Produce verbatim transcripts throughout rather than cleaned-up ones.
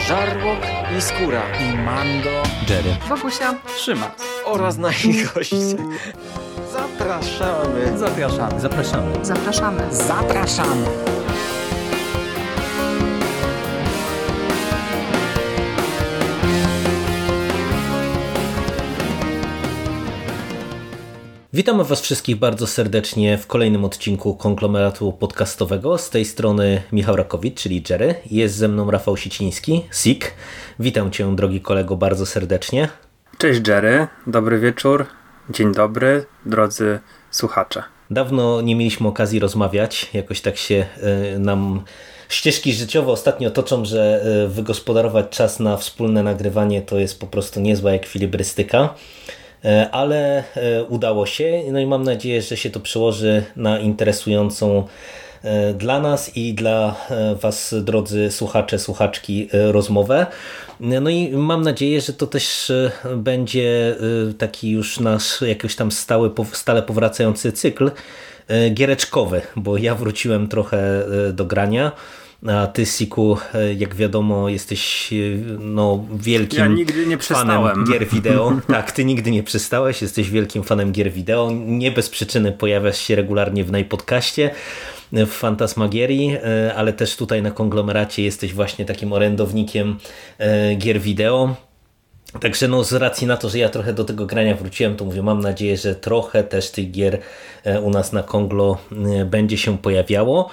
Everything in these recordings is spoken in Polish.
Żarłok i Skóra i Mando, Jerry, Wokusia, Szymas oraz nasi goście. Zapraszamy. Zapraszamy. Zapraszamy. Zapraszamy. Zapraszamy. Witamy Was wszystkich bardzo serdecznie w kolejnym odcinku konglomeratu podcastowego. Z tej strony Michał Rakowicz, czyli Jerry. Jest ze mną Rafał Siciński, Sik. Witam Cię, drogi kolego, bardzo serdecznie. Cześć Jerry, dobry wieczór, dzień dobry, drodzy słuchacze. Dawno nie mieliśmy okazji rozmawiać, jakoś tak się y, nam ścieżki życiowe ostatnio toczą, że y, wygospodarować czas na wspólne nagrywanie to jest po prostu niezła ekwilibrystyka. Ale udało się, no i mam nadzieję, że się to przełoży na interesującą dla nas i dla Was, drodzy słuchacze, słuchaczki, rozmowę. No i mam nadzieję, że to też będzie taki już nasz jakiś tam stały, stale powracający cykl giereczkowy, bo ja wróciłem trochę do grania. A ty, Siku, jak wiadomo, jesteś no, wielkim ja nigdy nie fanem gier wideo. Tak, ty nigdy nie przestałeś, jesteś wielkim fanem gier wideo. Nie bez przyczyny pojawiasz się regularnie w Najpodcaście, w Fantasmagierii, ale też tutaj na konglomeracie jesteś właśnie takim orędownikiem gier wideo. Także no, z racji na to, że ja trochę do tego grania wróciłem, to mówię, mam nadzieję, że trochę też tych gier u nas na Konglo będzie się pojawiało.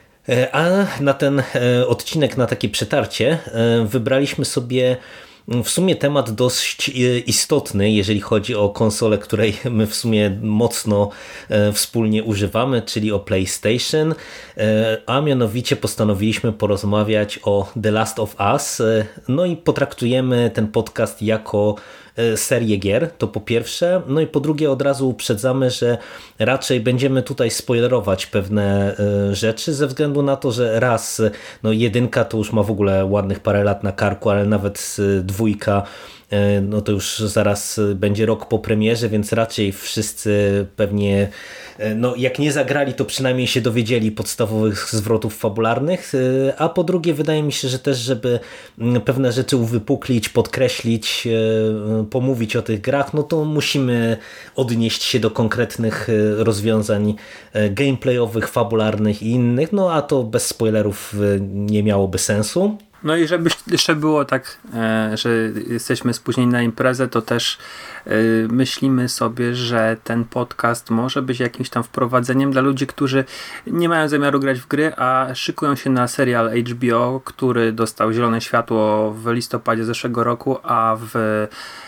A na ten odcinek, na takie przetarcie wybraliśmy sobie w sumie temat dość istotny, jeżeli chodzi o konsolę, której my w sumie mocno wspólnie używamy, czyli o PlayStation, a mianowicie postanowiliśmy porozmawiać o The Last of Us, no i potraktujemy ten podcast jako serię gier, to po pierwsze, no i po drugie od razu uprzedzamy, że raczej będziemy tutaj spoilerować pewne rzeczy ze względu na to, że raz, no jedynka to już ma w ogóle ładnych parę lat na karku, ale nawet dwójka no to już zaraz będzie rok po premierze, więc raczej wszyscy pewnie, no jak nie zagrali, to przynajmniej się dowiedzieli podstawowych zwrotów fabularnych, a po drugie wydaje mi się, że też, żeby pewne rzeczy uwypuklić, podkreślić, pomówić o tych grach, no to musimy odnieść się do konkretnych rozwiązań gameplayowych, fabularnych i innych, no a to bez spoilerów nie miałoby sensu. No i żeby jeszcze było tak, że jesteśmy spóźnieni na imprezę, to też myślimy sobie, że ten podcast może być jakimś tam wprowadzeniem dla ludzi, którzy nie mają zamiaru grać w gry, a szykują się na serial H B O, który dostał zielone światło w listopadzie zeszłego roku, a w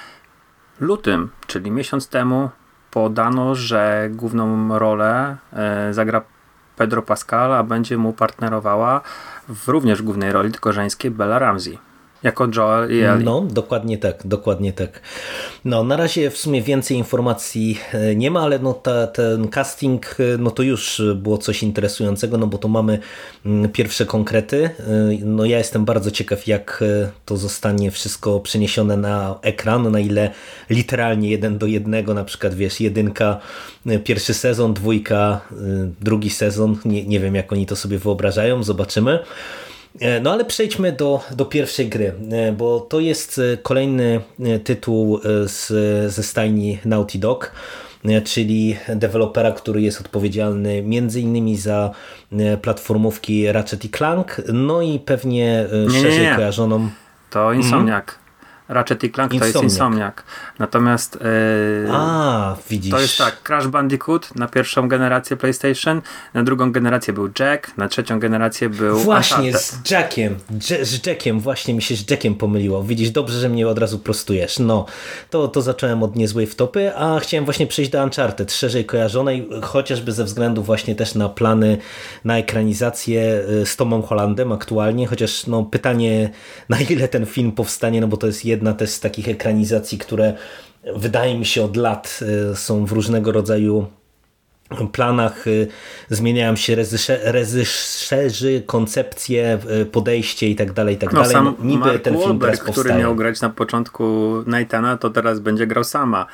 lutym, czyli miesiąc temu, podano, że główną rolę zagra Pedro Pascal, a będzie mu partnerowała w również głównej roli, tylko żeńskiej, Bella Ramsey. Jako Joel i Ellie. No, dokładnie tak, dokładnie tak. No, na razie w sumie więcej informacji nie ma, ale no ta, ten casting, no to już było coś interesującego, no bo to mamy pierwsze konkrety. No ja jestem bardzo ciekaw, jak to zostanie wszystko przeniesione na ekran, na ile literalnie jeden do jednego, na przykład wiesz, jedynka, pierwszy sezon, dwójka, drugi sezon, nie, nie wiem jak oni to sobie wyobrażają, zobaczymy. No ale przejdźmy do, do pierwszej gry, bo to jest kolejny tytuł z, ze stajni Naughty Dog, czyli dewelopera, który jest odpowiedzialny między innymi za platformówki Ratchet i Clank, no i pewnie nie, szerzej nie, nie. kojarzoną... To Insomniac. Mm. Ratchet i Clank Insomniac. To jest Insomniac. Natomiast yy, A, widzisz. to jest tak, Crash Bandicoot na pierwszą generację PlayStation, na drugą generację był Jack, na trzecią generację był Właśnie, Uncharted. z Jackiem, z Jackiem, właśnie mi się z Jackiem pomyliło. Widzisz, dobrze, że mnie od razu prostujesz. No, to, to zacząłem od niezłej wtopy, a chciałem właśnie przejść do Uncharted, szerzej kojarzonej, chociażby ze względu właśnie też na plany na ekranizację z Tomem Hollandem aktualnie, chociaż no pytanie, na ile ten film powstanie, no bo to jest jedna też z takich ekranizacji, które wydaje mi się od lat są w różnego rodzaju planach zmieniają się reżyserzy, koncepcje, podejście i tak dalej, i tak no, dalej. Sam No, niby Mark ten film Wahlberg, teraz który powstaje. miał grać na początku Nathana, to teraz będzie grał Sama.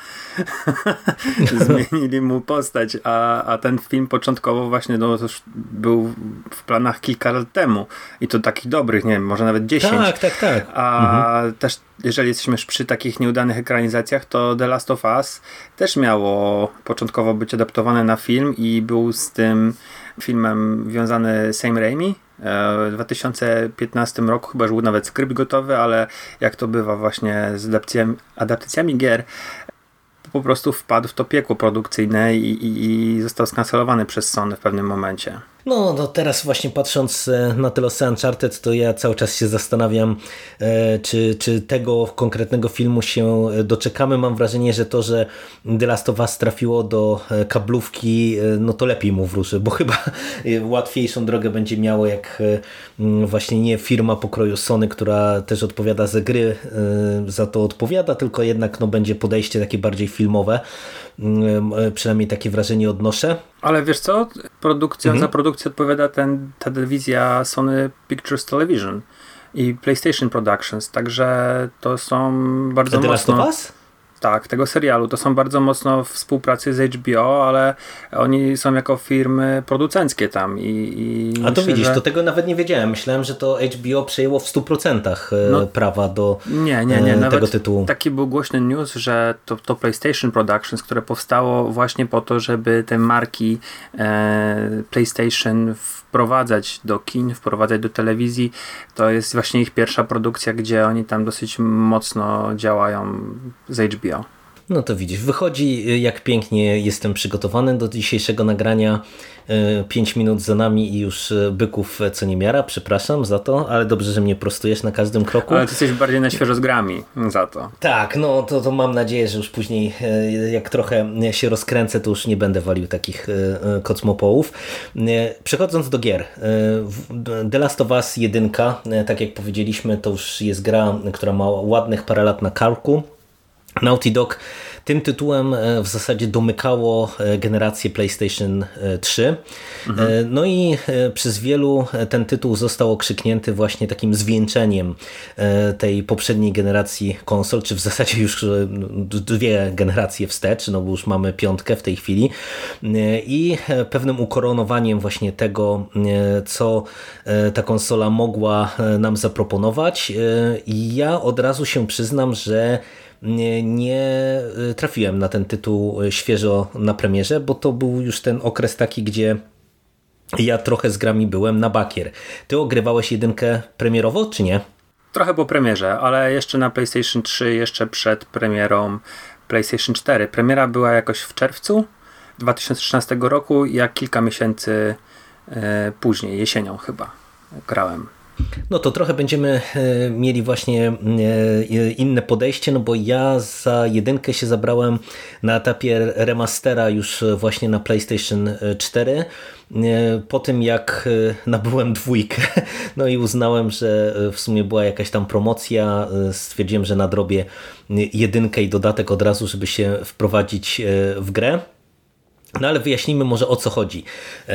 Zmienili mu postać, a, a ten film początkowo właśnie no, to już był w planach kilka lat temu i to takich dobrych, nie wiem, może nawet dziesięć. Tak, tak, tak. A mhm. też jeżeli jesteśmy już przy takich nieudanych ekranizacjach, to The Last of Us też miało początkowo być adaptowane na film i był z tym filmem wiązany Sam Raimi. W dwa tysiące piętnastym roku chyba już był nawet skrypt gotowy, ale jak to bywa właśnie z adaptacjami, adaptacjami gier, po prostu wpadł w to piekło produkcyjne i, i, i został skancelowany przez Sony w pewnym momencie. No, no teraz właśnie patrząc na te losy Uncharted, to ja cały czas się zastanawiam, czy, czy tego konkretnego filmu się doczekamy. Mam wrażenie, że to, że The Last of Us trafiło do kablówki, no to lepiej mu wróży, bo chyba łatwiejszą drogę będzie miało, jak właśnie nie firma pokroju Sony, która też odpowiada za gry, za to odpowiada, tylko jednak no, będzie podejście takie bardziej filmowe. Przynajmniej takie wrażenie odnoszę. Ale wiesz co? Produkcja, mhm. Za produkcję odpowiada ten, ta telewizja Sony Pictures Television i PlayStation Productions, także to są bardzo The mocno... Last of Us? Tak, tego serialu. To są bardzo mocno w współpracy z H B O, ale oni są jako firmy producenckie tam. I, i A to myślę, widzisz, że... to tego nawet nie wiedziałem. Myślałem, że to H B O przejęło w stu procentach no, prawa do nie, nie, nie. tego Nawet tytułu. Taki był głośny news, że to, to PlayStation Productions, które powstało właśnie po to, żeby te marki e, PlayStation wprowadzać do kin, wprowadzać do telewizji. To jest właśnie ich pierwsza produkcja, gdzie oni tam dosyć mocno działają z H B O. No to widzisz, wychodzi jak pięknie jestem przygotowany do dzisiejszego nagrania. Pięć minut za nami i już byków co niemiara, przepraszam za to, ale dobrze, że mnie prostujesz na każdym kroku. Ale ty jesteś bardziej na świeżo z grami za to. Tak, no to, to mam nadzieję, że już później jak trochę się rozkręcę, to już nie będę walił takich kocmopołów. Przechodząc do gier. The Last of Us jeden, tak jak powiedzieliśmy, to już jest gra, która ma ładnych parę lat na karku. Naughty Dog tym tytułem w zasadzie domykało generację PlayStation trzy. Mhm. No i przez wielu ten tytuł został okrzyknięty właśnie takim zwieńczeniem tej poprzedniej generacji konsol, czy w zasadzie już dwie generacje wstecz, no bo już mamy piątkę w tej chwili i pewnym ukoronowaniem właśnie tego, co ta konsola mogła nam zaproponować. I ja od razu się przyznam, że Nie, nie trafiłem na ten tytuł świeżo na premierze, bo to był już ten okres taki, gdzie ja trochę z grami byłem na bakier. Ty ogrywałeś jedynkę premierowo, czy nie? Trochę po premierze, ale jeszcze na PlayStation trzy, jeszcze przed premierą PlayStation cztery. Premiera była jakoś w czerwcu dwa tysiące trzynastego roku, jak kilka miesięcy e, później, jesienią chyba grałem. No to trochę będziemy mieli właśnie inne podejście, no bo ja za jedynkę się zabrałem na etapie remastera już właśnie na PlayStation cztery, po tym jak nabyłem dwójkę, no i uznałem, że w sumie była jakaś tam promocja, stwierdziłem, że nadrobię jedynkę i dodatek od razu, żeby się wprowadzić w grę. No ale wyjaśnijmy może, o co chodzi,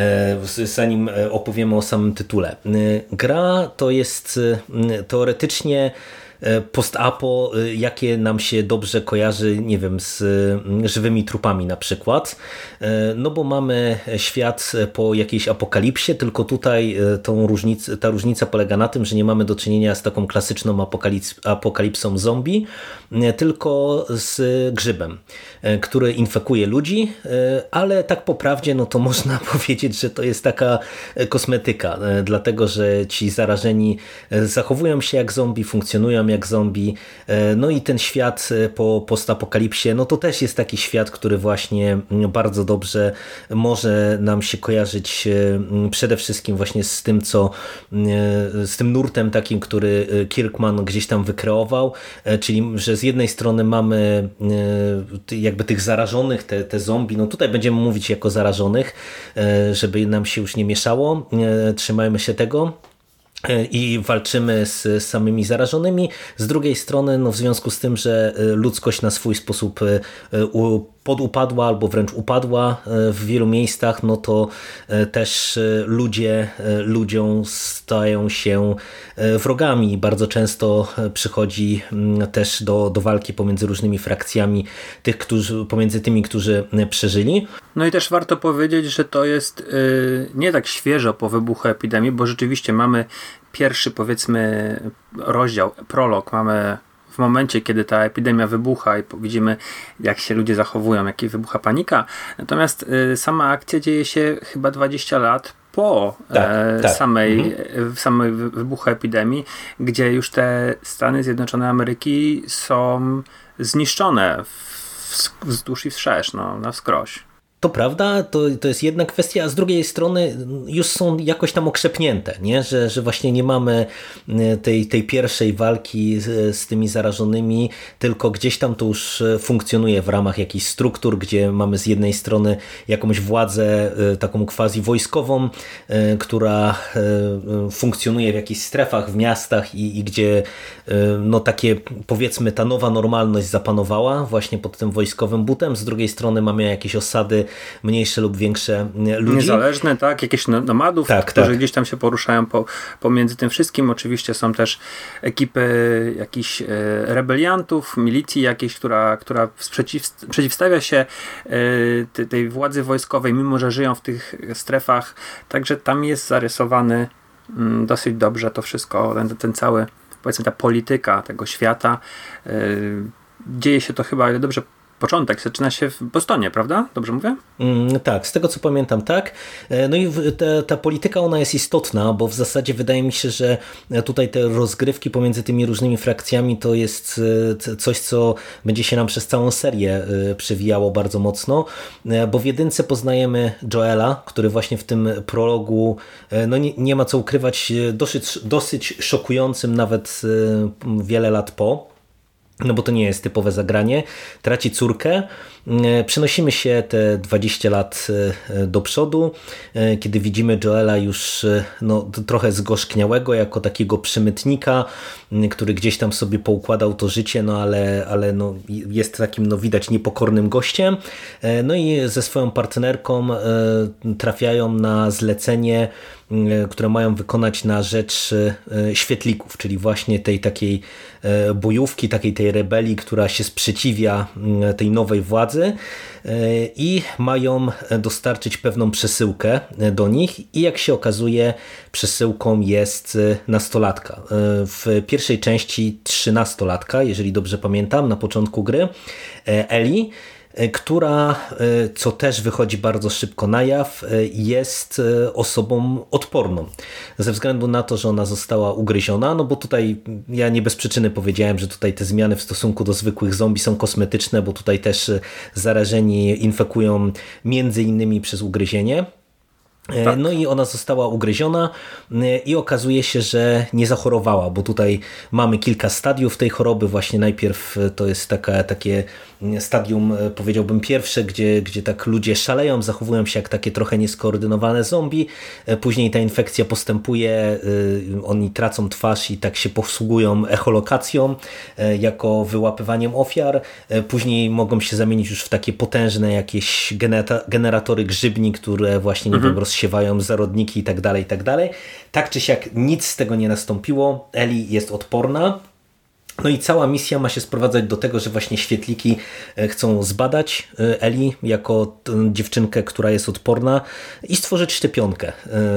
zanim opowiemy o samym tytule. Gra to jest teoretycznie post-apo, jakie nam się dobrze kojarzy, nie wiem, z żywymi trupami na przykład. No bo mamy świat po jakiejś apokalipsie, tylko tutaj tą różnic, ta różnica polega na tym, że nie mamy do czynienia z taką klasyczną apokalips, apokalipsą zombie, tylko z grzybem, który infekuje ludzi, ale tak po prawdzie, no to można powiedzieć, że to jest taka kosmetyka, dlatego, że ci zarażeni zachowują się jak zombie, funkcjonują jak zombie, no i ten świat po postapokalipsie, no to też jest taki świat, który właśnie bardzo dobrze może nam się kojarzyć przede wszystkim właśnie z tym, co z tym nurtem takim, który Kirkman gdzieś tam wykreował, czyli, że z jednej strony mamy jakby tych zarażonych, te, te zombie, no tutaj będziemy mówić jako zarażonych, żeby nam się już nie mieszało, trzymajmy się tego. I walczymy z samymi zarażonymi. Z drugiej strony, no w związku z tym, że ludzkość na swój sposób podupadła albo wręcz upadła w wielu miejscach, no to też ludzie ludziom stają się wrogami i bardzo często przychodzi też do, do walki pomiędzy różnymi frakcjami tych, którzy, pomiędzy tymi, którzy przeżyli. No i też warto powiedzieć, że to jest yy, nie tak świeżo po wybuchu epidemii, bo rzeczywiście mamy pierwszy, powiedzmy, rozdział, prolog, mamy w momencie, kiedy ta epidemia wybucha i widzimy, jak się ludzie zachowują, jak wybucha panika. Natomiast y, sama akcja dzieje się chyba dwadzieścia lat po tak, e, tak. samej, mhm. samej wybuchu epidemii, gdzie już te Stany Zjednoczone Ameryki są zniszczone w, wzdłuż i wszerz, no, na wskroś. To prawda, to, to jest jedna kwestia, a z drugiej strony już są jakoś tam okrzepnięte, nie? Że, że właśnie nie mamy tej, tej pierwszej walki z, z tymi zarażonymi, tylko gdzieś tam to już funkcjonuje w ramach jakichś struktur, gdzie mamy z jednej strony jakąś władzę taką quasi wojskową, która funkcjonuje w jakichś strefach, w miastach i, i gdzie no takie, powiedzmy, ta nowa normalność zapanowała właśnie pod tym wojskowym butem. Z drugiej strony mamy jakieś osady mniejsze lub większe ludzi. Niezależne, tak? Jakieś nomadów, tak, którzy tak. gdzieś tam się poruszają po, pomiędzy tym wszystkim. Oczywiście są też ekipy jakichś e, rebeliantów, milicji jakiejś, która, która sprzeciw, przeciwstawia się e, tej, tej władzy wojskowej, mimo że żyją w tych strefach. Także tam jest zarysowany m, dosyć dobrze to wszystko, ten, ten cały, powiedzmy, ta polityka tego świata. E, dzieje się to chyba, ale dobrze, początek zaczyna się w Bostonie, prawda? Dobrze mówię? Mm, tak, z tego co pamiętam, tak. No i ta, ta polityka, ona jest istotna, bo w zasadzie wydaje mi się, że tutaj te rozgrywki pomiędzy tymi różnymi frakcjami to jest coś, co będzie się nam przez całą serię przewijało bardzo mocno, bo w jedynce poznajemy Joela, który właśnie w tym prologu, no nie, nie ma co ukrywać, dosyć, dosyć szokującym nawet wiele lat po, no bo to nie jest typowe zagranie, traci córkę. Przenosimy się te dwadzieścia lat do przodu, kiedy widzimy Joela już no, trochę zgorzkniałego, jako takiego przemytnika, który gdzieś tam sobie poukładał to życie, no ale, ale no, jest takim, no, widać, niepokornym gościem. No i ze swoją partnerką trafiają na zlecenie, które mają wykonać na rzecz świetlików, czyli właśnie tej takiej bojówki, takiej tej rebelii, która się sprzeciwia tej nowej władzy i mają dostarczyć pewną przesyłkę do nich i jak się okazuje, przesyłką jest nastolatka. W pierwszej części trzynastolatka, jeżeli dobrze pamiętam, na początku gry, Ellie, która, co też wychodzi bardzo szybko na jaw, jest osobą odporną. Ze względu na to, że ona została ugryziona, no bo tutaj ja nie bez przyczyny powiedziałem, że tutaj te zmiany w stosunku do zwykłych zombie są kosmetyczne, bo tutaj też zarażeni infekują między innymi przez ugryzienie. Tak. No i ona została ugryziona i okazuje się, że nie zachorowała, bo tutaj mamy kilka stadiów tej choroby. Właśnie najpierw to jest taka, takie stadium, powiedziałbym, pierwsze, gdzie, gdzie tak ludzie szaleją, zachowują się jak takie trochę nieskoordynowane zombie. Później ta infekcja postępuje, oni tracą twarz i tak się posługują echolokacją jako wyłapywaniem ofiar. Później mogą się zamienić już w takie potężne jakieś generatory grzybni, które właśnie, nie mhm. wiem, rozsiewają zarodniki i tak dalej, i tak dalej. Tak czy siak nic z tego nie nastąpiło. Ellie jest odporna. No i cała misja ma się sprowadzać do tego, że właśnie świetliki chcą zbadać Ellie jako dziewczynkę, która jest odporna i stworzyć szczepionkę.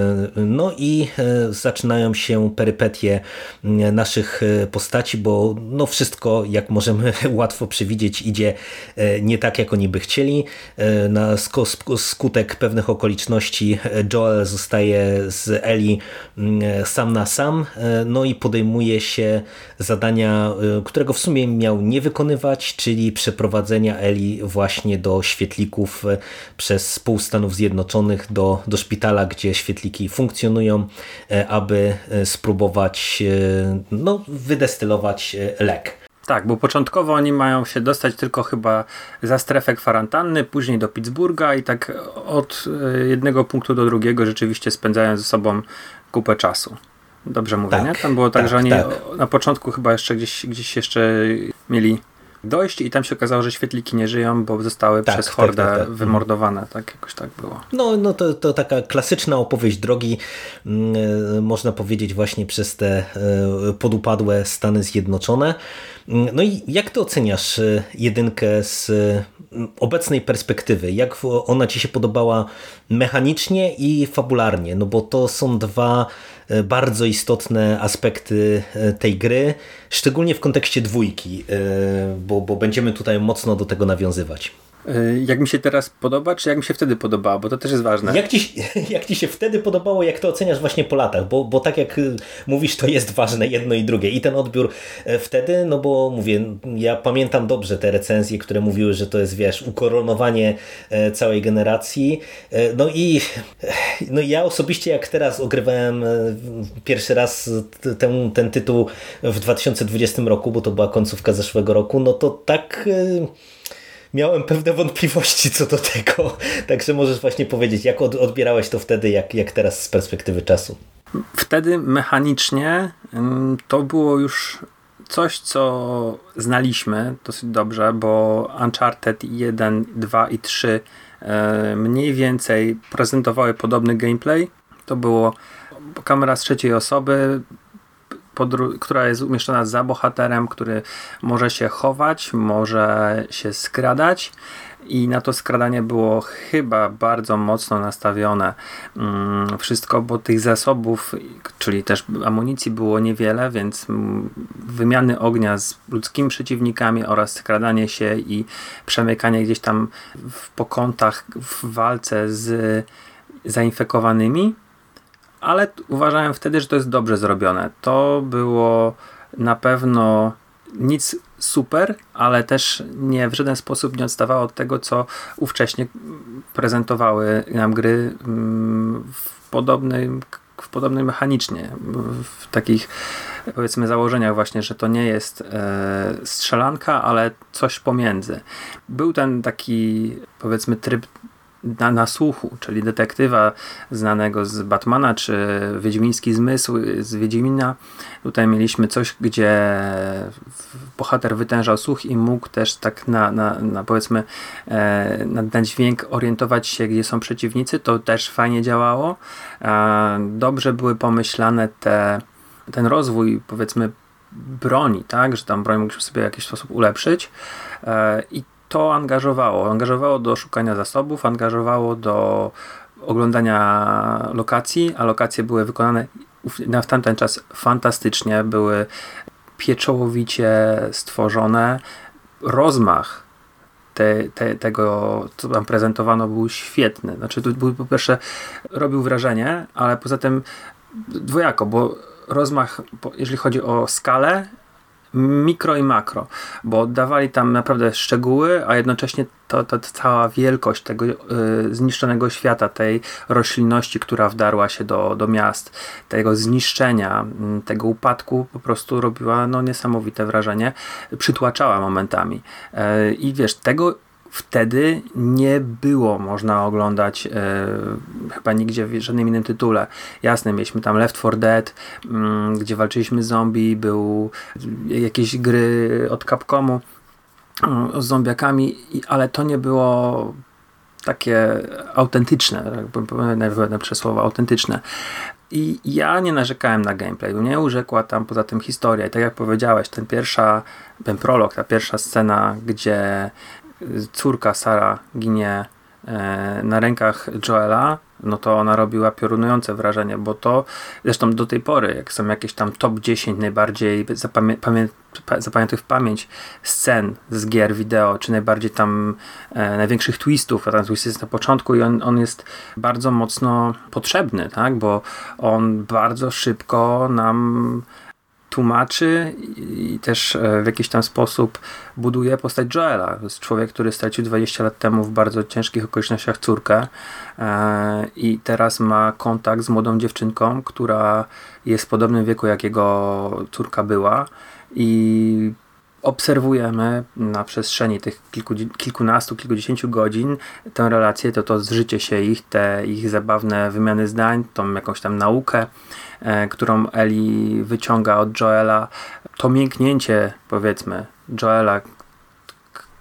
No i zaczynają się perypetie naszych postaci, bo no wszystko, jak możemy łatwo przewidzieć, idzie nie tak, jak oni by chcieli. Na skutek pewnych okoliczności Joel zostaje z Ellie sam na sam, no i podejmuje się zadania, którego w sumie miał nie wykonywać, czyli przeprowadzenia Ellie właśnie do świetlików przez pół Stanów Zjednoczonych, do, do szpitala, gdzie świetliki funkcjonują, aby spróbować no, wydestylować lek. Tak, bo początkowo oni mają się dostać tylko chyba za strefę kwarantanny, później do Pittsburgha i tak od jednego punktu do drugiego rzeczywiście spędzają ze sobą kupę czasu. Dobrze mówię, tak, nie? Tam było tak, tak że oni tak. na początku chyba jeszcze gdzieś, gdzieś jeszcze mieli dojść i tam się okazało, że świetliki nie żyją, bo zostały tak, przez tak, hordę tak, tak. wymordowane. Tak, jakoś tak było. No, no to, to taka klasyczna opowieść drogi, yy, można powiedzieć właśnie przez te yy, podupadłe Stany Zjednoczone. No i jak ty oceniasz jedynkę z obecnej perspektywy? Jak ona ci się podobała mechanicznie i fabularnie? No bo to są dwa bardzo istotne aspekty tej gry, szczególnie w kontekście dwójki, bo, bo będziemy tutaj mocno do tego nawiązywać. Jak mi się teraz podoba, czy jak mi się wtedy podobało? Bo to też jest ważne. Jak ci, jak ci się wtedy podobało, jak to oceniasz właśnie po latach? Bo, bo tak jak mówisz, to jest ważne jedno i drugie. I ten odbiór wtedy, no bo mówię, ja pamiętam dobrze te recenzje, które mówiły, że to jest, wiesz, ukoronowanie całej generacji. No i no ja osobiście, jak teraz ogrywałem pierwszy raz ten, ten tytuł w dwa tysiące dwudziestym roku, bo to była końcówka zeszłego roku, no to tak... miałem pewne wątpliwości co do tego, także możesz właśnie powiedzieć, jak odbierałeś to wtedy, jak, jak teraz z perspektywy czasu. Wtedy mechanicznie to było już coś, co znaliśmy dosyć dobrze, bo Uncharted jeden, dwa i trzy mniej więcej prezentowały podobny gameplay. To było kamera z trzeciej osoby, która jest umieszczona za bohaterem, który może się chować, może się skradać i na to skradanie było chyba bardzo mocno nastawione wszystko, bo tych zasobów, czyli też amunicji było niewiele, więc wymiany ognia z ludzkimi przeciwnikami oraz skradanie się i przemykanie gdzieś tam w pokątach w walce z zainfekowanymi. Ale uważałem wtedy, że to jest dobrze zrobione. To było na pewno nic super, ale też nie w żaden sposób nie odstawało od tego, co ówcześnie prezentowały nam gry w podobnym, w podobnym mechanicznie, w takich powiedzmy założeniach właśnie, że to nie jest e, strzelanka, ale coś pomiędzy. Był ten taki powiedzmy tryb Na, na słuchu, czyli detektywa znanego z Batmana, czy Wiedźmiński Zmysł z Wiedźmina. Tutaj mieliśmy coś, gdzie bohater wytężał słuch i mógł też tak na, na, na powiedzmy e, na, na dźwięk orientować się, gdzie są przeciwnicy. To też fajnie działało. E, dobrze były pomyślane te, ten rozwój powiedzmy broni, tak, że tam broń mogliśmy sobie w jakiś sposób ulepszyć e, i to angażowało. Angażowało do szukania zasobów, angażowało do oglądania lokacji, a lokacje były wykonane w tamten czas fantastycznie, były pieczołowicie stworzone. Rozmach te, te, tego, co tam prezentowano, był świetny. Znaczy, to był, po pierwsze robił wrażenie, ale poza tym dwojako, bo rozmach, jeżeli chodzi o skalę, mikro i makro, bo oddawali tam naprawdę szczegóły, a jednocześnie to, to, to cała wielkość tego y, zniszczonego świata, tej roślinności, która wdarła się do, do miast, tego zniszczenia, y, tego upadku po prostu robiła no, niesamowite wrażenie, przytłaczała momentami. Y, I wiesz, tego wtedy nie było można oglądać e, chyba nigdzie w żadnym innym tytule. Jasne, mieliśmy tam Left four Dead, m, gdzie walczyliśmy z zombie, był jakieś gry od Capcomu m, z zombiakami, i, ale to nie było takie autentyczne, jakby przesłowo autentyczne. I ja nie narzekałem na gameplay, mnie urzekła tam poza tym historia i tak jak powiedziałeś, ten pierwsza, ten prolog, ta pierwsza scena, gdzie córka Sara ginie e, na rękach Joela, no to ona robiła piorunujące wrażenie, bo to zresztą do tej pory, jak są jakieś tam top dziesięć najbardziej zapamię- pamię- zapamiętych w pamięć scen z gier wideo, czy najbardziej tam e, największych twistów, a ten twist jest na początku i on, on jest bardzo mocno potrzebny, tak, bo on bardzo szybko nam tłumaczy i też w jakiś tam sposób buduje postać Joela. To jest człowiek, który stracił dwadzieścia lat temu w bardzo ciężkich okolicznościach córkę i teraz ma kontakt z młodą dziewczynką, która jest w podobnym wieku, jak jego córka była i obserwujemy na przestrzeni tych kilku, kilkunastu, kilkudziesięciu godzin tę relację, to to zżycie się ich, te ich zabawne wymiany zdań, tą jakąś tam naukę, e, którą Ellie wyciąga od Joela, to mięknięcie, powiedzmy, Joela,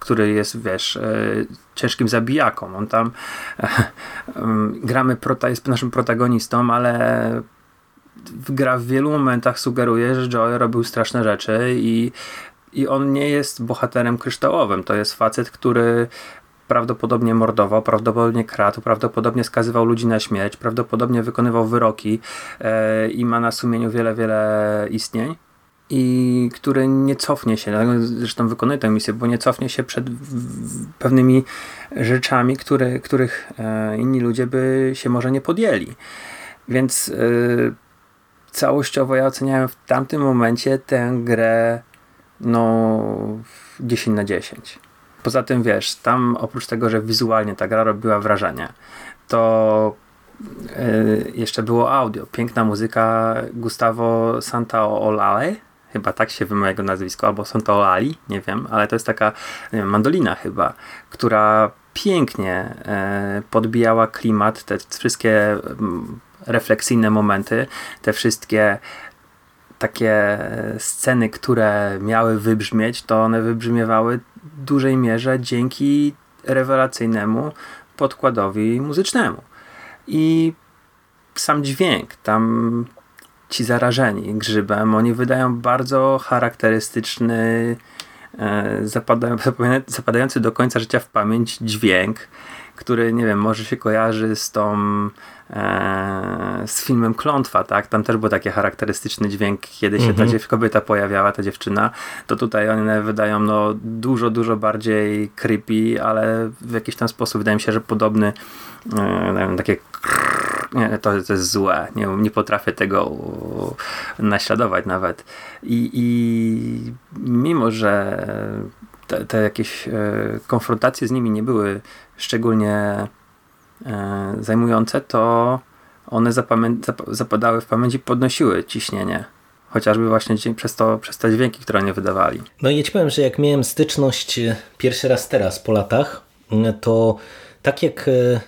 który jest, wiesz, ciężkim zabijaką. On tam gramy, prota, jest naszym protagonistą, ale gra w wielu momentach sugeruje, że Joel robił straszne rzeczy i, i on nie jest bohaterem kryształowym. To jest facet, który prawdopodobnie mordował, prawdopodobnie kradł, prawdopodobnie skazywał ludzi na śmierć, prawdopodobnie wykonywał wyroki e, i ma na sumieniu wiele, wiele istnień i który nie cofnie się, zresztą wykonuje tę misję, bo nie cofnie się przed pewnymi rzeczami, które, których e, inni ludzie by się może nie podjęli. Więc e, całościowo ja oceniałem w tamtym momencie tę grę no dziesięć na dziesięć. Poza tym, wiesz, tam oprócz tego, że wizualnie ta gra robiła wrażenie, to yy, jeszcze było audio. Piękna muzyka Gustavo Santaolalla, chyba tak się wymawia jego nazwisko, albo Santaolali, nie wiem, ale to jest taka, nie wiem, mandolina chyba, która pięknie yy, podbijała klimat, te wszystkie yy, refleksyjne momenty, te wszystkie takie sceny, które miały wybrzmieć, to one wybrzmiewały w dużej mierze dzięki rewelacyjnemu podkładowi muzycznemu. I sam dźwięk, tam ci zarażeni grzybem, oni wydają bardzo charakterystyczny, zapadający do końca życia w pamięć dźwięk, który, nie wiem, może się kojarzy z tą e, z filmem Klątwa, tak? Tam też był taki charakterystyczny dźwięk, kiedy się mm-hmm. ta dziew- kobieta pojawiała, ta dziewczyna, to tutaj one wydają no dużo, dużo bardziej creepy, ale w jakiś tam sposób wydaje mi się, że podobny e, nie wiem, takie nie, to, to jest złe, nie, nie potrafię tego naśladować nawet. I, i mimo, że te, te jakieś e, konfrontacje z nimi nie były szczególnie e, zajmujące, to one zapamię- zap- zapadały w pamięć i podnosiły ciśnienie. Chociażby właśnie dzięki, przez, to, przez te dźwięki, które oni wydawali. No i ja ci powiem, że jak miałem styczność pierwszy raz teraz po latach, to tak jak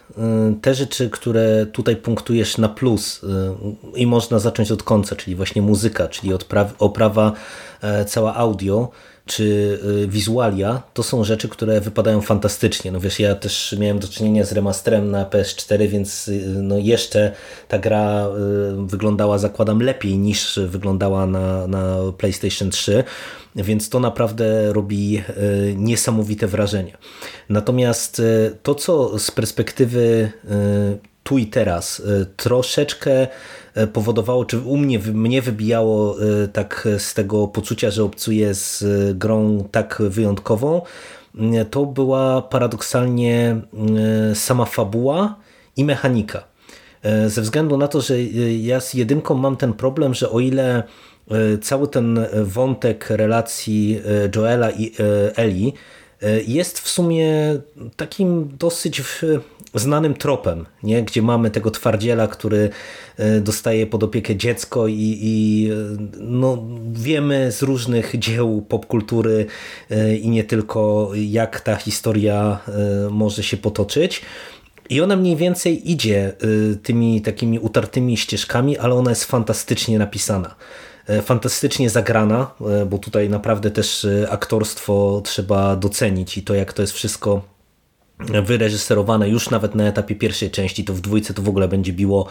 te rzeczy, które tutaj punktujesz na plus i można zacząć od końca, czyli właśnie muzyka, czyli odpraw- oprawa cała audio, czy wizualia, to są rzeczy, które wypadają fantastycznie. No wiesz, ja też miałem do czynienia z remasterem na P S cztery, więc no jeszcze ta gra wyglądała, zakładam, lepiej niż wyglądała na, na PlayStation trzy, więc to naprawdę robi niesamowite wrażenie. Natomiast to, co z perspektywy tu i teraz troszeczkę powodowało, czy u mnie mnie wybijało tak z tego poczucia, że obcuję z grą tak wyjątkową, to była paradoksalnie sama fabuła i mechanika. Ze względu na to, że ja z jedynką mam ten problem, że o ile cały ten wątek relacji Joela i Ellie jest w sumie takim dosyć znanym tropem, nie? Gdzie mamy tego twardziela, który dostaje pod opiekę dziecko i, i no, wiemy z różnych dzieł popkultury i nie tylko, jak ta historia może się potoczyć. I ona mniej więcej idzie tymi takimi utartymi ścieżkami, ale ona jest fantastycznie napisana. Fantastycznie zagrana, bo tutaj naprawdę też aktorstwo trzeba docenić i to, jak to jest wszystko wyreżyserowane już nawet na etapie pierwszej części, to w dwójce to w ogóle będzie biło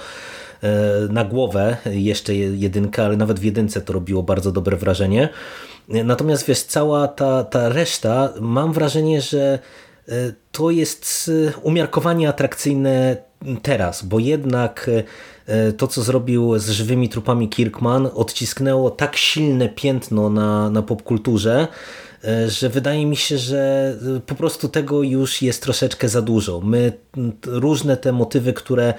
na głowę jeszcze jedynkę, ale nawet w jedynce to robiło bardzo dobre wrażenie. Natomiast wiesz, cała ta, ta reszta, mam wrażenie, że to jest umiarkowanie atrakcyjne teraz, bo jednak to, co zrobił z Żywymi trupami Kirkman, odcisknęło tak silne piętno na, na popkulturze, że wydaje mi się, że po prostu tego już jest troszeczkę za dużo. My różne te motywy, które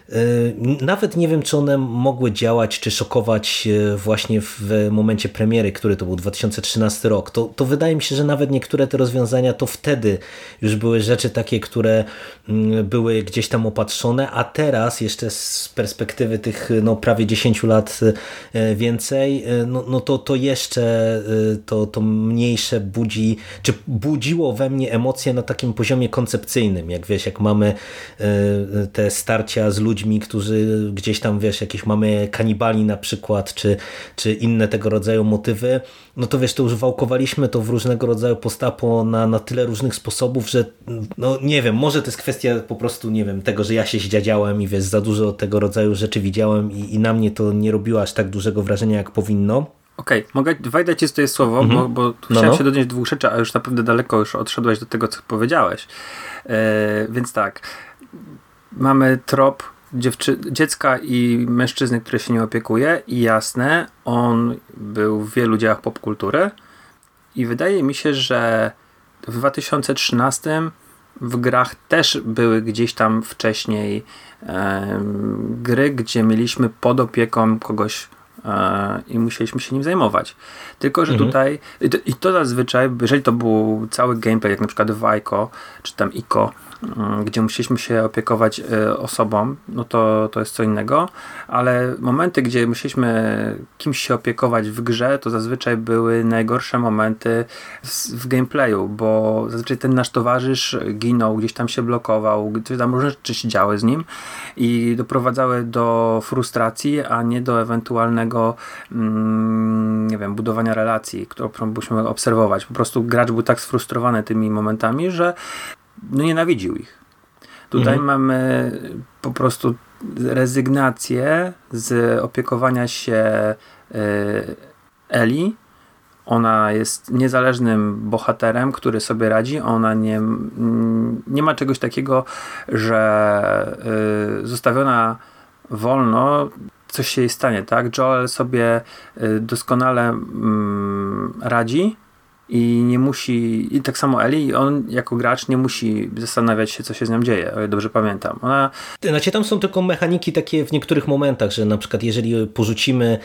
nawet nie wiem, czy one mogły działać, czy szokować właśnie w momencie premiery, który to był dwa tysiące trzynasty rok, to, to wydaje mi się, że nawet niektóre te rozwiązania to wtedy już były rzeczy takie, które były gdzieś tam opatrzone, a teraz jeszcze z perspektywy tych no, prawie dziesięciu lat więcej, no, no to, to jeszcze to, to mniejsze budzi, czy budziło we mnie emocje na takim poziomie koncepcyjnym, jak wiesz, jak mamy te starcia z ludźmi, ludźmi, którzy gdzieś tam, wiesz, jakieś mamy kanibali na przykład, czy, czy inne tego rodzaju motywy, no to wiesz, to już wałkowaliśmy to w różnego rodzaju postapo na, na tyle różnych sposobów, że no nie wiem, może to jest kwestia po prostu, nie wiem, tego, że ja się zdziadziałem i wiesz, za dużo tego rodzaju rzeczy widziałem i, i na mnie to nie robiło aż tak dużego wrażenia, jak powinno. Okej, okay, mogę, wejdę ci tutaj słowo, mm-hmm. bo, bo tu no, chciałem no. się donieść dwóch rzeczy, a już naprawdę daleko już odszedłeś do tego, co powiedziałeś. Yy, więc tak, mamy trop dziewczy- dziecka i mężczyzny, który się nie opiekuje i jasne, on był w wielu dziełach popkultury i wydaje mi się, że w dwa tysiące trzynastym w grach też były gdzieś tam wcześniej e, gry, gdzie mieliśmy pod opieką kogoś e, i musieliśmy się nim zajmować. Tylko, że mhm. tutaj i to, i to zazwyczaj, jeżeli to był cały gameplay, jak na przykład w Ico, czy tam Ico, gdzie musieliśmy się opiekować y, osobą, no to, to jest co innego, ale momenty, gdzie musieliśmy kimś się opiekować w grze, to zazwyczaj były najgorsze momenty w, w gameplayu, bo zazwyczaj ten nasz towarzysz ginął, gdzieś tam się blokował, gdzieś tam różne rzeczy się działy z nim i doprowadzały do frustracji, a nie do ewentualnego mm, nie wiem, budowania relacji, którą musimy obserwować. Po prostu gracz był tak sfrustrowany tymi momentami, że no nienawidził ich. Tutaj mhm. mamy po prostu rezygnację z opiekowania się y, Eli. Ona jest niezależnym bohaterem, który sobie radzi. Ona nie, nie ma czegoś takiego, że y, zostawiona wolno coś się jej stanie, tak? Joel sobie y, doskonale mm, radzi i nie musi, i tak samo Eli, i on jako gracz nie musi zastanawiać się, co się z nią dzieje, o ile dobrze pamiętam. Ona... Znaczy tam są tylko mechaniki takie w niektórych momentach, że na przykład jeżeli porzucimy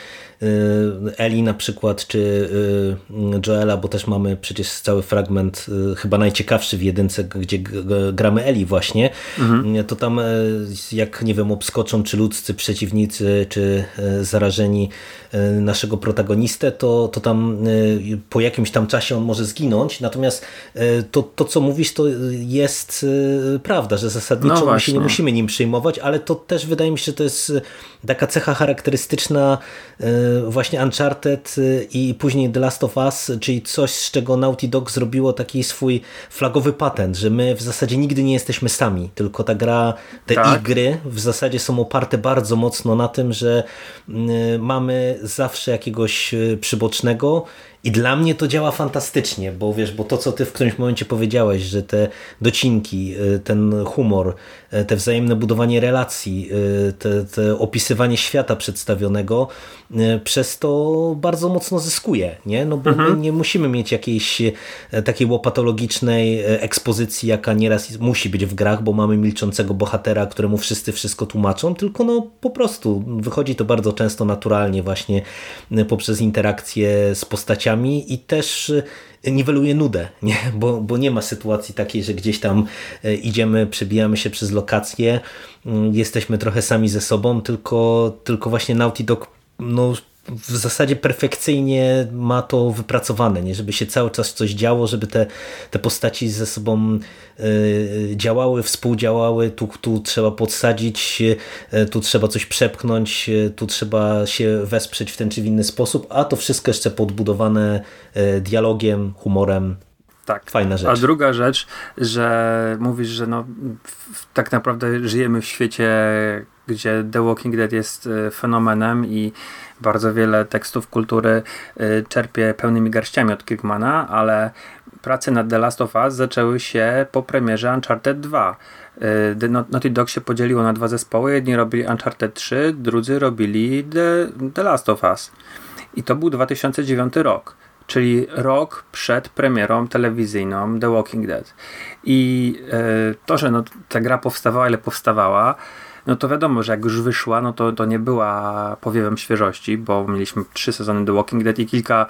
Eli na przykład, czy Joela, bo też mamy przecież cały fragment chyba najciekawszy w jedynce, gdzie gramy Eli właśnie, mhm. to tam jak, nie wiem, obskoczą czy ludzcy przeciwnicy, czy zarażeni naszego protagonistę, to, to tam po jakimś tam czasie on może zginąć, natomiast to, to co mówisz, to jest prawda, że zasadniczo no my się nie musimy nim przejmować, ale to też wydaje mi się, że to jest taka cecha charakterystyczna właśnie Uncharted i później The Last of Us, czyli coś, z czego Naughty Dog zrobiło taki swój flagowy patent, że my w zasadzie nigdy nie jesteśmy sami, tylko ta gra, te tak. ich gry w zasadzie są oparte bardzo mocno na tym, że mamy zawsze jakiegoś przybocznego i dla mnie to działa fantastycznie, bo wiesz, bo to co ty w którymś momencie powiedziałeś, że te docinki, ten humor, te wzajemne budowanie relacji, te, te opisywanie świata przedstawionego, przez to bardzo mocno zyskuje, nie? No bo mhm. my nie musimy mieć jakiejś takiej łopatologicznej ekspozycji, jaka nieraz musi być w grach, bo mamy milczącego bohatera, któremu wszyscy wszystko tłumaczą, tylko no po prostu wychodzi to bardzo często naturalnie właśnie poprzez interakcje z postaciami i też niweluje nudę, nie? Bo, bo nie ma sytuacji takiej, że gdzieś tam idziemy, przebijamy się przez lokację, jesteśmy trochę sami ze sobą, tylko, tylko właśnie Naughty Dog no, w zasadzie perfekcyjnie ma to wypracowane, nie? Żeby się cały czas coś działo, żeby te, te postaci ze sobą y, działały, współdziałały, tu, tu trzeba podsadzić, y, tu trzeba coś przepchnąć, y, tu trzeba się wesprzeć w ten czy w inny sposób, a to wszystko jeszcze podbudowane y, dialogiem, humorem. Tak. Fajna rzecz. A druga rzecz, że mówisz, że no, w, tak naprawdę żyjemy w świecie, gdzie The Walking Dead jest fenomenem i bardzo wiele tekstów kultury czerpie pełnymi garściami od Kirkmana, ale prace nad The Last of Us zaczęły się po premierze Uncharted dwa. Naughty Dog się podzieliło na dwa zespoły. Jedni robili Uncharted trzy, drudzy robili The, The Last of Us. I to był dwa tysiące dziewiąty rok. Czyli rok przed premierą telewizyjną The Walking Dead. I y, to, że no, ta gra powstawała, ile powstawała, no to wiadomo, że jak już wyszła, no to, to nie była powiewem świeżości, bo mieliśmy trzy sezony The Walking Dead i kilka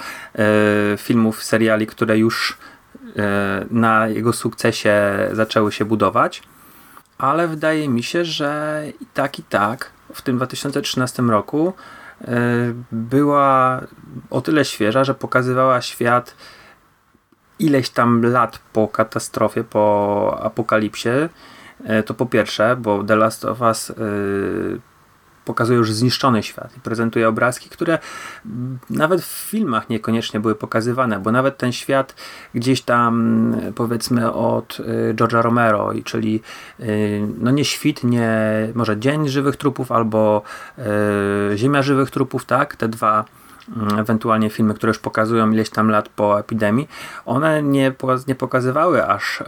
y, filmów, seriali, które już y, na jego sukcesie zaczęły się budować. Ale wydaje mi się, że i tak, i tak w tym dwa tysiące trzynastym roku była o tyle świeża, że pokazywała świat ileś tam lat po katastrofie, po apokalipsie, to po pierwsze, bo The Last of Us yy, pokazuje już zniszczony świat i prezentuje obrazki, które nawet w filmach niekoniecznie były pokazywane, bo nawet ten świat gdzieś tam, powiedzmy, od George'a Romero, czyli no nie Świt, nie może Dzień Żywych Trupów albo Ziemia Żywych Trupów, tak? Te dwa ewentualnie filmy, które już pokazują ileś tam lat po epidemii, one nie, nie pokazywały aż e,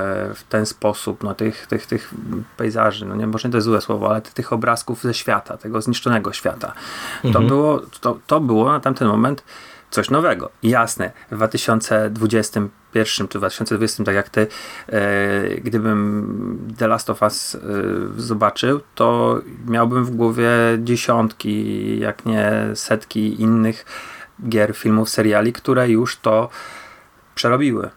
w ten sposób no, tych, tych, tych pejzaży, no nie, może nie to jest złe słowo, ale tych, tych obrazków ze świata, tego zniszczonego świata. Mhm. To, było, to, to było na tamten moment coś nowego. Jasne, w dwa tysiące dwudziestym pierwszym czy dwa tysiące dwudziestym, tak jak ty, e, gdybym The Last of Us e, zobaczył, to miałbym w głowie dziesiątki, jak nie setki innych gier, filmów, seriali, które już to przerobiły.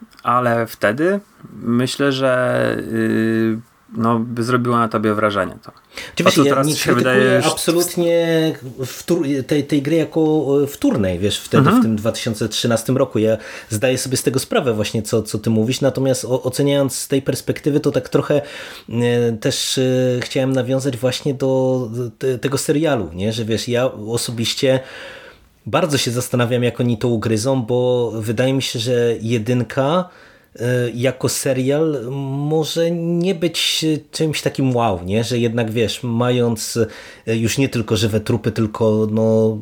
Ale wtedy myślę, że yy, no, by zrobiło na tobie wrażenie to. Oczywiście, ja teraz nie się wydaje, że... absolutnie wtór, tej, tej gry jako wtórnej, wiesz, wtedy mhm. w tym dwa tysiące trzynastym roku. Ja zdaję sobie z tego sprawę właśnie, co, co ty mówisz, natomiast o, oceniając z tej perspektywy, to tak trochę e, też e, chciałem nawiązać właśnie do te, tego serialu, nie? Że wiesz, ja osobiście bardzo się zastanawiam, jak oni to ugryzą, bo wydaje mi się, że jedynka jako serial może nie być czymś takim wow, nie? Że jednak wiesz, mając już nie tylko żywe trupy, tylko no,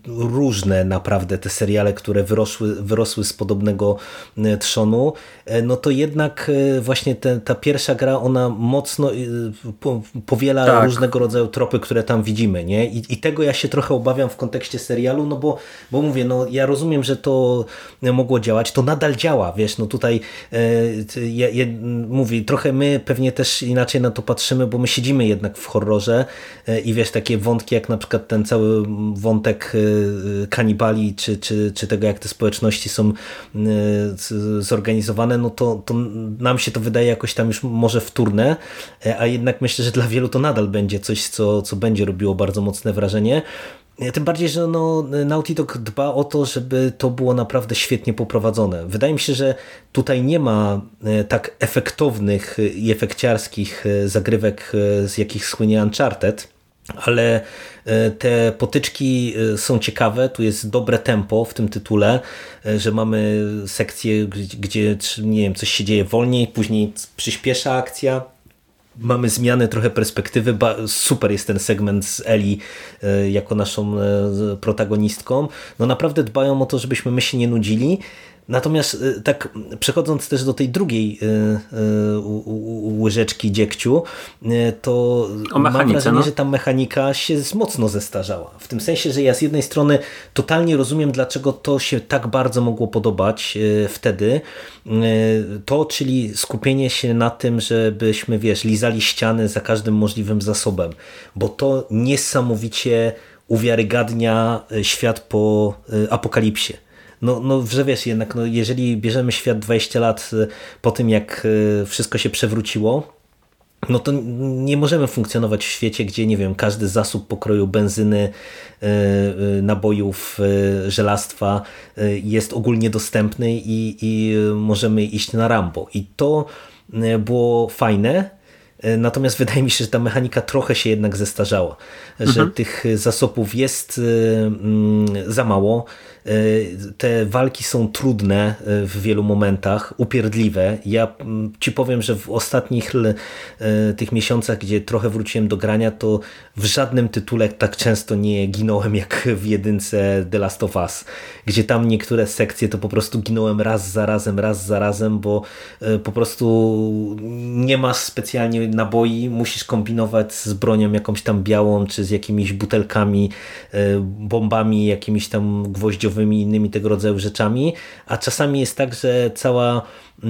różne naprawdę te seriale, które wyrosły, wyrosły z podobnego trzonu, no to jednak właśnie te, ta pierwsza gra, ona mocno powiela tak. różnego rodzaju tropy, które tam widzimy, nie? I, i tego ja się trochę obawiam w kontekście serialu, no bo, bo mówię, no ja rozumiem, że to mogło działać, to nadal działa, wiesz, no tutaj Ja, ja, mówię, trochę my pewnie też inaczej na to patrzymy, bo my siedzimy jednak w horrorze i wiesz, takie wątki jak na przykład ten cały wątek kanibali, czy, czy, czy tego, jak te społeczności są zorganizowane, no to, to nam się to wydaje jakoś tam już może wtórne, a jednak myślę, że dla wielu to nadal będzie coś, co, co będzie robiło bardzo mocne wrażenie. Tym bardziej, że no, Naughty Dog dba o to, żeby to było naprawdę świetnie poprowadzone. Wydaje mi się, że tutaj nie ma tak efektownych i efekciarskich zagrywek, z jakich słynie Uncharted, ale te potyczki są ciekawe, tu jest dobre tempo w tym tytule, że mamy sekcję, gdzie nie wiem, coś się dzieje wolniej, później przyspiesza akcja. Mamy zmianę trochę perspektywy, super jest ten segment z Ellie jako naszą protagonistką. No naprawdę dbają o to, żebyśmy my się nie nudzili. Natomiast tak przechodząc też do tej drugiej łyżeczki dziegciu, to mam wrażenie, no? że ta mechanika się mocno zestarzała. W tym sensie, że ja z jednej strony totalnie rozumiem, dlaczego to się tak bardzo mogło podobać wtedy. To, czyli skupienie się na tym, żebyśmy, wiesz, lizali ściany za każdym możliwym zasobem, bo to niesamowicie uwiarygadnia świat po apokalipsie. No, no, że wiesz, jednak no, jeżeli bierzemy świat dwadzieścia lat po tym, jak wszystko się przewróciło, no to nie możemy funkcjonować w świecie, gdzie, nie wiem, każdy zasób pokroju benzyny, nabojów, żelastwa jest ogólnie dostępny i, i możemy iść na Rambo. I to było fajne. Natomiast wydaje mi się, że ta mechanika trochę się jednak zestarzała, mhm. że tych zasobów jest za mało. Te walki są trudne w wielu momentach, upierdliwe. Ja ci powiem, że w ostatnich tych miesiącach, gdzie trochę wróciłem do grania, to w żadnym tytule tak często nie ginąłem jak w jedynce The Last of Us, gdzie tam niektóre sekcje to po prostu ginąłem raz za razem, raz za razem, bo po prostu nie masz specjalnie naboi, musisz kombinować z bronią jakąś tam białą, czy z jakimiś butelkami, bombami, jakimiś tam gwoździowymi, innymi tego rodzaju rzeczami, a czasami jest tak, że cała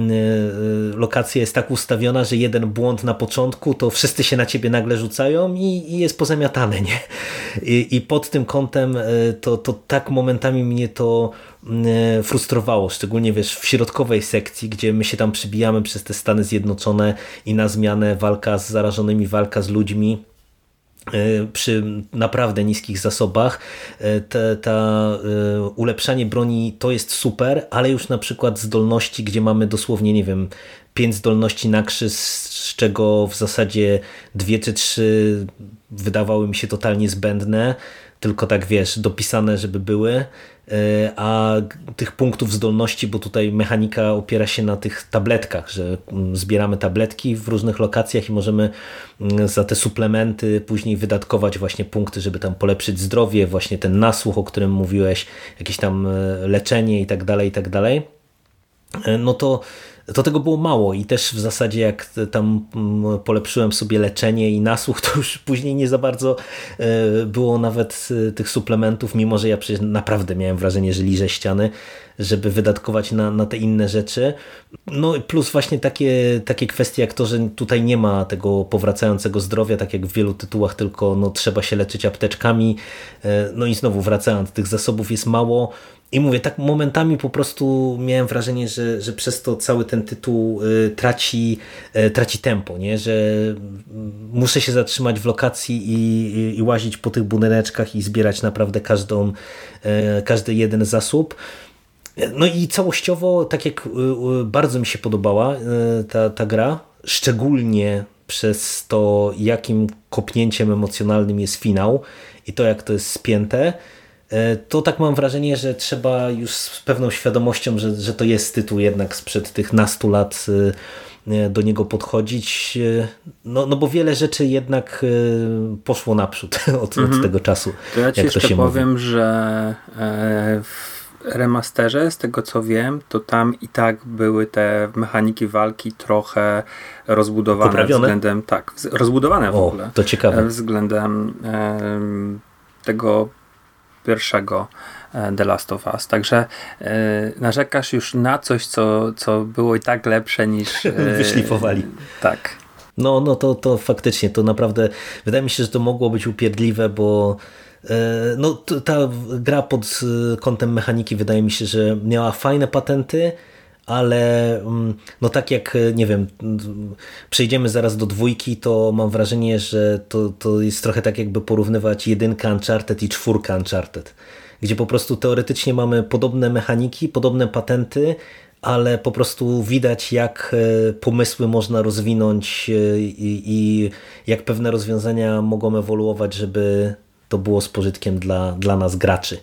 lokacja jest tak ustawiona, że jeden błąd na początku, to wszyscy się na ciebie nagle rzucają i, i jest pozamiatane, nie? I, i pod tym kątem to, to tak momentami mnie to frustrowało, szczególnie wiesz, w środkowej sekcji, gdzie my się tam przybijamy przez te Stany Zjednoczone i na zmianę walka z zarażonymi, walka z ludźmi. przy naprawdę niskich zasobach. Ta, ta ulepszanie broni to jest super, ale już na przykład zdolności, gdzie mamy dosłownie, nie wiem, pięć zdolności na krzyż, z czego w zasadzie dwie czy trzy wydawały mi się totalnie zbędne, tylko tak wiesz, dopisane, żeby były, a tych punktów zdolności, bo tutaj mechanika opiera się na tych tabletkach, że zbieramy tabletki w różnych lokacjach i możemy za te suplementy później wydatkować właśnie punkty, żeby tam polepszyć zdrowie, właśnie ten nasłuch, o którym mówiłeś, jakieś tam leczenie i tak dalej, i tak dalej. No to to tego było mało i też w zasadzie jak tam polepszyłem sobie leczenie i nasłuch, to już później nie za bardzo było nawet tych suplementów, mimo że ja przecież naprawdę miałem wrażenie, że liżę ściany, żeby wydatkować na, na te inne rzeczy. No plus właśnie takie, takie kwestie jak to, że tutaj nie ma tego powracającego zdrowia, tak jak w wielu tytułach, tylko no, trzeba się leczyć apteczkami. No i znowu wracając, tych zasobów jest mało. I mówię, tak momentami po prostu miałem wrażenie, że, że przez to cały ten tytuł y, traci, y, traci tempo, nie? Że muszę się zatrzymać w lokacji i, i, i łazić po tych budyneczkach i zbierać naprawdę każdą, y, każdy jeden zasób. No i całościowo, tak jak y, y, bardzo mi się podobała y, ta, ta gra, szczególnie przez to, jakim kopnięciem emocjonalnym jest finał i to, jak to jest spięte, to tak mam wrażenie, że trzeba już z pewną świadomością, że, że to jest tytuł jednak sprzed tych nastu lat do niego podchodzić, no, no bo wiele rzeczy jednak poszło naprzód od, mm-hmm. od tego czasu. To ja ci jak to jeszcze się powiem, mówi. że w remasterze, z tego co wiem, to tam i tak były te mechaniki walki trochę rozbudowane Poprawione? względem, tak, rozbudowane w o, ogóle. To ciekawe. Względem em, tego pierwszego The Last of Us. Także e, narzekasz już na coś, co, co było i tak lepsze niż... E, wyszlifowali. Tak. No, no to, to faktycznie, to naprawdę wydaje mi się, że to mogło być upierdliwe, bo e, no, t, ta gra pod kątem mechaniki wydaje mi się, że miała fajne patenty, ale no tak jak, nie wiem, przejdziemy zaraz do dwójki, to mam wrażenie, że to, to jest trochę tak jakby porównywać jedynkę Uncharted i czwórkę Uncharted, gdzie po prostu teoretycznie mamy podobne mechaniki, podobne patenty, ale po prostu widać jak pomysły można rozwinąć i, i jak pewne rozwiązania mogą ewoluować, żeby to było z pożytkiem dla, dla nas graczy.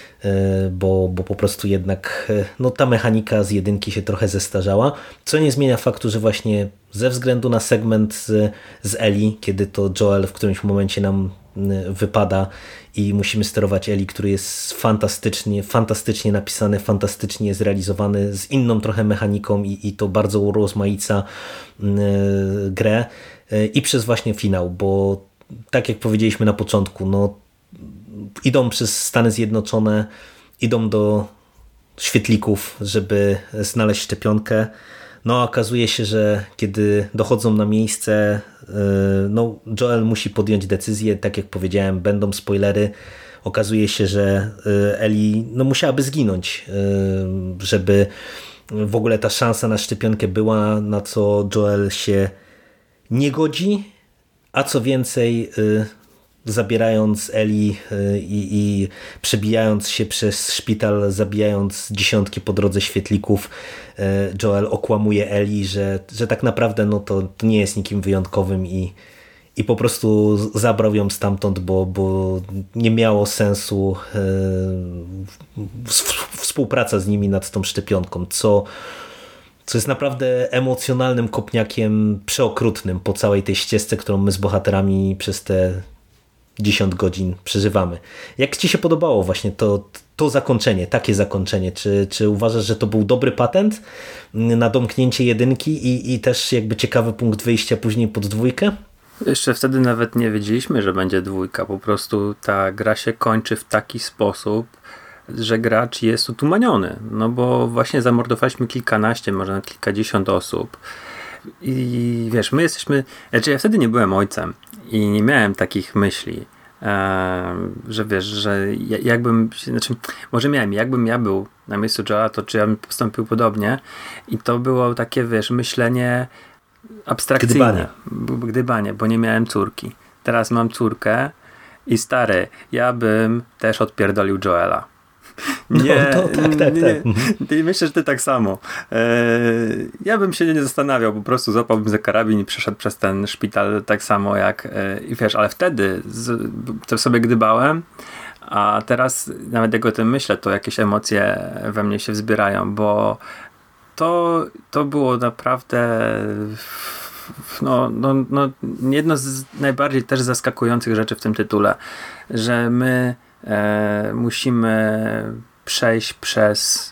Bo, bo po prostu jednak no, ta mechanika z jedynki się trochę zestarzała, co nie zmienia faktu, że właśnie ze względu na segment z, z Ellie, kiedy to Joel w którymś momencie nam wypada i musimy sterować Ellie, który jest fantastycznie, fantastycznie napisany, fantastycznie zrealizowany, z inną trochę mechaniką i, i to bardzo urozmaica yy, grę yy, i przez właśnie finał, bo tak jak powiedzieliśmy na początku, no idą przez Stany Zjednoczone, idą do świetlików, żeby znaleźć szczepionkę. No okazuje się, że kiedy dochodzą na miejsce, no Joel musi podjąć decyzję, tak jak powiedziałem, będą spoilery. Okazuje się, że Ellie no, musiałaby zginąć, żeby w ogóle ta szansa na szczepionkę była, na co Joel się nie godzi, a co więcej, zabierając Ellie i, i przebijając się przez szpital, zabijając dziesiątki po drodze świetlików, Joel okłamuje Ellie, że, że tak naprawdę no to, to nie jest nikim wyjątkowym i, i po prostu zabrał ją stamtąd, bo, bo nie miało sensu współpraca z nimi nad tą szczepionką, co co jest naprawdę emocjonalnym kopniakiem przeokrutnym po całej tej ścieżce, którą my z bohaterami przez te dziesięć godzin przeżywamy. Jak ci się podobało właśnie to, to zakończenie, takie zakończenie? Czy, czy uważasz, że to był dobry patent na domknięcie jedynki i, i też jakby ciekawy punkt wyjścia później pod dwójkę? Jeszcze wtedy nawet nie wiedzieliśmy, że będzie dwójka. Po prostu ta gra się kończy w taki sposób, że gracz jest utumaniony. No bo właśnie zamordowaliśmy kilkanaście, może nawet kilkadziesiąt osób. I wiesz, my jesteśmy... Znaczy ja wtedy nie byłem ojcem i nie miałem takich myśli, e, że wiesz, że jakbym... Znaczy, może miałem, jakbym ja był na miejscu Joela, to czy ja bym postąpił podobnie. I to było takie, wiesz, myślenie abstrakcyjne. Gdybanie. Gdybanie, bo nie miałem córki. teraz mam córkę i stary, ja bym też odpierdolił Joela. Nie, no, to, tak, tak, nie, tak. nie, myślę, że ty tak samo. Eee, ja bym się nie zastanawiał, po prostu złapałbym za karabin i przeszedł przez ten szpital tak samo jak e, i wiesz, ale wtedy z, to sobie gdybałem, a teraz nawet jak o tym myślę, to jakieś emocje we mnie się wzbierają, bo to, to było naprawdę no, no, no, jedno z najbardziej też zaskakujących rzeczy w tym tytule, że my e, musimy przejść przez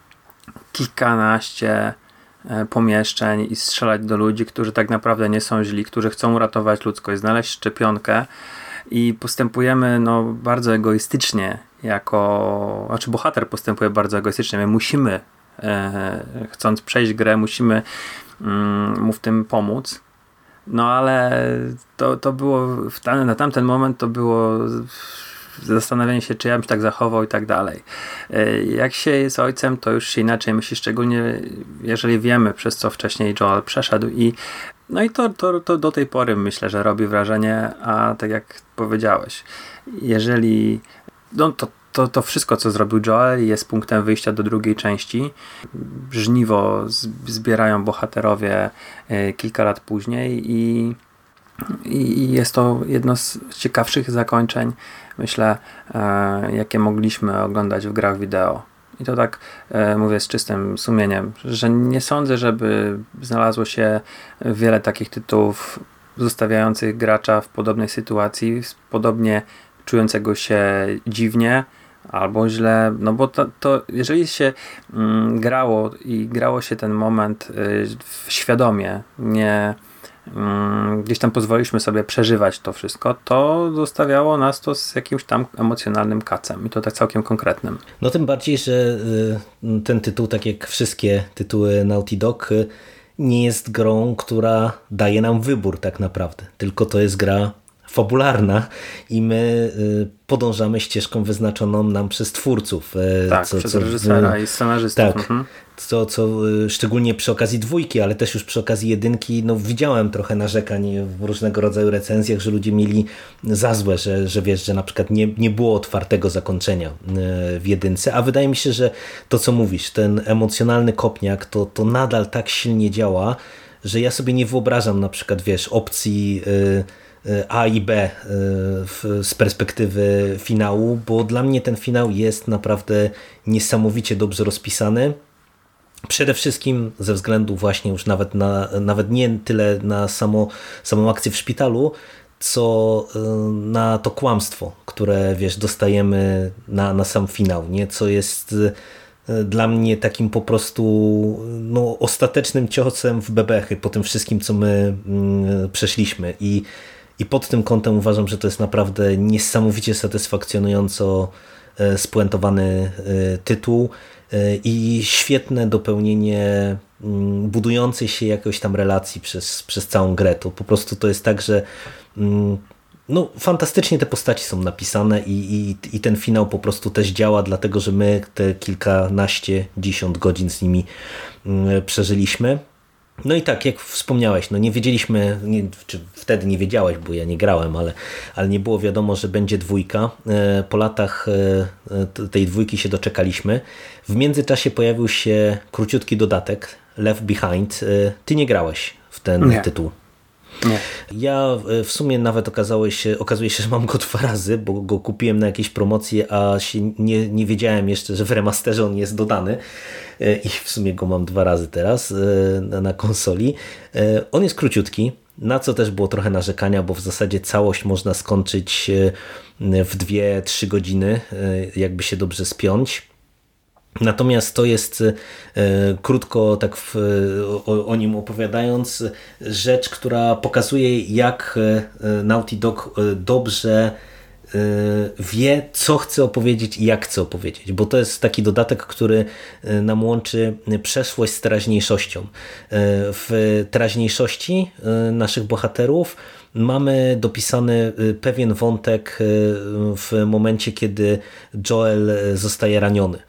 kilkanaście e, pomieszczeń i strzelać do ludzi, którzy tak naprawdę nie są źli, którzy chcą uratować ludzkość, znaleźć szczepionkę i postępujemy no, bardzo egoistycznie jako, znaczy bohater postępuje bardzo egoistycznie, my musimy e, chcąc przejść grę, musimy mm, mu w tym pomóc. No ale to, to było w tam, na tamten moment to było zastanawianie się, czy ja bym się tak zachował i tak dalej. Jak się jest ojcem, to już się inaczej myśli, szczególnie jeżeli wiemy, przez co wcześniej Joel przeszedł i no i to, to, to do tej pory myślę, że robi wrażenie, a tak jak powiedziałeś, jeżeli no to To, to wszystko, co zrobił Joel, jest punktem wyjścia do drugiej części. Żniwo zbierają bohaterowie kilka lat później i, i jest to jedno z ciekawszych zakończeń, myślę, jakie mogliśmy oglądać w grach wideo. I to tak mówię z czystym sumieniem, że nie sądzę, żeby znalazło się wiele takich tytułów zostawiających gracza w podobnej sytuacji, podobnie czującego się dziwnie albo źle, no bo to, to jeżeli się mm, grało i grało się ten moment y, świadomie, nie mm, gdzieś tam pozwoliliśmy sobie przeżywać to wszystko, to zostawiało nas to z jakimś tam emocjonalnym kacem i to tak całkiem konkretnym. No tym bardziej, że y, ten tytuł, tak jak wszystkie tytuły Naughty Dog, y, nie jest grą, która daje nam wybór tak naprawdę, tylko to jest gra fabularna i my y, podążamy ścieżką wyznaczoną nam przez twórców. Y, tak, co, przez co, reżysera y, i scenarzystów. Tak, mhm. co, co y, szczególnie przy okazji dwójki, ale też już przy okazji jedynki, no widziałem trochę narzekań w różnego rodzaju recenzjach, że ludzie mieli za złe, że, że wiesz, że na przykład nie, nie było otwartego zakończenia y, w jedynce, a wydaje mi się, że to co mówisz, ten emocjonalny kopniak, to, to nadal tak silnie działa, że ja sobie nie wyobrażam na przykład, wiesz, opcji y, A i B z perspektywy finału, bo dla mnie ten finał jest naprawdę niesamowicie dobrze rozpisany. Przede wszystkim ze względu właśnie już nawet, na, nawet nie tyle na samo, samą akcję w szpitalu, co na to kłamstwo, które wiesz, dostajemy na, na sam finał, nie? Co jest dla mnie takim po prostu no, ostatecznym ciosem w bebechy po tym wszystkim, co my mm, przeszliśmy i I pod tym kątem uważam, że to jest naprawdę niesamowicie satysfakcjonująco spuentowany tytuł i świetne dopełnienie budującej się jakoś tam relacji przez, przez całą grę. To po prostu to jest tak, że no, fantastycznie te postaci są napisane i, i, i ten finał po prostu też działa, dlatego że my te kilkanaście, dziesiąt godzin z nimi przeżyliśmy. No i tak, jak wspomniałeś, no nie wiedzieliśmy, nie, czy wtedy nie wiedziałeś, bo ja nie grałem, ale, ale nie było wiadomo, że będzie dwójka. Po latach tej dwójki się doczekaliśmy. W międzyczasie pojawił się króciutki dodatek Left Behind. Ty nie grałeś w ten nie. tytuł. Nie. Ja w sumie nawet okazało się, okazuje się, że mam go dwa razy, bo go kupiłem na jakieś promocje, a się nie, nie wiedziałem jeszcze, że w remasterze on jest dodany i w sumie go mam dwa razy teraz na, na konsoli. On jest króciutki, na co też było trochę narzekania, bo w zasadzie całość można skończyć w dwie trzy godziny, jakby się dobrze spiąć. Natomiast to jest e, krótko tak w, o, o nim opowiadając rzecz, która pokazuje, jak e, Naughty Dog e, dobrze e, wie, co chce opowiedzieć i jak chce opowiedzieć, bo to jest taki dodatek, który nam łączy przeszłość z teraźniejszością. E, w teraźniejszości e, naszych bohaterów mamy dopisany pewien wątek w momencie, kiedy Joel zostaje raniony.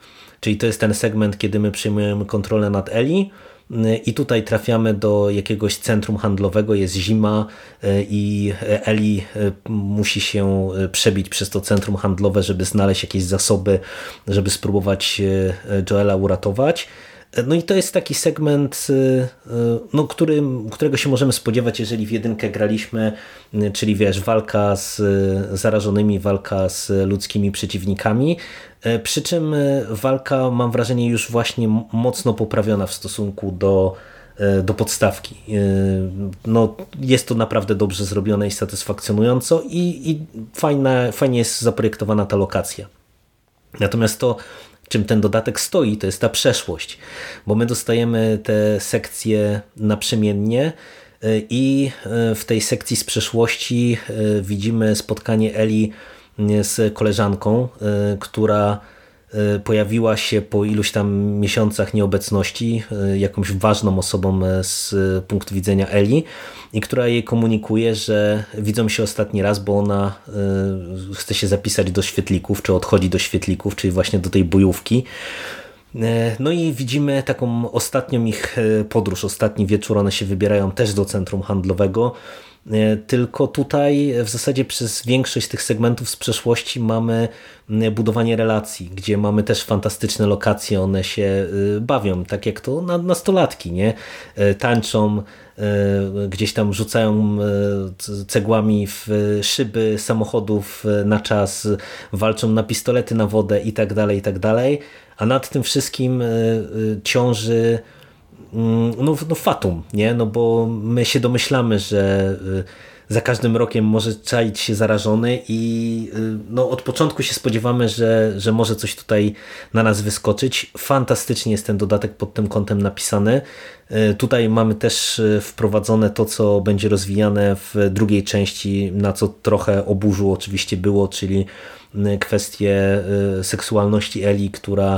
czyli to jest ten segment, kiedy my przejmujemy kontrolę nad Ellie i tutaj trafiamy do jakiegoś centrum handlowego, jest zima i Ellie musi się przebić przez to centrum handlowe, żeby znaleźć jakieś zasoby, żeby spróbować Joela uratować. No i to jest taki segment, no, który, którego się możemy spodziewać, jeżeli w jedynkę graliśmy, czyli wiesz, walka z zarażonymi, walka z ludzkimi przeciwnikami, przy czym walka, mam wrażenie, już właśnie mocno poprawiona w stosunku do, do podstawki. No, jest to naprawdę dobrze zrobione i satysfakcjonująco i, i fajna, fajnie jest zaprojektowana ta lokacja. Natomiast to, czym ten dodatek stoi, to jest ta przeszłość, bo my dostajemy te sekcje naprzemiennie i w tej sekcji z przeszłości widzimy spotkanie Ellie z koleżanką, która pojawiła się po iluś tam miesiącach nieobecności, jakąś ważną osobą z punktu widzenia Ellie i która jej komunikuje, że widzą się ostatni raz, bo ona chce się zapisać do świetlików, czy odchodzi do świetlików, czyli właśnie do tej bojówki. No i widzimy taką ostatnią ich podróż, ostatni wieczór, one się wybierają też do centrum handlowego, tylko tutaj w zasadzie przez większość tych segmentów z przeszłości mamy budowanie relacji, gdzie mamy też fantastyczne lokacje, one się bawią, tak jak to nastolatki, nie? Tańczą, gdzieś tam rzucają cegłami w szyby samochodów na czas, walczą na pistolety na wodę i tak dalej, i tak dalej, a nad tym wszystkim ciąży No, no fatum, nie? No bo my się domyślamy, że za każdym rokiem może czaić się zarażony i no od początku się spodziewamy, że, że może coś tutaj na nas wyskoczyć. Fantastycznie jest ten dodatek pod tym kątem napisany. Tutaj mamy też wprowadzone to, co będzie rozwijane w drugiej części, na co trochę oburzu oczywiście było, czyli kwestię seksualności Ellie, która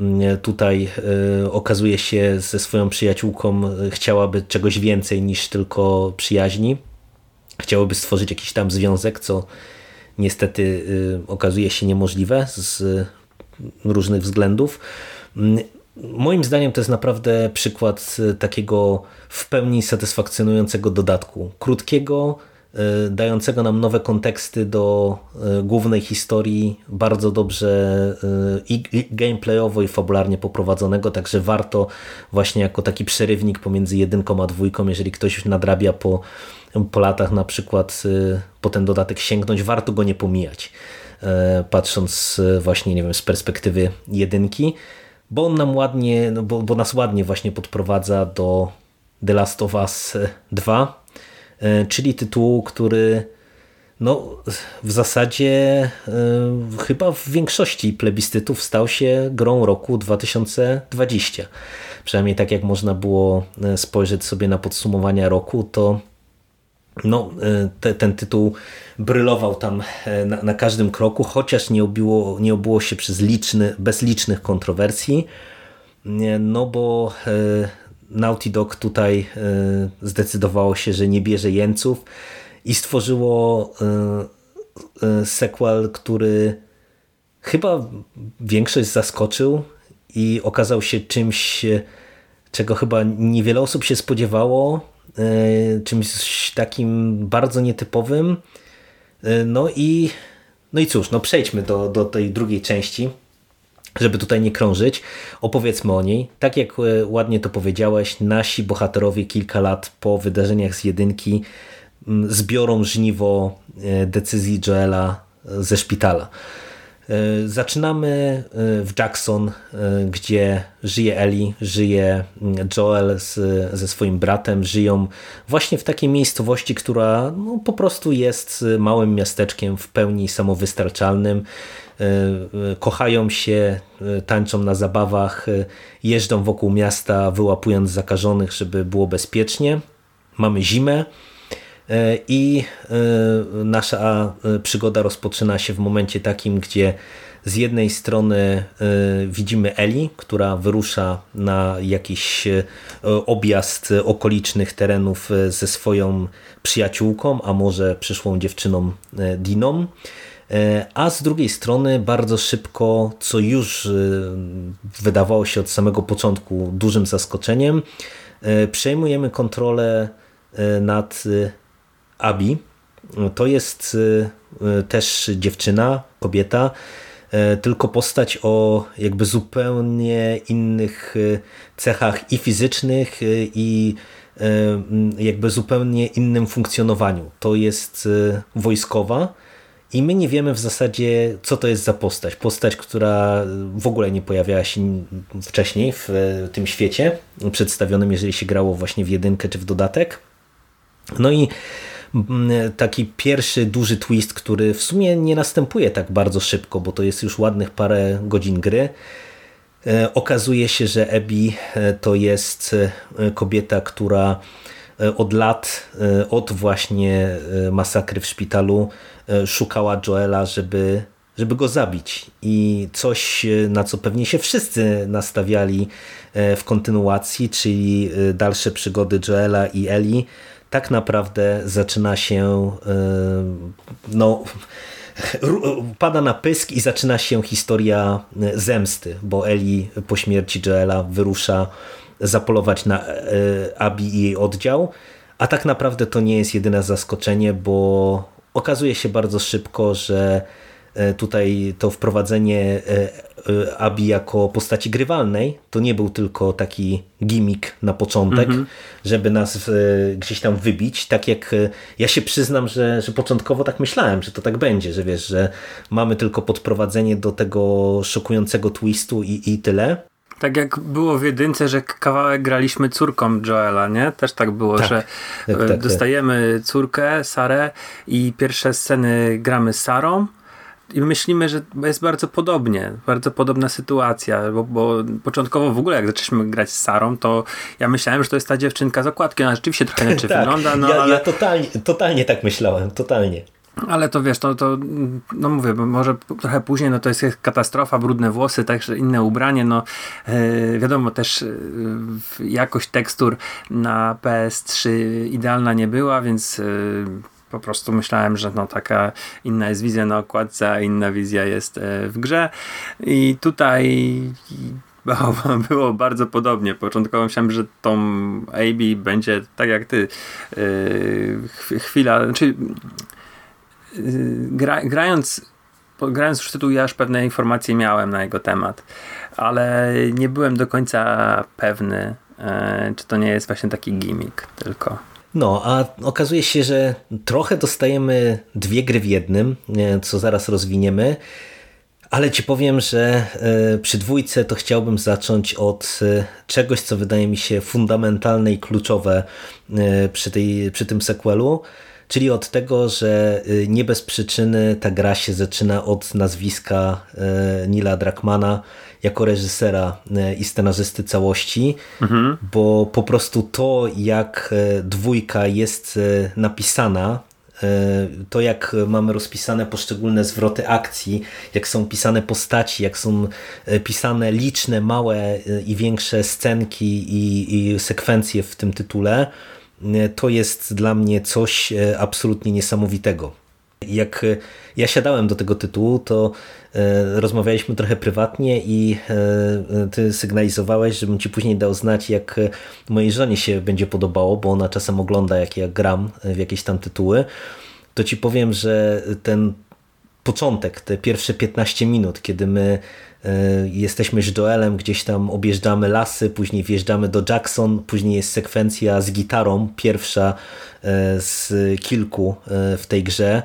tutaj okazuje się ze swoją przyjaciółką chciałaby czegoś więcej niż tylko przyjaźni. Chciałaby stworzyć jakiś tam związek, co niestety okazuje się niemożliwe z różnych względów. Moim zdaniem to jest naprawdę przykład takiego w pełni satysfakcjonującego dodatku. Krótkiego, dającego nam nowe konteksty do głównej historii, bardzo dobrze i gameplayowo i fabularnie poprowadzonego, także warto właśnie jako taki przerywnik pomiędzy jedynką a dwójką, jeżeli ktoś nadrabia po, po latach na przykład po ten dodatek sięgnąć, warto go nie pomijać, patrząc właśnie, nie wiem, z perspektywy jedynki, bo on nam ładnie, no bo, bo nas ładnie właśnie podprowadza do The Last of Us dwa, czyli tytułu, który no, w zasadzie y, chyba w większości plebiscytów stał się grą roku dwa tysiące dwudziestego. Przynajmniej tak jak można było spojrzeć sobie na podsumowania roku, to no, te, ten tytuł brylował tam na, na każdym kroku, chociaż nie obiło, nie obyło się przez liczny, bez licznych kontrowersji, no bo y, Naughty Dog tutaj zdecydowało się, że nie bierze jeńców i stworzyło sequel, który chyba większość zaskoczył i okazał się czymś, czego chyba niewiele osób się spodziewało, czymś takim bardzo nietypowym. No i, no i cóż, no przejdźmy do, do tej drugiej części, żeby tutaj nie krążyć. Opowiedzmy o niej. Tak jak ładnie to powiedziałeś, nasi bohaterowie kilka lat po wydarzeniach z jedynki zbiorą żniwo decyzji Joela ze szpitala. Zaczynamy w Jackson, gdzie żyje Ellie, żyje Joel z, ze swoim bratem, żyją właśnie w takiej miejscowości, która no, po prostu jest małym miasteczkiem w pełni samowystarczalnym. Kochają się, tańczą na zabawach, jeżdżą wokół miasta, wyłapując zakażonych, żeby było bezpiecznie. Mamy zimę i nasza przygoda rozpoczyna się w momencie takim, gdzie z jednej strony widzimy Ellie, która wyrusza na jakiś objazd okolicznych terenów ze swoją przyjaciółką, a może przyszłą dziewczyną Diną. A z drugiej strony bardzo szybko, co już wydawało się od samego początku dużym zaskoczeniem, przejmujemy kontrolę nad Abby. To jest też dziewczyna, kobieta, tylko postać o jakby zupełnie innych cechach i fizycznych, i jakby zupełnie innym funkcjonowaniu. To jest wojskowa i my nie wiemy w zasadzie, co to jest za postać. Postać, która w ogóle nie pojawiała się wcześniej w tym świecie przedstawionym, jeżeli się grało właśnie w jedynkę czy w dodatek. No i taki pierwszy duży twist, który w sumie nie następuje tak bardzo szybko, bo to jest już ładnych parę godzin gry. Okazuje się, że Abby to jest kobieta, która od lat, od właśnie masakry w szpitalu szukała Joela, żeby, żeby go zabić. I coś, na co pewnie się wszyscy nastawiali w kontynuacji, czyli dalsze przygody Joela i Ellie, tak naprawdę zaczyna się no pada na pysk i zaczyna się historia zemsty, bo Ellie po śmierci Joela wyrusza zapolować na Abby i jej oddział, a tak naprawdę to nie jest jedyne zaskoczenie, bo okazuje się bardzo szybko, że tutaj to wprowadzenie Abby jako postaci grywalnej to nie był tylko taki gimmick na początek, mm-hmm. żeby nas gdzieś tam wybić, tak jak ja się przyznam, że, że początkowo tak myślałem, że to tak będzie, że wiesz, że mamy tylko podprowadzenie do tego szokującego twistu i, i tyle. Tak jak było w jedynce, że kawałek graliśmy córką Joela, nie? Też tak było, tak, że tak, tak, dostajemy córkę, Sarę, i pierwsze sceny gramy z Sarą i myślimy, że jest bardzo podobnie, bardzo podobna sytuacja, bo, bo początkowo w ogóle jak zaczęliśmy grać z Sarą, to ja myślałem, że to jest ta dziewczynka z okładki, ona rzeczywiście trochę inaczej tak, wygląda. No, ja, ale... ja totalnie, totalnie tak myślałem, totalnie. Ale to wiesz, to, to no mówię, bo może trochę później, no to jest katastrofa, brudne włosy, także inne ubranie, no yy, wiadomo też yy, jakość tekstur na P S trzy idealna nie była, więc yy, po prostu myślałem, że no taka inna jest wizja na okładce, a inna wizja jest yy, w grze i tutaj było, było bardzo podobnie. Początkowo myślałem, że tą Abby będzie tak jak ty, yy, chwila, znaczy Gra, grając, grając już tytuł, ja już pewne informacje miałem na jego temat, ale nie byłem do końca pewny, e, czy to nie jest właśnie taki gimmick tylko. No, a okazuje się, że trochę dostajemy dwie gry w jednym, co zaraz rozwiniemy, ale ci powiem, że przy dwójce to chciałbym zacząć od czegoś, co wydaje mi się fundamentalne i kluczowe przy, tej, przy tym sequelu, czyli od tego, że nie bez przyczyny ta gra się zaczyna od nazwiska Neila Druckmana jako reżysera i scenarzysty całości, mhm. bo po prostu to, jak dwójka jest napisana, to jak mamy rozpisane poszczególne zwroty akcji, jak są pisane postaci, jak są pisane liczne, małe i większe scenki i, i sekwencje w tym tytule, to jest dla mnie coś absolutnie niesamowitego. Jak ja siadałem do tego tytułu, to rozmawialiśmy trochę prywatnie i ty sygnalizowałeś, żebym ci później dał znać, jak mojej żonie się będzie podobało, bo ona czasem ogląda, jak ja gram w jakieś tam tytuły. To ci powiem, że ten początek, te pierwsze piętnaście minut, kiedy my jesteśmy z Joelem, gdzieś tam objeżdżamy lasy, później wjeżdżamy do Jackson, później jest sekwencja z gitarą, pierwsza z kilku w tej grze,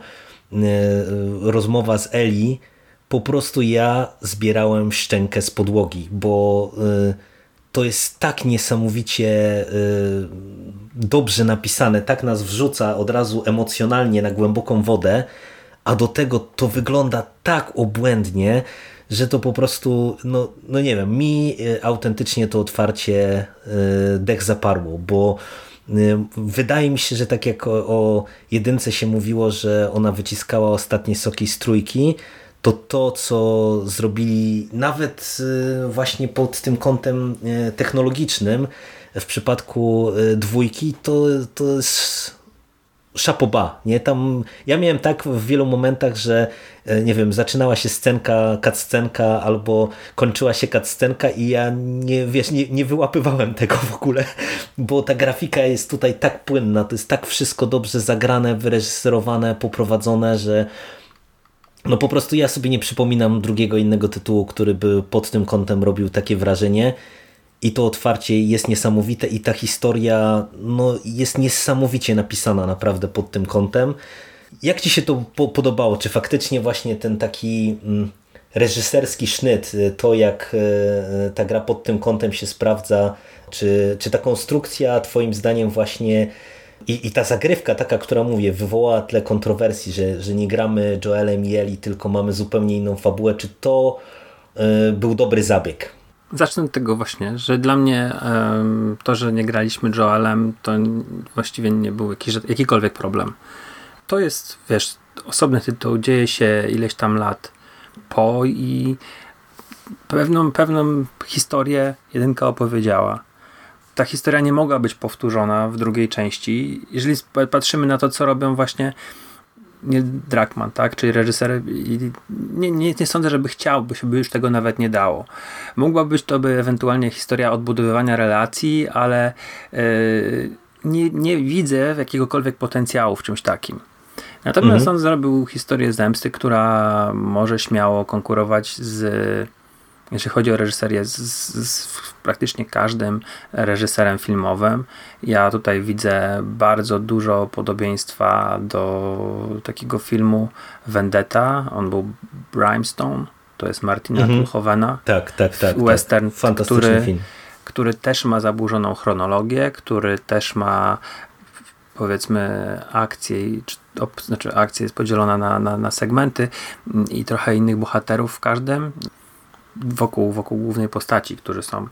rozmowa z Ellie, po prostu ja zbierałem szczękę z podłogi, bo to jest tak niesamowicie dobrze napisane, tak nas wrzuca od razu emocjonalnie na głęboką wodę, a do tego to wygląda tak obłędnie, że to po prostu, no, no nie wiem, mi autentycznie to otwarcie dech zaparło, bo wydaje mi się, że tak jak o, o jedynce się mówiło, że ona wyciskała ostatnie soki z trójki, to to, co zrobili nawet właśnie pod tym kątem technologicznym w przypadku dwójki, to, to jest chapeau bas, nie? Tam ja miałem tak w wielu momentach, że nie wiem, zaczynała się scenka, cutscenka albo kończyła się cutscenka i ja nie, wiesz, nie, nie wyłapywałem tego w ogóle, bo ta grafika jest tutaj tak płynna, to jest tak wszystko dobrze zagrane, wyreżyserowane, poprowadzone, że no po prostu ja sobie nie przypominam drugiego innego tytułu, który by pod tym kątem robił takie wrażenie. I to otwarcie jest niesamowite i ta historia no, jest niesamowicie napisana naprawdę pod tym kątem. Jak ci się to po podobało? Czy faktycznie właśnie ten taki mm, reżyserski sznyt, to jak e, ta gra pod tym kątem się sprawdza, czy, czy ta konstrukcja twoim zdaniem właśnie i, i ta zagrywka taka, która mówię, wywołała tyle kontrowersji, że, że nie gramy Joelem i Ellie, tylko mamy zupełnie inną fabułę, czy to e, był dobry zabieg? Zacznę od tego właśnie, że dla mnie um, to, że nie graliśmy Joelem, to właściwie nie był jakiś, jakikolwiek problem. To jest, wiesz, osobny tytuł, dzieje się ileś tam lat po i pewną, pewną historię jedynka opowiedziała. Ta historia nie mogła być powtórzona w drugiej części. Jeżeli patrzymy na to, co robią właśnie nie Druckmann, tak, czyli reżyser, nie, nie, nie sądzę, żeby chciał, by się by już tego nawet nie dało. Mogła być to by ewentualnie historia odbudowywania relacji, ale yy, nie, nie widzę jakiegokolwiek potencjału w czymś takim. Natomiast mhm. on zrobił historię zemsty, która może śmiało konkurować z, jeśli chodzi o reżyserię, z, z, z praktycznie każdym reżyserem filmowym. Ja tutaj widzę bardzo dużo podobieństwa do takiego filmu Vendetta. On był Brimstone, to jest Martina mhm. Kulhovena. Tak, tak, tak. Western, tak. Fantastyczny który, film. który też ma zaburzoną chronologię, który też ma powiedzmy akcję, czy, op, znaczy akcja jest podzielona na, na, na segmenty i trochę innych bohaterów w każdym wokół, wokół głównej postaci, którzy są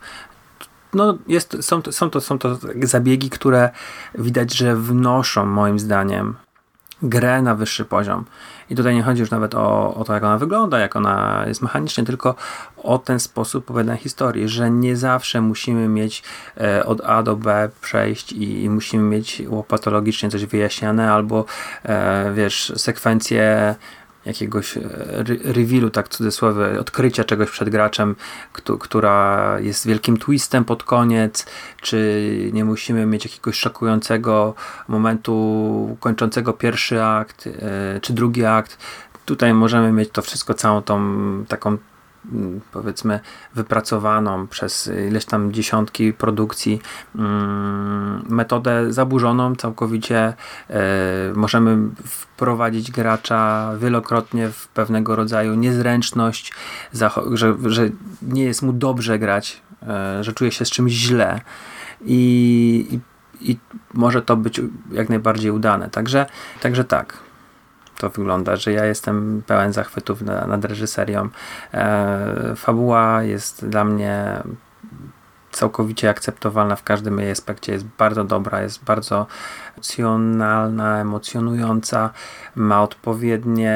no jest, są, to, są, to, są to zabiegi, które widać, że wnoszą moim zdaniem grę na wyższy poziom. I tutaj nie chodzi już nawet o, o to, jak ona wygląda, jak ona jest mechanicznie, tylko o ten sposób opowiadania historii, że nie zawsze musimy mieć e, od A do B przejść i, i musimy mieć łopatologicznie coś wyjaśniane, albo e, wiesz, sekwencję jakiegoś revealu, tak w cudzysłowie, odkrycia czegoś przed graczem, kto, która jest wielkim twistem pod koniec, czy nie musimy mieć jakiegoś szokującego momentu kończącego pierwszy akt, yy, czy drugi akt. Tutaj możemy mieć to wszystko, całą tą taką powiedzmy wypracowaną przez ileś tam dziesiątki produkcji mm, metodę zaburzoną całkowicie. Yy, możemy wprowadzić gracza wielokrotnie w pewnego rodzaju niezręczność, że, że nie jest mu dobrze grać, yy, że czuje się z czymś źle i, i, i może to być jak najbardziej udane. Także, także tak. To wygląda, że ja jestem pełen zachwytów na, nad reżyserią. E, fabuła jest dla mnie całkowicie akceptowalna w każdym jej aspekcie. Jest bardzo dobra, jest bardzo emocjonalna, emocjonująca. Ma odpowiednie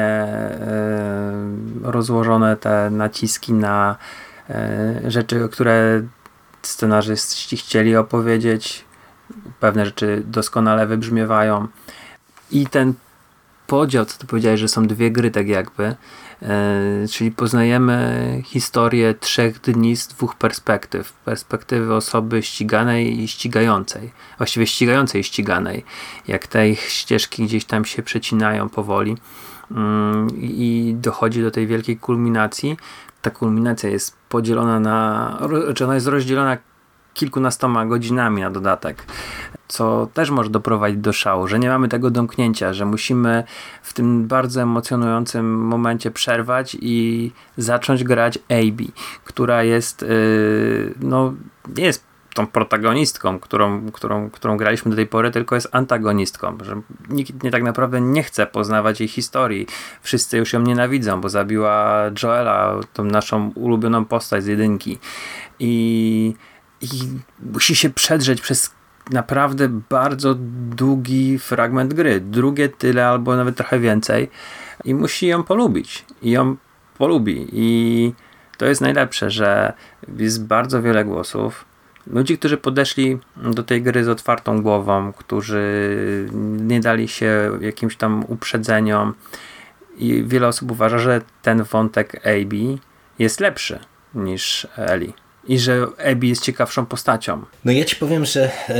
e, rozłożone te naciski na e, rzeczy, które scenarzyści chcieli opowiedzieć. Pewne rzeczy doskonale wybrzmiewają. I ten podział, co ty powiedziałeś, że są dwie gry tak jakby, yy, czyli poznajemy historię trzech dni z dwóch perspektyw. Perspektywy osoby ściganej i ścigającej. Właściwie ścigającej i ściganej. Jak te ścieżki gdzieś tam się przecinają powoli yy, i dochodzi do tej wielkiej kulminacji. Ta kulminacja jest podzielona na, czy ona jest rozdzielona kilkunastoma godzinami na dodatek, co też może doprowadzić do szału, że nie mamy tego domknięcia, że musimy w tym bardzo emocjonującym momencie przerwać i zacząć grać Abby, która jest yy, no nie jest tą protagonistką, którą, którą, którą graliśmy do tej pory, tylko jest antagonistką, że nikt nie tak naprawdę nie chce poznawać jej historii. Wszyscy już ją nienawidzą, bo zabiła Joela, tą naszą ulubioną postać z jedynki. I I musi się przedrzeć przez naprawdę bardzo długi fragment gry. Drugie tyle albo nawet trochę więcej. I musi ją polubić. I ją polubi. I to jest najlepsze, że jest bardzo wiele głosów. ludzi, którzy podeszli do tej gry z otwartą głową, którzy nie dali się jakimś tam uprzedzeniom i wiele osób uważa, że ten wątek Abby jest lepszy niż Ellie. I że Abby jest ciekawszą postacią. No ja ci powiem, że e,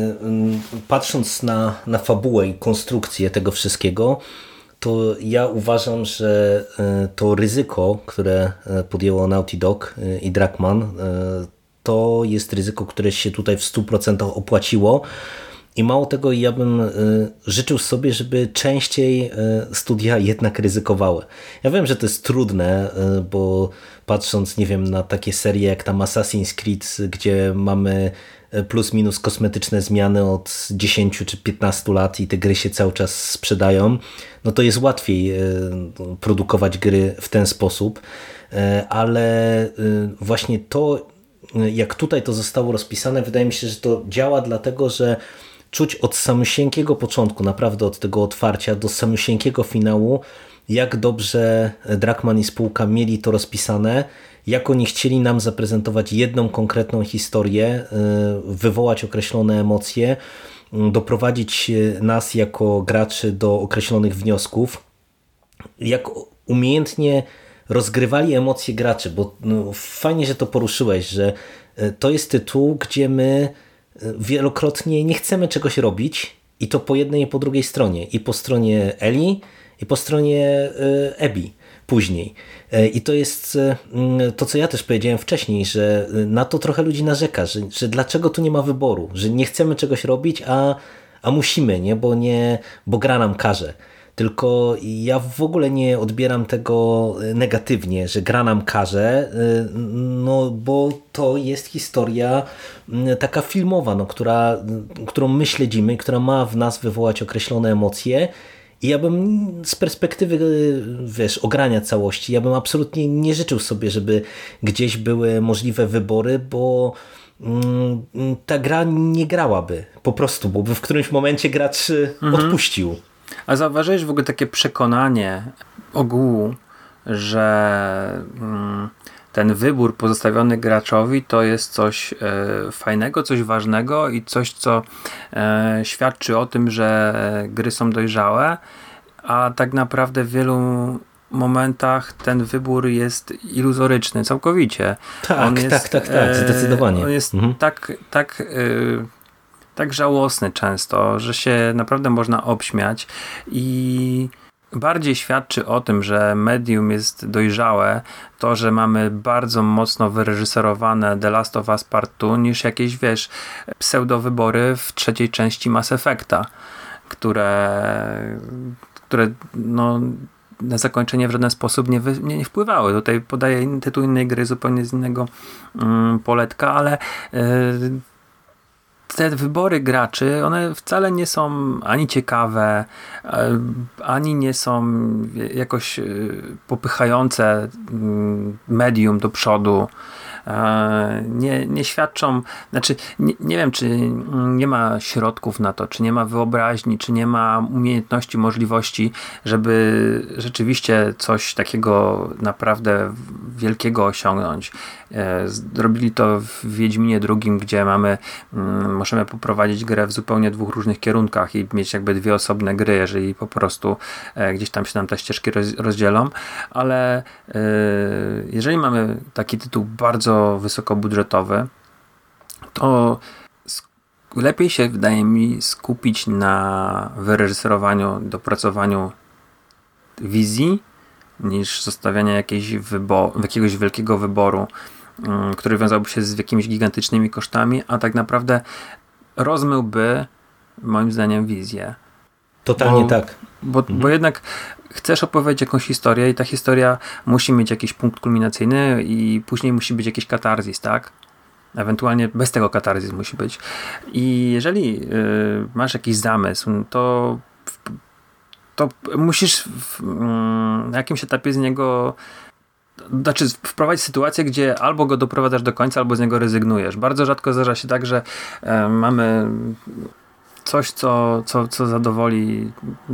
patrząc na, na fabułę i konstrukcję tego wszystkiego, to ja uważam, że e, to ryzyko, które podjęło Naughty Dog e, i Druckmann, e, to jest ryzyko, które się tutaj w stu procentach opłaciło. I mało tego, ja bym y, życzył sobie, żeby częściej y, studia jednak ryzykowały. Ja wiem, że to jest trudne, y, bo patrząc, nie wiem, na takie serie jak tam Assassin's Creed, gdzie mamy plus minus kosmetyczne zmiany od dziesięciu czy piętnastu lat i te gry się cały czas sprzedają, no to jest łatwiej y, produkować gry w ten sposób, y, ale y, właśnie to, jak tutaj to zostało rozpisane, wydaje mi się, że to działa dlatego, że czuć od samysieńkiego początku, naprawdę od tego otwarcia do samysieńkiego finału, jak dobrze Druckmann i spółka mieli to rozpisane, jak oni chcieli nam zaprezentować jedną konkretną historię, wywołać określone emocje, doprowadzić nas jako graczy do określonych wniosków, jak umiejętnie rozgrywali emocje graczy, bo no, fajnie, że to poruszyłeś, że to jest tytuł, gdzie my wielokrotnie nie chcemy czegoś robić i to po jednej i po drugiej stronie. I po stronie Ellie, i po stronie Abby później. I to jest to, co ja też powiedziałem wcześniej, że na to trochę ludzi narzeka, że, że dlaczego tu nie ma wyboru, że nie chcemy czegoś robić, a, a musimy, nie? Bo, nie, bo gra nam każe. Tylko ja w ogóle nie odbieram tego negatywnie, że gra nam każe, no bo to jest historia taka filmowa, no, która, którą my śledzimy, która ma w nas wywołać określone emocje. I ja bym z perspektywy, wiesz, ogrania całości, ja bym absolutnie nie życzył sobie, żeby gdzieś były możliwe wybory, bo ta gra nie grałaby po prostu, bo by w którymś momencie gracz mhm. odpuścił. A zauważyłeś w ogóle takie przekonanie ogółu, że ten wybór pozostawiony graczowi to jest coś fajnego, coś ważnego i coś, co świadczy o tym, że gry są dojrzałe, a tak naprawdę w wielu momentach ten wybór jest iluzoryczny całkowicie. Tak, on tak, jest, tak, tak, zdecydowanie. On jest mhm. tak, tak tak żałosny często, że się naprawdę można obśmiać i bardziej świadczy o tym, że medium jest dojrzałe, to, że mamy bardzo mocno wyreżyserowane The Last of Us Part dwa, niż jakieś, wiesz, pseudowybory w trzeciej części Mass Effecta, które, które no, na zakończenie w żaden sposób nie, wy, nie, nie wpływały. Tutaj podaję tytuł innej gry, zupełnie z innego um, poletka, ale yy, te wybory graczy, one wcale nie są ani ciekawe, ani nie są jakoś popychające medium do przodu. Nie, nie świadczą, znaczy nie, nie wiem, czy nie ma środków na to, czy nie ma wyobraźni, czy nie ma umiejętności, możliwości, żeby rzeczywiście coś takiego naprawdę wielkiego osiągnąć. Zrobili to w Wiedźminie drugim, gdzie mamy, możemy poprowadzić grę w zupełnie dwóch różnych kierunkach i mieć jakby dwie osobne gry, jeżeli po prostu gdzieś tam się nam te ścieżki rozdzielą, ale jeżeli mamy taki tytuł bardzo wysokobudżetowy, to lepiej się, wydaje mi, skupić na wyreżyserowaniu, dopracowaniu wizji, niż zostawiania jakiejś wybo- jakiegoś wielkiego wyboru, um, który wiązałby się z jakimiś gigantycznymi kosztami, a tak naprawdę rozmyłby, moim zdaniem, wizję. Totalnie bo, tak. Bo, mhm. bo jednak chcesz opowiedzieć jakąś historię i ta historia musi mieć jakiś punkt kulminacyjny i później musi być jakiś katarzis, tak? Ewentualnie bez tego katarzis musi być. I jeżeli y, masz jakiś zamysł, to to musisz w, mm, na jakimś etapie z niego, znaczy wprowadzić sytuację, gdzie albo go doprowadzasz do końca, albo z niego rezygnujesz. Bardzo rzadko zdarza się tak, że e, mamy coś, co, co, co zadowoli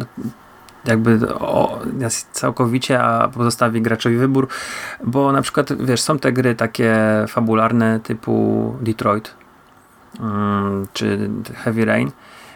jakby o, nas całkowicie, a pozostawi graczowi wybór, bo na przykład, wiesz, są te gry takie fabularne typu Detroit, czy Heavy Rain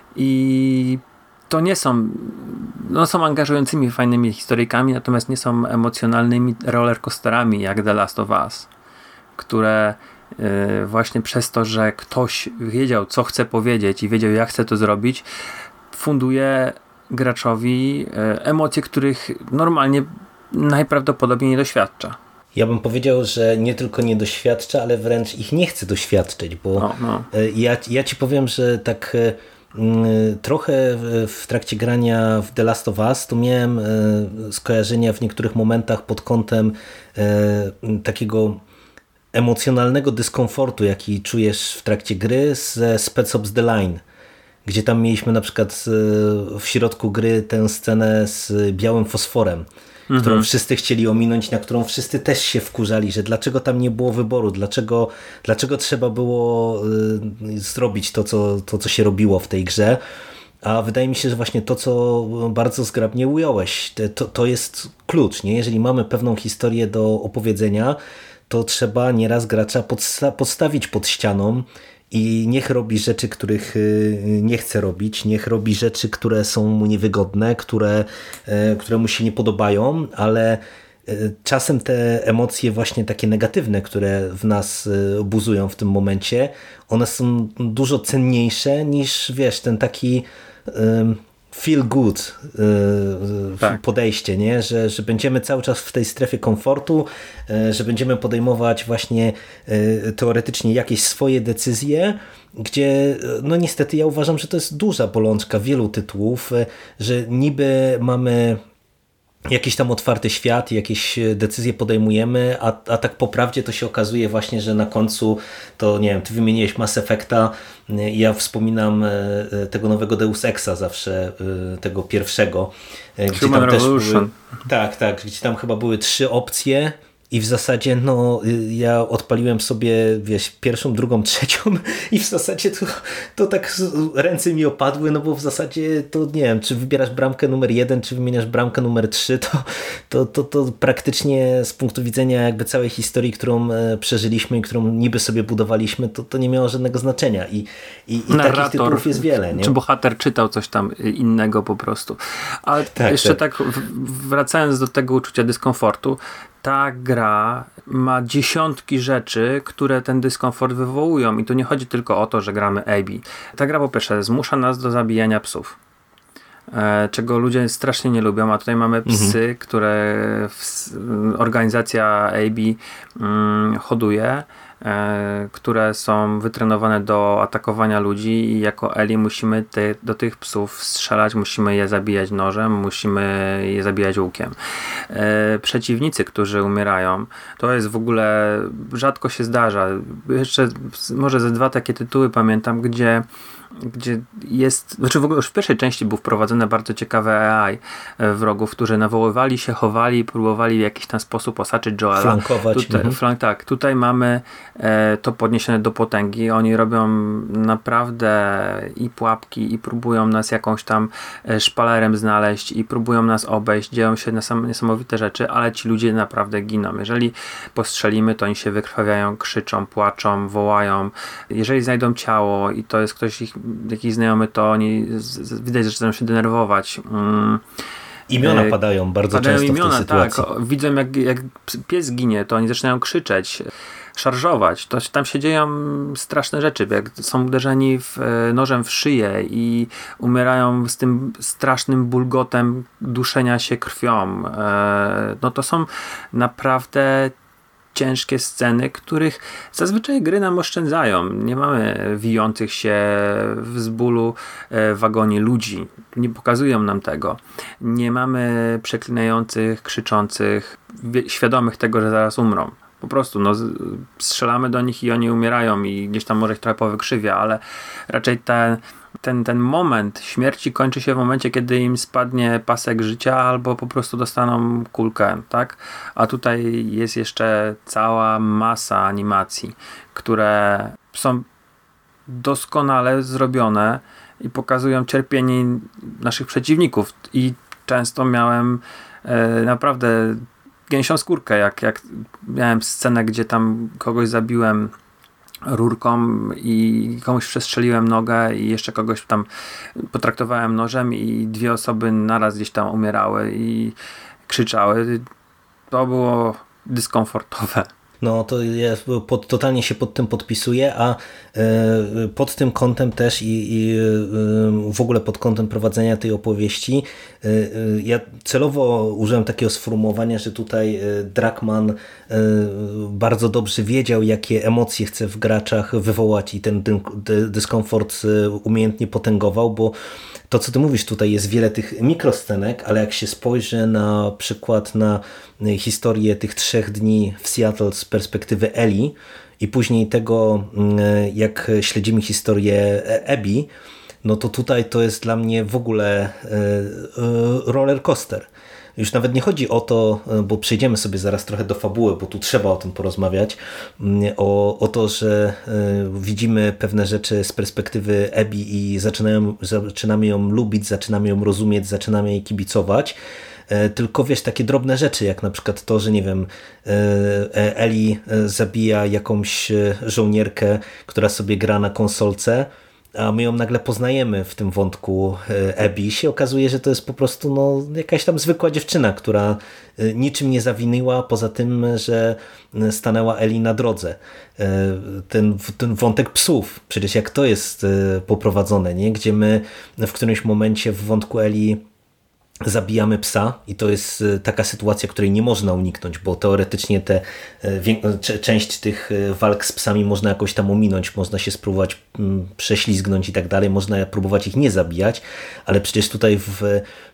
i to nie są no są angażującymi, fajnymi historyjkami, natomiast nie są emocjonalnymi rollercoasterami jak The Last of Us, które yy, właśnie przez to, że ktoś wiedział, co chce powiedzieć i wiedział, jak chce to zrobić, funduje graczowi yy, emocje, których normalnie najprawdopodobniej nie doświadcza. Ja bym powiedział, że nie tylko nie doświadcza, ale wręcz ich nie chce doświadczyć, bo no, no. Ja, ja ci powiem, że tak trochę w trakcie grania w The Last of Us to miałem skojarzenia w niektórych momentach pod kątem takiego emocjonalnego dyskomfortu, jaki czujesz w trakcie gry ze Spec Ops The Line, gdzie tam mieliśmy na przykład w środku gry tę scenę z białym fosforem, mhm. którą wszyscy chcieli ominąć, na którą wszyscy też się wkurzali, że dlaczego tam nie było wyboru, dlaczego, dlaczego trzeba było y, zrobić to co, to, co się robiło w tej grze. A wydaje mi się, że właśnie to, co bardzo zgrabnie ująłeś, to, to jest klucz. Nie? Jeżeli mamy pewną historię do opowiedzenia, to trzeba nieraz gracza podsta- podstawić pod ścianą i niech robi rzeczy, których nie chce robić, niech robi rzeczy, które są mu niewygodne, które, które mu się nie podobają, ale czasem te emocje właśnie takie negatywne, które w nas buzują w tym momencie, one są dużo cenniejsze niż, wiesz, ten taki feel good tak. podejście, nie? Że, że będziemy cały czas w tej strefie komfortu, że będziemy podejmować właśnie teoretycznie jakieś swoje decyzje, gdzie no niestety ja uważam, że to jest duża bolączka wielu tytułów, że niby mamy jakiś tam otwarty świat, jakieś decyzje podejmujemy, a, a tak po prawdzie to się okazuje właśnie, że na końcu to, nie wiem, ty wymieniłeś Mass Effecta, ja wspominam tego nowego Deus Exa zawsze, tego pierwszego. Gdzie Human tam Revolution. Też były, tak, tak, gdzie tam chyba były trzy opcje i w zasadzie no ja odpaliłem sobie, wiesz, pierwszą, drugą, trzecią i w zasadzie to, to tak ręce mi opadły, no bo w zasadzie to nie wiem, czy wybierasz bramkę numer jeden, czy wymieniasz bramkę numer trzy, to, to, to, to praktycznie z punktu widzenia jakby całej historii, którą przeżyliśmy i którą niby sobie budowaliśmy, to, to nie miało żadnego znaczenia i, i, i takich tytułów jest wiele. Nie? Czy bohater czytał coś tam innego po prostu. Ale tak, jeszcze tak, tak wracając do tego uczucia dyskomfortu, ta gra ma dziesiątki rzeczy, które ten dyskomfort wywołują i tu nie chodzi tylko o to, że gramy Abby. Ta gra po pierwsze zmusza nas do zabijania psów, e, czego ludzie strasznie nie lubią, a tutaj mamy psy, mhm. które w, organizacja Abby mm, hoduje, e, które są wytrenowane do atakowania ludzi i jako Ellie musimy te, do tych psów strzelać, musimy je zabijać nożem, musimy je zabijać łukiem. E, przeciwnicy, którzy umierają, to jest w ogóle, rzadko się zdarza. Jeszcze może ze dwa takie tytuły pamiętam, gdzie gdzie jest, znaczy w ogóle już w pierwszej części był wprowadzone bardzo ciekawe A I wrogów, którzy nawoływali się, chowali i próbowali w jakiś tam sposób osaczyć Joela. Flankować. Tutaj, mhm. flank, tak, tutaj mamy e, to podniesione do potęgi. Oni robią naprawdę i pułapki i próbują nas jakąś tam szpalerem znaleźć i próbują nas obejść. Dzieją się niesamowite rzeczy, ale ci ludzie naprawdę giną. Jeżeli postrzelimy, to oni się wykrwawiają, krzyczą, płaczą, wołają. Jeżeli znajdą ciało i to jest ktoś ich jakiś znajomy, to oni z, z, widać, że zaczynają się denerwować. Mm. Imiona padają bardzo padają często imiona, w tej sytuacji. Tak. Widzą jak, jak pies ginie, to oni zaczynają krzyczeć, szarżować. To tam się dzieją straszne rzeczy, jak są uderzeni w, nożem w szyję i umierają z tym strasznym bulgotem duszenia się krwią. No to są naprawdę ciężkie sceny, których zazwyczaj gry nam oszczędzają. Nie mamy wijących się z bólu w wagonie ludzi. Nie pokazują nam tego. Nie mamy przeklinających, krzyczących, świadomych tego, że zaraz umrą. Po prostu no, strzelamy do nich i oni umierają i gdzieś tam może ich trochę powykrzywia, ale raczej ten Ten, ten moment śmierci kończy się w momencie, kiedy im spadnie pasek życia albo po prostu dostaną kulkę, tak? A tutaj jest jeszcze cała masa animacji, które są doskonale zrobione i pokazują cierpienie naszych przeciwników i często miałem e, naprawdę gęsią skórkę, jak, jak miałem scenę, gdzie tam kogoś zabiłem rurką i komuś przestrzeliłem nogę i jeszcze kogoś tam potraktowałem nożem i dwie osoby naraz gdzieś tam umierały i krzyczały. To było dyskomfortowe. No to ja pod, totalnie się pod tym podpisuję, a y, pod tym kątem też i, i y, w ogóle pod kątem prowadzenia tej opowieści y, y, ja celowo użyłem takiego sformułowania, że tutaj y, Druckmann y, bardzo dobrze wiedział, jakie emocje chce w graczach wywołać i ten dy, dy, dyskomfort y, umiejętnie potęgował, bo to, co ty mówisz, tutaj jest wiele tych mikroscenek, ale jak się spojrzy na przykład na historię tych trzech dni w Seattle z perspektywy Ellie i później tego, jak śledzimy historię Abby, no to tutaj to jest dla mnie w ogóle roller coaster. Już nawet nie chodzi o to, bo przejdziemy sobie zaraz trochę do fabuły, bo tu trzeba o tym porozmawiać, o, o to, że widzimy pewne rzeczy z perspektywy Abby i zaczynają, zaczynamy ją lubić, zaczynamy ją rozumieć, zaczynamy jej kibicować. Tylko wiesz, takie drobne rzeczy, jak na przykład to, że nie wiem, Ellie zabija jakąś żołnierkę, która sobie gra na konsolce, a my ją nagle poznajemy w tym wątku Abby, się okazuje, że to jest po prostu no, jakaś tam zwykła dziewczyna, która niczym nie zawiniła, poza tym, że stanęła Ellie na drodze. Ten, ten wątek psów, przecież jak to jest poprowadzone, nie? Gdzie my w którymś momencie w wątku Ellie zabijamy psa i to jest taka sytuacja, której nie można uniknąć, bo teoretycznie te, część tych walk z psami można jakoś tam ominąć, można się spróbować prześlizgnąć i tak dalej, można próbować ich nie zabijać, ale przecież tutaj w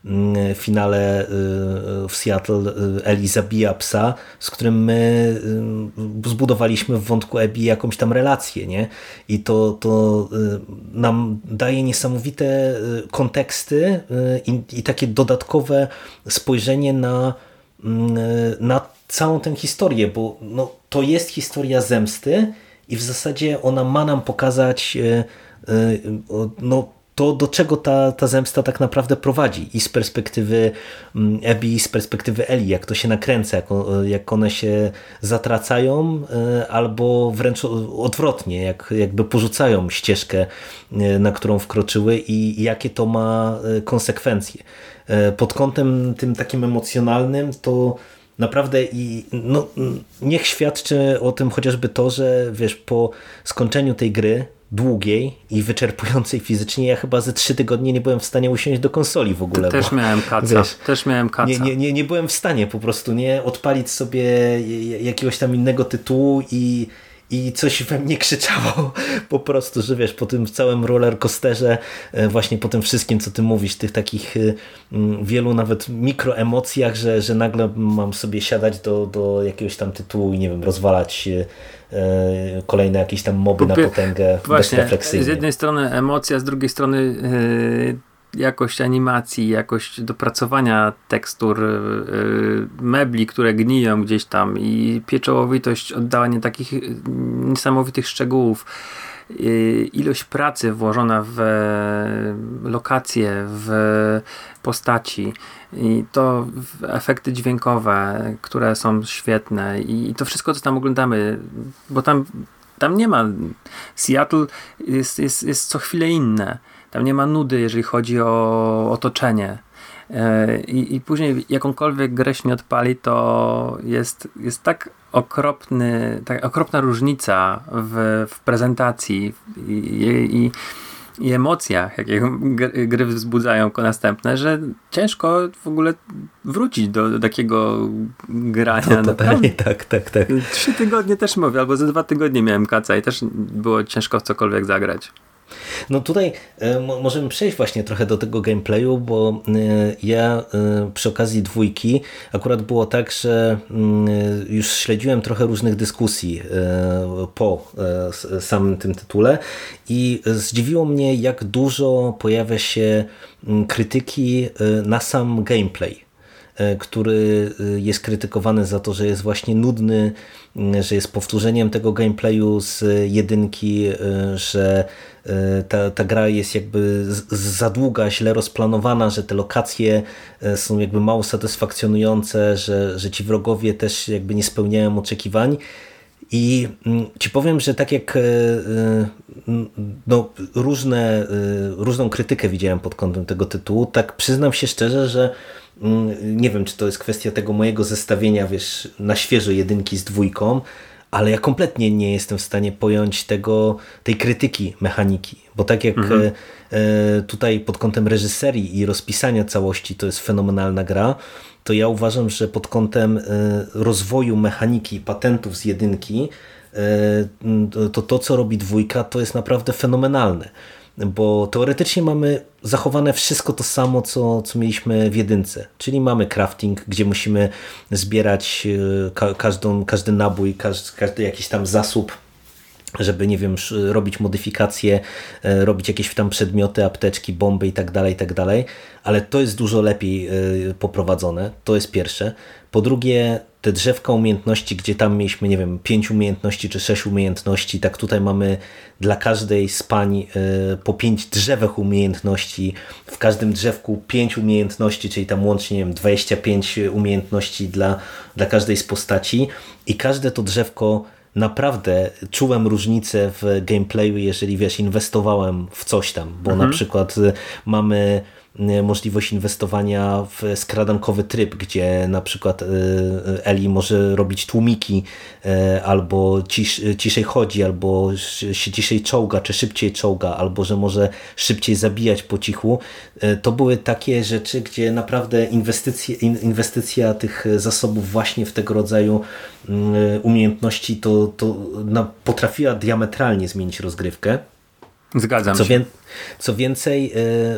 finale w Seattle Ellie zabija psa, z którym my zbudowaliśmy w wątku Abby jakąś tam relację, nie? I to, to nam daje niesamowite konteksty i, i takie dodatkowe spojrzenie na, na całą tę historię, bo no, to jest historia zemsty i w zasadzie ona ma nam pokazać no, to, do czego ta, ta zemsta tak naprawdę prowadzi i z perspektywy Abby, i z perspektywy Ellie, jak to się nakręca, jak, jak one się zatracają albo wręcz odwrotnie, jak, jakby porzucają ścieżkę, na którą wkroczyły i, i jakie to ma konsekwencje. Pod kątem tym takim emocjonalnym to naprawdę i no, niech świadczy o tym chociażby to, że wiesz, po skończeniu tej gry długiej i wyczerpującej fizycznie, ja chyba ze trzy tygodnie nie byłem w stanie usiąść do konsoli w ogóle. Też bo, miałem kaca. Wiesz, też miałem kaca. Nie, nie, nie, nie byłem w stanie po prostu nie odpalić sobie jakiegoś tam innego tytułu i I coś we mnie krzyczało po prostu, że wiesz, po tym całym rollercoasterze, właśnie po tym wszystkim, co ty mówisz, tych takich wielu nawet mikroemocjach, że, że nagle mam sobie siadać do, do jakiegoś tam tytułu i nie wiem, rozwalać kolejne jakieś tam moby na potęgę bezrefleksyjnie. Z jednej strony emocja, z drugiej strony yy... jakość animacji, jakość dopracowania tekstur, yy, mebli, które gniją gdzieś tam i pieczołowitość, oddawanie takich niesamowitych szczegółów, yy, ilość pracy włożona w lokacje, w postaci i to efekty dźwiękowe, które są świetne i to wszystko, co tam oglądamy, bo tam, tam nie ma Seattle jest, jest, jest co chwilę inne. Tam nie ma nudy, jeżeli chodzi o otoczenie. I, i później jakąkolwiek grę się nie odpali, to jest, jest tak okropny, tak okropna różnica w, w prezentacji i, i, i emocjach, jakie gry wzbudzają następne, że ciężko w ogóle wrócić do, do takiego grania. No, totalnie, tak, tak, tak. Trzy tygodnie też mówię, albo ze dwa tygodnie miałem kaca i też było ciężko w cokolwiek zagrać. No tutaj y, możemy przejść właśnie trochę do tego gameplayu, bo y, ja y, przy okazji dwójki akurat było tak, że y, już śledziłem trochę różnych dyskusji y, po y, samym tym tytule i zdziwiło mnie, jak dużo pojawia się y, krytyki y, na sam gameplay, który jest krytykowany za to, że jest właśnie nudny, że jest powtórzeniem tego gameplayu z jedynki, że ta, ta gra jest jakby za długa, źle rozplanowana, że te lokacje są jakby mało satysfakcjonujące, że, że ci wrogowie też jakby nie spełniają oczekiwań. I ci powiem, że tak jak no, różne, różną krytykę widziałem pod kątem tego tytułu, tak przyznam się szczerze, że nie wiem, czy to jest kwestia tego mojego zestawienia, wiesz, na świeżo jedynki z dwójką, ale ja kompletnie nie jestem w stanie pojąć tego, tej krytyki mechaniki, bo tak jak mhm. tutaj pod kątem reżyserii i rozpisania całości to jest fenomenalna gra, to ja uważam, że pod kątem rozwoju mechaniki i patentów z jedynki to to, co robi dwójka, to jest naprawdę fenomenalne, bo teoretycznie mamy zachowane wszystko to samo, co, co mieliśmy w jedynce, czyli mamy crafting, gdzie musimy zbierać ka każdą, każdy nabój, każdy, każdy jakiś tam zasób, żeby, nie wiem, robić modyfikacje, robić jakieś tam przedmioty, apteczki, bomby i tak dalej, i tak dalej, ale to jest dużo lepiej poprowadzone, to jest pierwsze. Po drugie, te drzewka umiejętności, gdzie tam mieliśmy, nie wiem, pięć umiejętności czy sześć umiejętności, tak tutaj mamy dla każdej z pań po pięć drzewek umiejętności, w każdym drzewku pięć umiejętności, czyli tam łącznie, nie wiem, dwadzieścia pięć umiejętności dla, dla każdej z postaci i każde to drzewko naprawdę czułem różnicę w gameplayu, jeżeli, wiesz, inwestowałem w coś tam, bo mhm. na przykład mamy możliwość inwestowania w skradankowy tryb, gdzie na przykład Eli może robić tłumiki, albo cisz, ciszej chodzi, albo się ciszej czołga, czy szybciej czołga, albo że może szybciej zabijać po cichu. To były takie rzeczy, gdzie naprawdę inwestycje, inwestycja tych zasobów właśnie w tego rodzaju umiejętności to, to potrafiła diametralnie zmienić rozgrywkę. Zgadzam co się. Wię co więcej,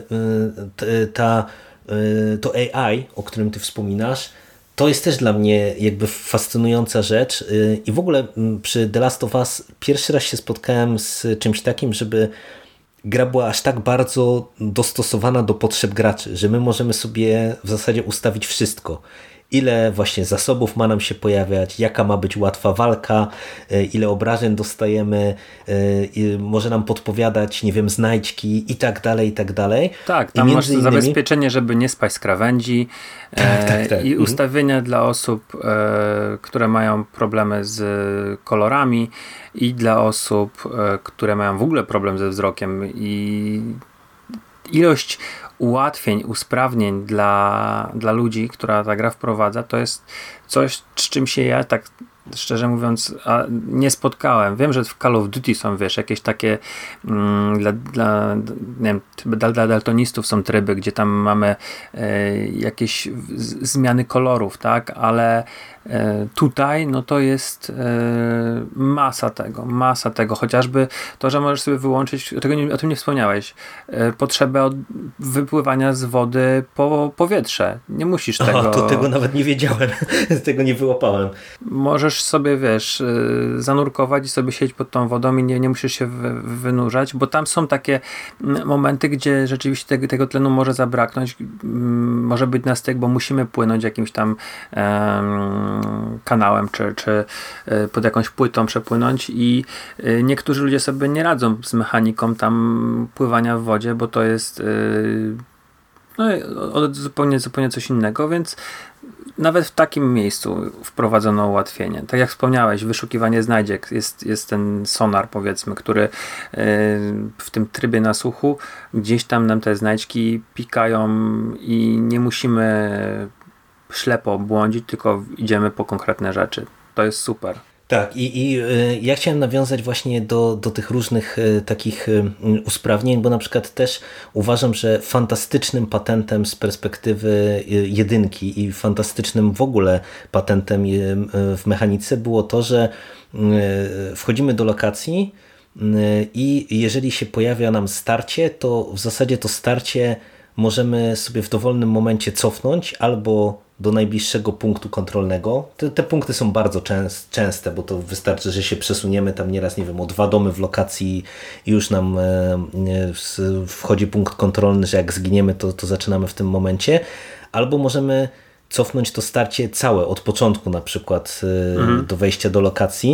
ta, to A I, o którym ty wspominasz, to jest też dla mnie jakby fascynująca rzecz i w ogóle przy The Last of Us pierwszy raz się spotkałem z czymś takim, żeby gra była aż tak bardzo dostosowana do potrzeb graczy, że my możemy sobie w zasadzie ustawić wszystko. Ile właśnie zasobów ma nam się pojawiać, jaka ma być łatwa walka, ile obrażeń dostajemy, może nam podpowiadać, nie wiem, znajdźki i tak dalej, i tak dalej. Tak, tam masz innymi... zabezpieczenie, żeby nie spaść z krawędzi tak, tak, tak. i ustawienia mhm. dla osób, które mają problemy z kolorami i dla osób, które mają w ogóle problem ze wzrokiem i ilość ułatwień, usprawnień dla, dla ludzi, która ta gra wprowadza, to jest coś, z czym się ja tak szczerze mówiąc a nie spotkałem. Wiem, że w Call of Duty są, wiesz, jakieś takie mm, dla, dla, nie wiem, dla, dla daltonistów są tryby, gdzie tam mamy e, jakieś z, zmiany kolorów, tak, ale e, tutaj no to jest e, masa tego, masa tego, chociażby to, że możesz sobie wyłączyć, tego nie, o tym nie wspomniałeś, e, potrzebę od wypływania z wody po powietrze. Nie musisz tego... O, to tego nawet nie wiedziałem, tego nie wyłapałem. Możesz sobie, wiesz, zanurkować i sobie siedzieć pod tą wodą i nie, nie musisz się wy, wynurzać, bo tam są takie momenty, gdzie rzeczywiście tego, tego tlenu może zabraknąć, może być na styk, bo musimy płynąć jakimś tam um, kanałem, czy, czy pod jakąś płytą przepłynąć i niektórzy ludzie sobie nie radzą z mechaniką tam pływania w wodzie, bo to jest no, zupełnie, zupełnie coś innego, więc nawet w takim miejscu wprowadzono ułatwienie. Tak jak wspomniałeś, wyszukiwanie znajdziek, jest, jest ten sonar, powiedzmy, który w tym trybie na słuchu gdzieś tam nam te znajdźki pikają i nie musimy ślepo błądzić, tylko idziemy po konkretne rzeczy. To jest super. Tak, i, i ja chciałem nawiązać właśnie do, do tych różnych takich usprawnień, bo na przykład też uważam, że fantastycznym patentem z perspektywy jedynki i fantastycznym w ogóle patentem w mechanice było to, że wchodzimy do lokacji i jeżeli się pojawia nam starcie, to w zasadzie to starcie możemy sobie w dowolnym momencie cofnąć albo do najbliższego punktu kontrolnego. Te, te punkty są bardzo częst, częste, bo to wystarczy, że się przesuniemy tam nieraz, nie wiem, o dwa domy w lokacji i już nam e, wchodzi punkt kontrolny, że jak zginiemy, to, to zaczynamy w tym momencie. Albo możemy cofnąć to starcie całe, od początku na przykład e, mhm. do wejścia do lokacji.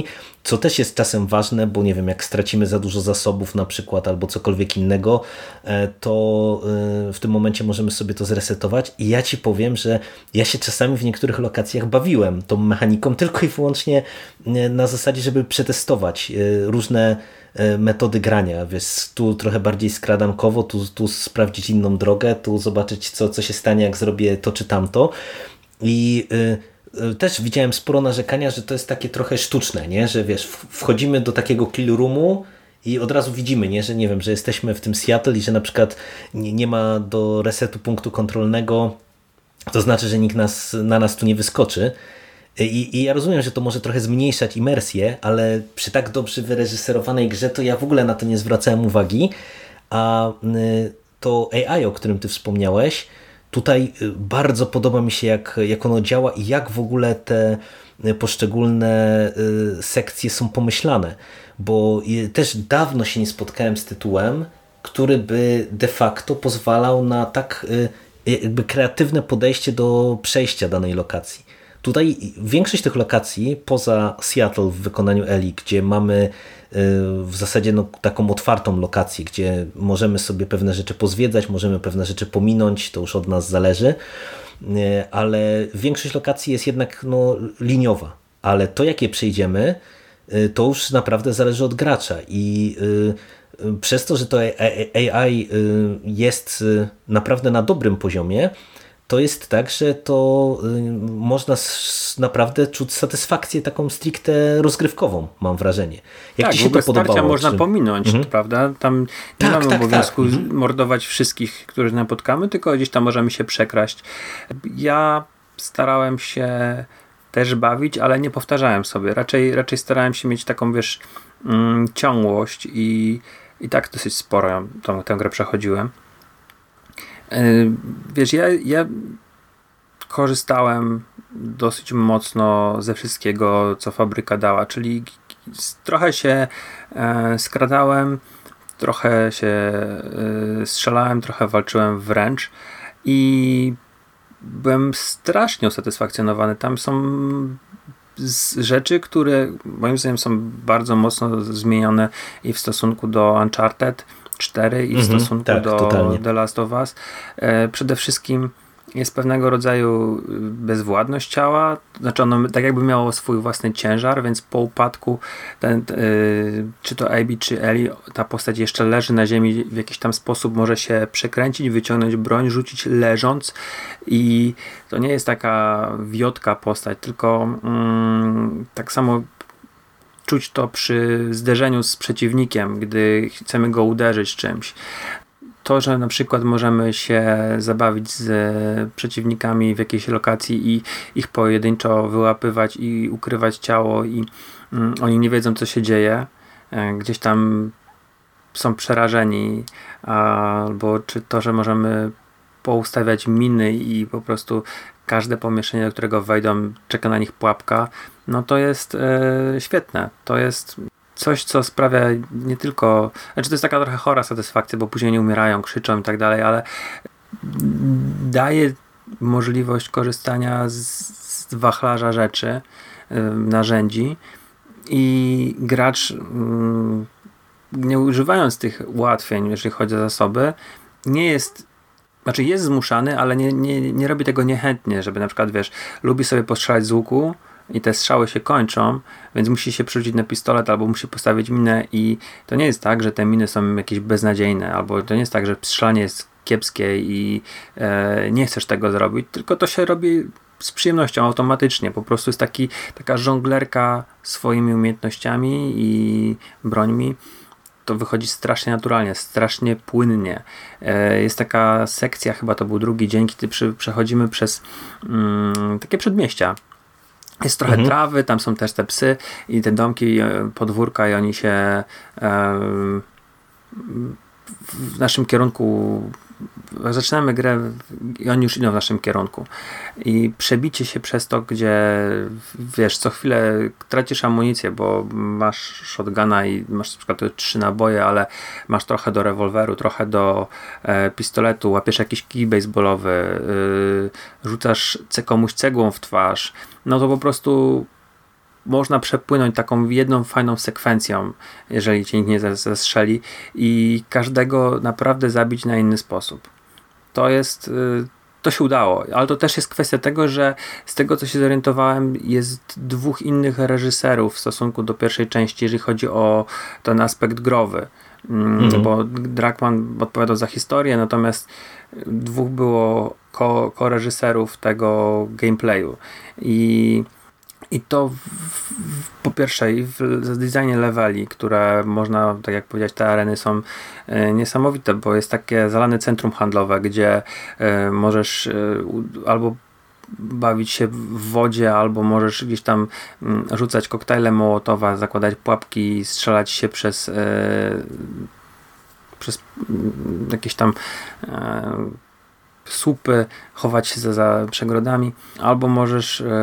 co też jest czasem ważne, bo nie wiem, jak stracimy za dużo zasobów na przykład albo cokolwiek innego, to w tym momencie możemy sobie to zresetować i ja ci powiem, że ja się czasami w niektórych lokacjach bawiłem tą mechaniką tylko i wyłącznie na zasadzie, żeby przetestować różne metody grania, wiesz, tu trochę bardziej skradankowo, tu, tu sprawdzić inną drogę, tu zobaczyć co, co się stanie, jak zrobię to czy tamto i też widziałem sporo narzekania, że to jest takie trochę sztuczne, nie? Że wiesz, wchodzimy do takiego kill roomu i od razu widzimy, nie? Że nie wiem, że jesteśmy w tym Seattle i że na przykład nie, nie ma do resetu punktu kontrolnego, to znaczy, że nikt nas, na nas tu nie wyskoczy. I, I ja rozumiem, że to może trochę zmniejszać imersję, ale przy tak dobrze wyreżyserowanej grze to ja w ogóle na to nie zwracałem uwagi, a to A I, o którym ty wspomniałeś, tutaj bardzo podoba mi się, jak, jak ono działa i jak w ogóle te poszczególne sekcje są pomyślane, bo też dawno się nie spotkałem z tytułem, który by de facto pozwalał na tak jakby kreatywne podejście do przejścia danej lokacji. Tutaj większość tych lokacji poza Seattle w wykonaniu Eli, gdzie mamy w zasadzie no, taką otwartą lokację, gdzie możemy sobie pewne rzeczy pozwiedzać, możemy pewne rzeczy pominąć, to już od nas zależy, ale większość lokacji jest jednak no, liniowa, ale to jakie przejdziemy, to już naprawdę zależy od gracza i przez to, że to A I jest naprawdę na dobrym poziomie, to jest tak, że to można naprawdę czuć satysfakcję taką stricte rozgrywkową, mam wrażenie. Jak tak, ci się to podobało? Można czy... pominąć, mhm. prawda? Tam nie tak, mamy tak, obowiązku tak. mordować wszystkich, których napotkamy, tylko gdzieś tam możemy się przekraść. Ja starałem się też bawić, ale nie powtarzałem sobie. Raczej, raczej starałem się mieć taką, wiesz, mm, ciągłość i, i tak dosyć sporo tą, tę grę przechodziłem. Wiesz, ja, ja korzystałem dosyć mocno ze wszystkiego, co fabryka dała, czyli trochę się e, skradałem, trochę się e, strzelałem, trochę walczyłem wręcz i byłem strasznie usatysfakcjonowany. Tam są z rzeczy, które moim zdaniem są bardzo mocno zmienione i w stosunku do Uncharted cztery i w mm-hmm, stosunku tak, do totalnie. The Last of Us. E, przede wszystkim jest pewnego rodzaju bezwładność ciała, znaczy ono tak jakby miało swój własny ciężar, więc po upadku ten, yy, czy to Abby, czy Ellie, ta postać jeszcze leży na ziemi, w jakiś tam sposób może się przekręcić, wyciągnąć broń, rzucić leżąc i to nie jest taka wiotka postać, tylko mm, tak samo czuć to przy zderzeniu z przeciwnikiem, gdy chcemy go uderzyć czymś. To, że na przykład możemy się zabawić z przeciwnikami w jakiejś lokacji i ich pojedynczo wyłapywać i ukrywać ciało i mm, oni nie wiedzą, co się dzieje. Gdzieś tam są przerażeni, albo czy to, że możemy poustawiać miny i po prostu każde pomieszczenie, do którego wejdą, czeka na nich pułapka, no to jest e, świetne. To jest coś, co sprawia nie tylko... Znaczy to jest taka trochę chora satysfakcja, bo później nie umierają, krzyczą i tak dalej, ale daje możliwość korzystania z, z wachlarza rzeczy, y, narzędzi i gracz y, nie używając tych ułatwień, jeżeli chodzi o zasoby, nie jest znaczy jest zmuszany, ale nie, nie, nie robi tego niechętnie, żeby na przykład, wiesz, lubi sobie postrzelać z łuku i te strzały się kończą, więc musi się przerzucić na pistolet albo musi postawić minę i to nie jest tak, że te miny są jakieś beznadziejne, albo to nie jest tak, że strzelanie jest kiepskie i e, nie chcesz tego zrobić, tylko to się robi z przyjemnością, automatycznie. Po prostu jest taki, taka żonglerka swoimi umiejętnościami i brońmi. To wychodzi strasznie naturalnie, strasznie płynnie. E, jest taka sekcja, chyba to był drugi dzień, kiedy przy, przechodzimy przez mm, takie przedmieścia. Jest trochę mhm. trawy, tam są też te psy i te domki, podwórka i oni się e, w naszym kierunku zaczynamy grę i oni już idą w naszym kierunku i przebicie się przez to, gdzie wiesz, co chwilę tracisz amunicję, bo masz shotguna i masz na przykład trzy naboje, ale masz trochę do rewolweru, trochę do e, pistoletu, łapiesz jakiś kij baseballowy, yy, rzucasz komuś cegłą w twarz, no to po prostu można przepłynąć taką jedną fajną sekwencją, jeżeli cię nikt nie zastrzeli i każdego naprawdę zabić na inny sposób. To jest, to się udało, ale to też jest kwestia tego, że z tego co się zorientowałem, jest dwóch innych reżyserów w stosunku do pierwszej części, jeżeli chodzi o ten aspekt growy. Mhm. Bo Druckmann odpowiadał za historię, natomiast dwóch było ko- koreżyserów tego gameplayu i, i to w, w, po pierwsze w, w designie leveli, które można, tak jak powiedzieć, te areny są e, niesamowite, bo jest takie zalane centrum handlowe, gdzie e, możesz e, albo bawić się w wodzie, albo możesz gdzieś tam mm, rzucać koktajle Mołotowa, zakładać pułapki, strzelać się przez e, przez mm, jakieś tam e, słupy, chować się za, za przegrodami, albo możesz e,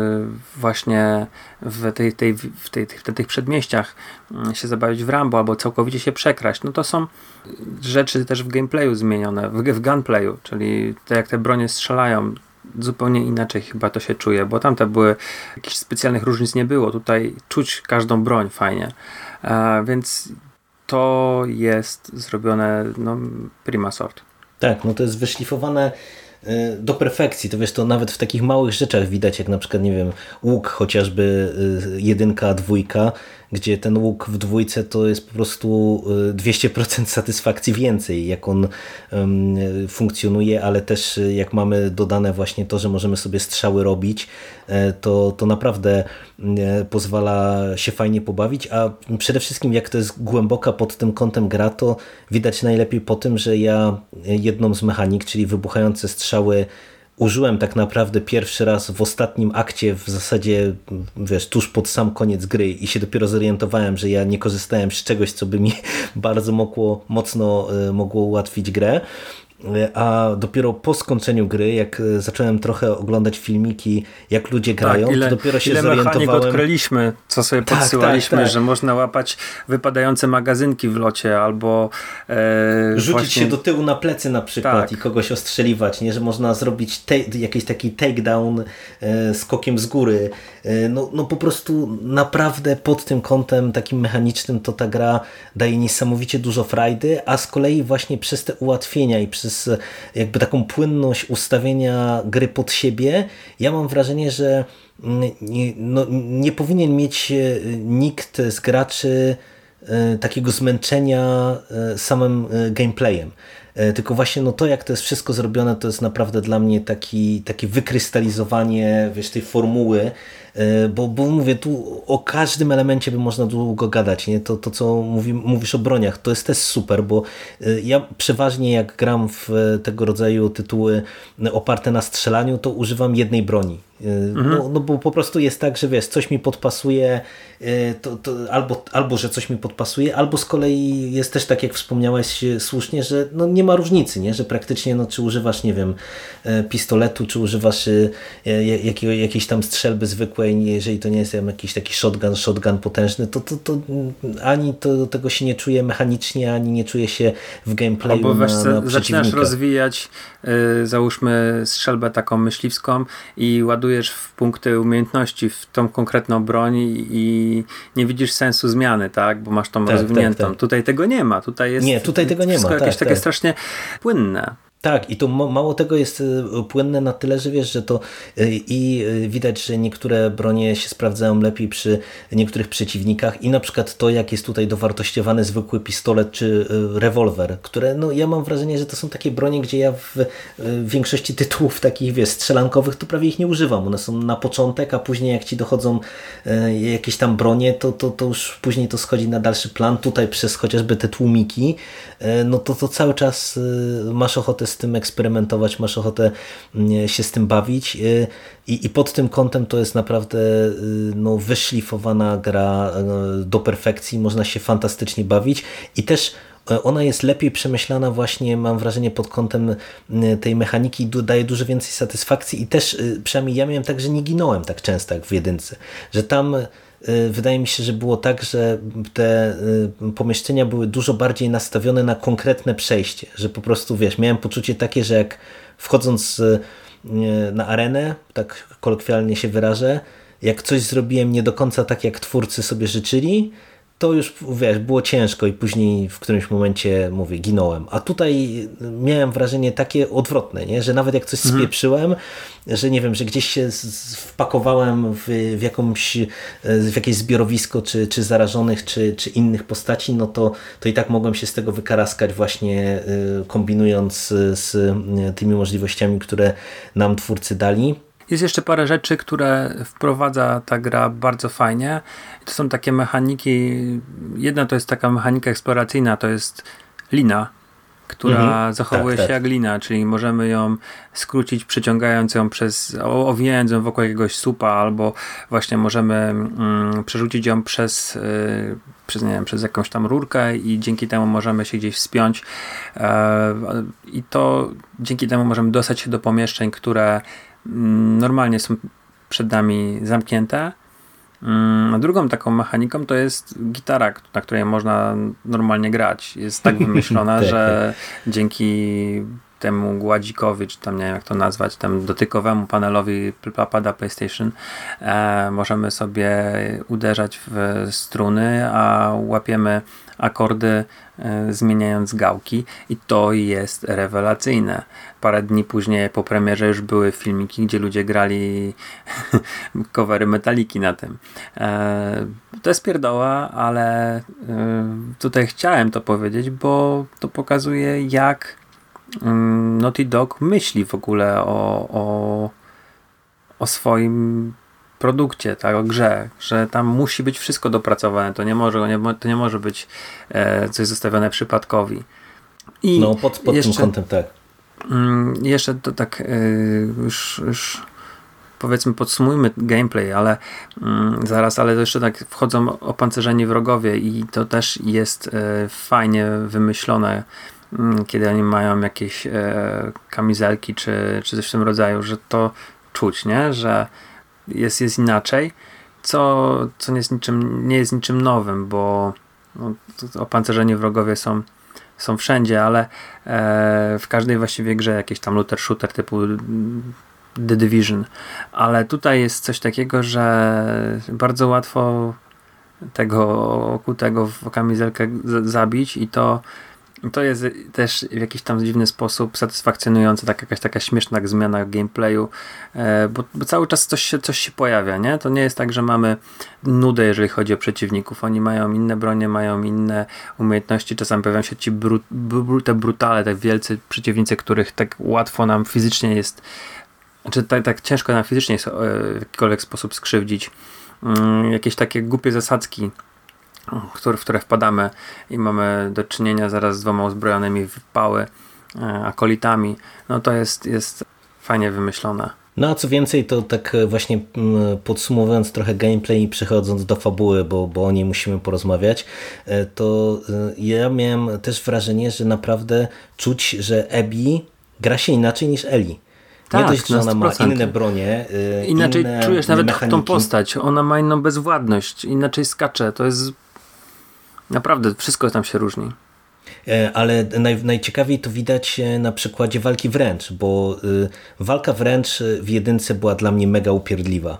właśnie w, tej, tej, w, tej, w tych przedmieściach się zabawić w Rambo, albo całkowicie się przekraść. No to są rzeczy też w gameplayu zmienione, w, w gunplayu, czyli te, jak te bronie strzelają, zupełnie inaczej chyba to się czuje, bo tamte były, jakichś specjalnych różnic nie było. Tutaj czuć każdą broń fajnie. E, więc to jest zrobione no, prima sort. Tak, no to jest wyszlifowane do perfekcji. To wiesz, to nawet w takich małych rzeczach widać, jak na przykład, nie wiem, łuk chociażby jedynka, dwójka, gdzie ten łuk w dwójce to jest po prostu dwieście procent satysfakcji więcej, jak on um, funkcjonuje, ale też jak mamy dodane właśnie to, że możemy sobie strzały robić, to, to naprawdę pozwala się fajnie pobawić, a przede wszystkim jak to jest głęboka pod tym kątem gra, to widać najlepiej po tym, że ja jedną z mechanik, czyli wybuchające strzały, użyłem tak naprawdę pierwszy raz w ostatnim akcie, w zasadzie wiesz, tuż pod sam koniec gry i się dopiero zorientowałem, że ja nie korzystałem z czegoś, co by mi bardzo mogło, mocno mogło ułatwić grę. A dopiero po skończeniu gry, jak zacząłem trochę oglądać filmiki, jak ludzie grają, tak, ile, to dopiero się ile zorientowałem. Ile mechanik odkryliśmy, co sobie tak, podsyłaliśmy, tak, tak. że można łapać wypadające magazynki w locie, albo e, rzucić właśnie... się do tyłu na plecy na przykład tak. i kogoś ostrzeliwać, nie, że można zrobić te, jakiś taki takedown e, skokiem z góry. E, no, no po prostu naprawdę pod tym kątem takim mechanicznym to ta gra daje niesamowicie dużo frajdy, a z kolei właśnie przez te ułatwienia i przez jakby taką płynność ustawienia gry pod siebie, ja mam wrażenie, że nie, no, nie powinien mieć nikt z graczy takiego zmęczenia samym gameplayem. Tylko właśnie no to, jak to jest wszystko zrobione, to jest naprawdę dla mnie taki, takie wykrystalizowanie, wiesz, tej formuły, bo, bo mówię, tu o każdym elemencie by można długo gadać, nie? To, to co mówi, mówisz o broniach, to jest też super, bo ja przeważnie jak gram w tego rodzaju tytuły oparte na strzelaniu, to używam jednej broni. Mhm. No, no bo po prostu jest tak, że wiesz, coś mi podpasuje, to, to albo, albo że coś mi podpasuje, albo z kolei jest też tak, jak wspomniałeś słusznie, że no nie ma różnicy, nie? Że praktycznie no, czy używasz, nie wiem, pistoletu, czy używasz jakiego, jakiejś tam strzelby zwykłej, jeżeli to nie jest jakiś taki shotgun, shotgun potężny, to, to, to ani to, tego się nie czuje mechanicznie, ani nie czuje się w gameplayu. Albo weź, na, na zaczynasz rozwijać yy, załóżmy strzelbę taką myśliwską i ładujesz w punkty umiejętności w tą konkretną broń i nie widzisz sensu zmiany, tak? Bo masz tą tak, rozwiniętą. Tak, tak. Tutaj tego nie ma. Tutaj jest nie, tutaj tego nie ma. jakieś tak, takie tak. strasznie płynne. Tak, i to mało tego jest płynne na tyle, że wiesz, że to i widać, że niektóre bronie się sprawdzają lepiej przy niektórych przeciwnikach i na przykład to, jak jest tutaj dowartościowany zwykły pistolet czy rewolwer, które, no ja mam wrażenie, że to są takie bronie, gdzie ja w, w większości tytułów takich, wiesz, strzelankowych, to prawie ich nie używam. One są na początek, a później jak ci dochodzą jakieś tam bronie, to, to, to już później to schodzi na dalszy plan. Tutaj przez chociażby te tłumiki, no to, to cały czas masz ochotę z tym eksperymentować, masz ochotę się z tym bawić i, i pod tym kątem to jest naprawdę no, wyszlifowana gra do perfekcji, można się fantastycznie bawić i też ona jest lepiej przemyślana właśnie, mam wrażenie, pod kątem tej mechaniki, daje dużo więcej satysfakcji i też przynajmniej ja miałem tak, że nie ginąłem tak często jak w jedynce, że tam wydaje mi się, że było tak, że te pomieszczenia były dużo bardziej nastawione na konkretne przejście, że po prostu, wiesz, miałem poczucie takie, że jak wchodząc na arenę, tak kolokwialnie się wyrażę, jak coś zrobiłem nie do końca tak, jak twórcy sobie życzyli, to już, wiesz, było ciężko i później w którymś momencie, mówię, ginąłem. A tutaj miałem wrażenie takie odwrotne, nie? Że nawet jak coś mhm. spieprzyłem, że nie wiem, że gdzieś się wpakowałem w, w, jakąś, w jakieś zbiorowisko, czy, czy zarażonych, czy, czy innych postaci, no to, to i tak mogłem się z tego wykaraskać właśnie kombinując z tymi możliwościami, które nam twórcy dali. Jest jeszcze parę rzeczy, które wprowadza ta gra bardzo fajnie. To są takie mechaniki. Jedna to jest taka mechanika eksploracyjna, to jest lina, która mhm, zachowuje tak, się tak. jak lina, czyli możemy ją skrócić, przeciągając ją przez, owijając ją wokół jakiegoś słupa, albo właśnie możemy mm, przerzucić ją przez, yy, przez, nie wiem, przez jakąś tam rurkę i dzięki temu możemy się gdzieś wspiąć. Yy, I to dzięki temu możemy dostać się do pomieszczeń, które normalnie są przed nami zamknięte. A drugą taką mechaniką to jest gitara, na której można normalnie grać. Jest tak wymyślona, że dzięki temu gładzikowi, czy tam nie wiem jak to nazwać, temu dotykowemu panelowi pada PlayStation e, możemy sobie uderzać w struny, a łapiemy akordy e, zmieniając gałki i to jest rewelacyjne. Parę dni później po premierze już były filmiki, gdzie ludzie grali covery Metaliki na tym. E, to jest pierdoła, ale e, tutaj chciałem to powiedzieć, bo to pokazuje, jak Naughty Dog myśli w ogóle o, o, o swoim produkcie, tak, o grze, że tam musi być wszystko dopracowane, to nie może, nie, to nie może być e, coś zostawione przypadkowi. I no pod, pod jeszcze, tym kątem tak. Mm, jeszcze to tak e, już, już powiedzmy podsumujmy gameplay, ale mm, zaraz, ale to jeszcze tak wchodzą opancerzeni wrogowie i to też jest e, fajnie wymyślone, kiedy oni mają jakieś e, kamizelki czy, czy coś w tym rodzaju, że to czuć, nie? Że jest, jest inaczej, co, co nie, jest niczym, nie jest niczym nowym, bo no, opancerzeni wrogowie są, są wszędzie, ale e, w każdej właściwie grze jakieś tam looter shooter typu The Division, ale tutaj jest coś takiego, że bardzo łatwo tego okutego w kamizelkę z- zabić i to To jest też w jakiś tam dziwny sposób satysfakcjonujące, tak jakaś taka śmieszna zmiana gameplayu, e, bo, bo cały czas coś się, coś się pojawia, nie? To nie jest tak, że mamy nudę, jeżeli chodzi o przeciwników. Oni mają inne bronie, mają inne umiejętności, czasami pojawiają się ci bru, bru, te brutale, te wielcy przeciwnicy, których tak łatwo nam fizycznie jest, znaczy tak, tak ciężko nam fizycznie jest e, w jakikolwiek sposób skrzywdzić. Mm, jakieś takie głupie zasadzki, w które wpadamy i mamy do czynienia zaraz z dwoma uzbrojonymi w pały akolitami, no to jest, jest fajnie wymyślone. No a co więcej, to tak właśnie podsumowując trochę gameplay i przechodząc do fabuły, bo, bo o niej musimy porozmawiać, to ja miałem też wrażenie, że naprawdę czuć, że Abby gra się inaczej niż Ellie. Tak, nie dość, że ona ma inne bronie, yy, inaczej inne czujesz nawet mechaniki. tą postać. Ona ma inną bezwładność, inaczej skacze. To jest naprawdę, wszystko tam się różni. Ale naj, najciekawiej to widać na przykładzie walki wręcz, bo y, walka wręcz w jedynce była dla mnie mega upierdliwa.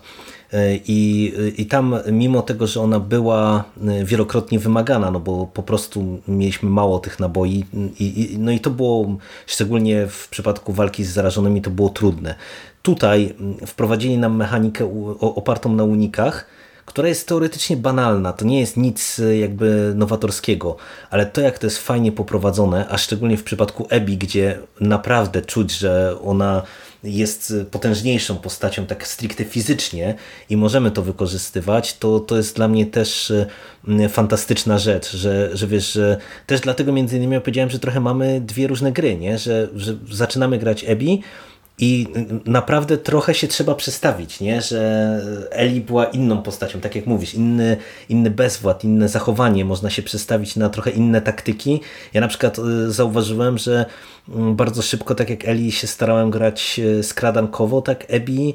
I, I tam mimo tego, że ona była wielokrotnie wymagana, no bo po prostu mieliśmy mało tych naboi i, i, no i to było, szczególnie w przypadku walki z zarażonymi, to było trudne. Tutaj wprowadzili nam mechanikę opartą na unikach, która jest teoretycznie banalna, to nie jest nic jakby nowatorskiego, ale to jak to jest fajnie poprowadzone, a szczególnie w przypadku Abby, gdzie naprawdę czuć, że ona jest potężniejszą postacią tak stricte fizycznie i możemy to wykorzystywać, to, to jest dla mnie też fantastyczna rzecz, że, że wiesz, że też dlatego między innymi powiedziałem, że trochę mamy dwie różne gry, nie? Że, że zaczynamy grać Abby i naprawdę trochę się trzeba przestawić, nie? Że Ellie była inną postacią, tak jak mówisz, inny, inny bezwład, inne zachowanie, można się przestawić na trochę inne taktyki. Ja na przykład zauważyłem, że bardzo szybko, tak jak Ellie się starałem grać skradankowo, tak Abby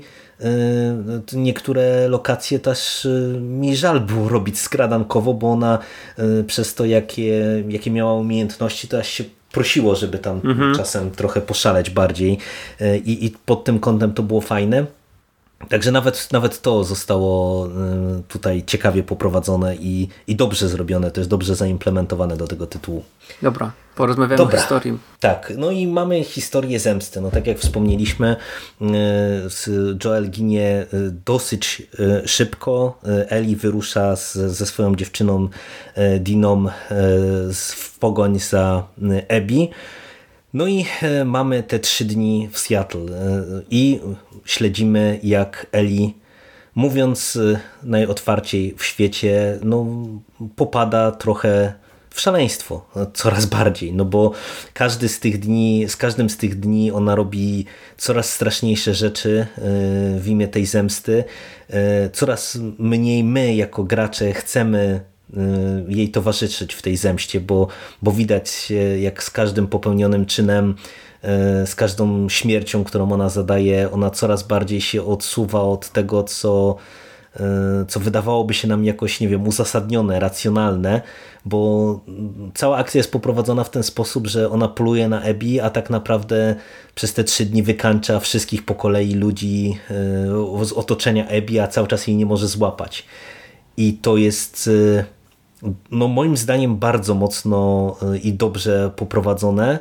niektóre lokacje też mi żal było robić skradankowo, bo ona przez to, jakie, jakie miała umiejętności, to aż się prosiło, żeby tam mhm. czasem trochę poszaleć bardziej i, i pod tym kątem to było fajne. Także nawet, nawet to zostało tutaj ciekawie poprowadzone i, i dobrze zrobione, to jest dobrze zaimplementowane do tego tytułu. Dobra, porozmawiamy Dobra. o historii. Tak, no i mamy historię zemsty. No tak jak wspomnieliśmy, Joel ginie dosyć szybko. Ellie wyrusza z, ze swoją dziewczyną Diną w pogoń za Abby. No i mamy te trzy dni w Seattle i śledzimy, jak Ellie, mówiąc najotwarciej w świecie, no, popada trochę w szaleństwo, coraz bardziej, no bo każdy z tych dni, z każdym z tych dni ona robi coraz straszniejsze rzeczy w imię tej zemsty, coraz mniej my jako gracze chcemy jej towarzyszyć w tej zemście, bo, bo widać, jak z każdym popełnionym czynem, z każdą śmiercią, którą ona zadaje, ona coraz bardziej się odsuwa od tego, co, co wydawałoby się nam jakoś, nie wiem, uzasadnione, racjonalne, bo cała akcja jest poprowadzona w ten sposób, że ona poluje na Abby, a tak naprawdę przez te trzy dni wykańcza wszystkich po kolei ludzi z otoczenia Abby, a cały czas jej nie może złapać. I to jest, no moim zdaniem, bardzo mocno i dobrze poprowadzone.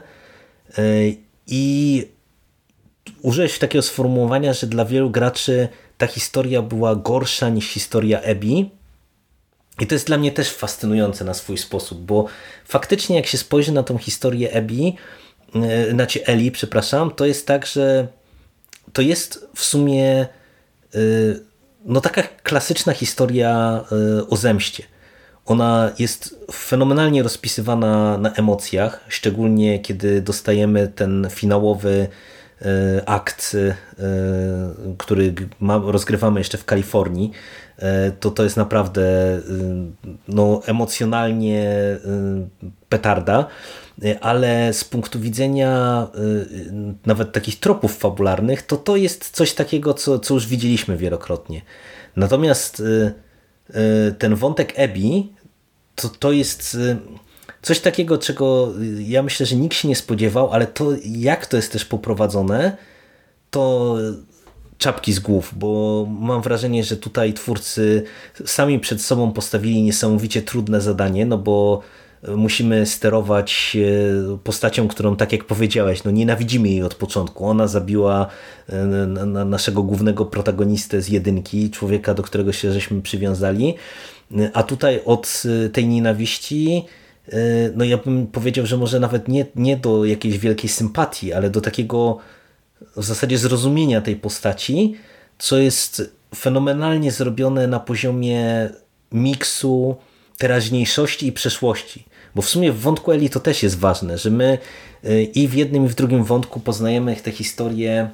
I użyłeś takiego sformułowania, że dla wielu graczy ta historia była gorsza niż historia Abby. I to jest dla mnie też fascynujące na swój sposób, bo faktycznie jak się spojrzy na tą historię Abby, znaczy Ellie, przepraszam, to jest tak, że to jest w sumie no taka klasyczna historia o zemście. Ona jest fenomenalnie rozpisywana na emocjach, szczególnie kiedy dostajemy ten finałowy akt, który rozgrywamy jeszcze w Kalifornii. To to jest naprawdę no, emocjonalnie petarda, ale z punktu widzenia nawet takich tropów fabularnych, to to jest coś takiego, co, co już widzieliśmy wielokrotnie. Natomiast ten wątek Abby to, to jest coś takiego, czego ja myślę, że nikt się nie spodziewał, ale to jak to jest też poprowadzone, to czapki z głów, bo mam wrażenie, że tutaj twórcy sami przed sobą postawili niesamowicie trudne zadanie, no bo musimy sterować postacią, którą, tak jak powiedziałeś, no nienawidzimy jej od początku. Ona zabiła naszego głównego protagonistę z jedynki, człowieka, do którego się żeśmy przywiązali, a tutaj od tej nienawiści, no ja bym powiedział, że może nawet nie, nie do jakiejś wielkiej sympatii, ale do takiego w zasadzie zrozumienia tej postaci, co jest fenomenalnie zrobione na poziomie miksu teraźniejszości i przeszłości. Bo w sumie w wątku Ellie to też jest ważne, że my i w jednym i w drugim wątku poznajemy tę historię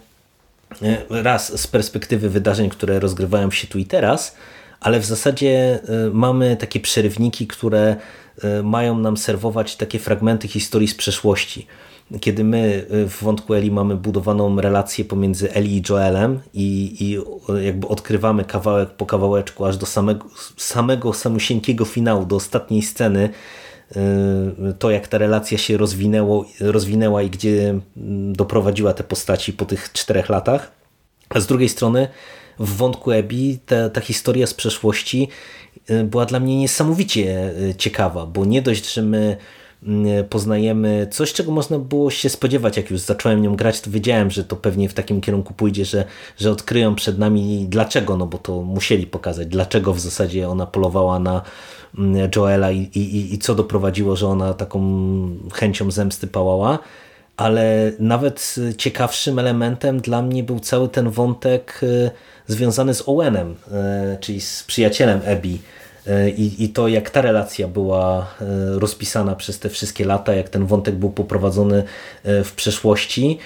raz z perspektywy wydarzeń, które rozgrywają się tu i teraz, ale w zasadzie mamy takie przerywniki, które mają nam serwować takie fragmenty historii z przeszłości. Kiedy my w wątku Ellie mamy budowaną relację pomiędzy Ellie i Joelem i, i jakby odkrywamy kawałek po kawałeczku aż do samego, samego samusieńkiego finału, do ostatniej sceny, to jak ta relacja się rozwinęło, rozwinęła i gdzie doprowadziła te postaci po tych czterech latach. A z drugiej strony w wątku Abby ta, ta historia z przeszłości była dla mnie niesamowicie ciekawa, bo nie dość, że my poznajemy coś, czego można było się spodziewać, jak już zacząłem nią grać, to wiedziałem, że to pewnie w takim kierunku pójdzie, że, że odkryją przed nami dlaczego, no bo to musieli pokazać, dlaczego w zasadzie ona polowała na Joela i, i, i co doprowadziło, że ona taką chęcią zemsty pałała, ale nawet ciekawszym elementem dla mnie był cały ten wątek związany z Owenem, czyli z przyjacielem Abby. I, I to, jak ta relacja była rozpisana przez te wszystkie lata, jak ten wątek był poprowadzony w przeszłości.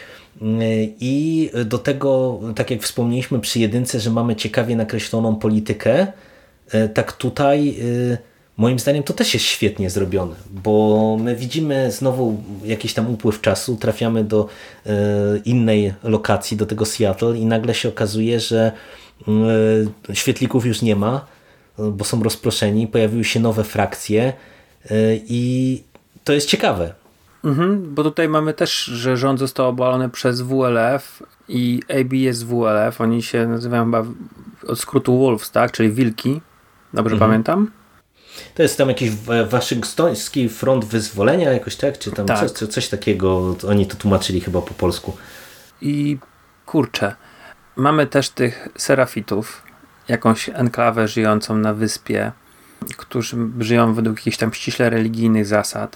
I do tego, tak jak wspomnieliśmy przy jedynce, że mamy ciekawie nakreśloną politykę, tak tutaj moim zdaniem to też jest świetnie zrobione, bo my widzimy znowu jakiś tam upływ czasu, trafiamy do innej lokacji, do tego Seattle i nagle się okazuje, że świetlików już nie ma, bo są rozproszeni, pojawiły się nowe frakcje i to jest ciekawe. Mhm, bo tutaj mamy też, że rząd został obalony przez W L F i A B jest W L F. Oni się nazywają chyba od skrótu Wolves, tak? Czyli wilki. Dobrze mhm. pamiętam? To jest tam jakiś waszyngtoński front wyzwolenia jakoś, tak? Czy tam tak. Coś, coś takiego, oni to tłumaczyli chyba po polsku. I kurczę, mamy też tych serafitów, jakąś enklawę żyjącą na wyspie, którzy żyją według jakichś tam ściśle religijnych zasad.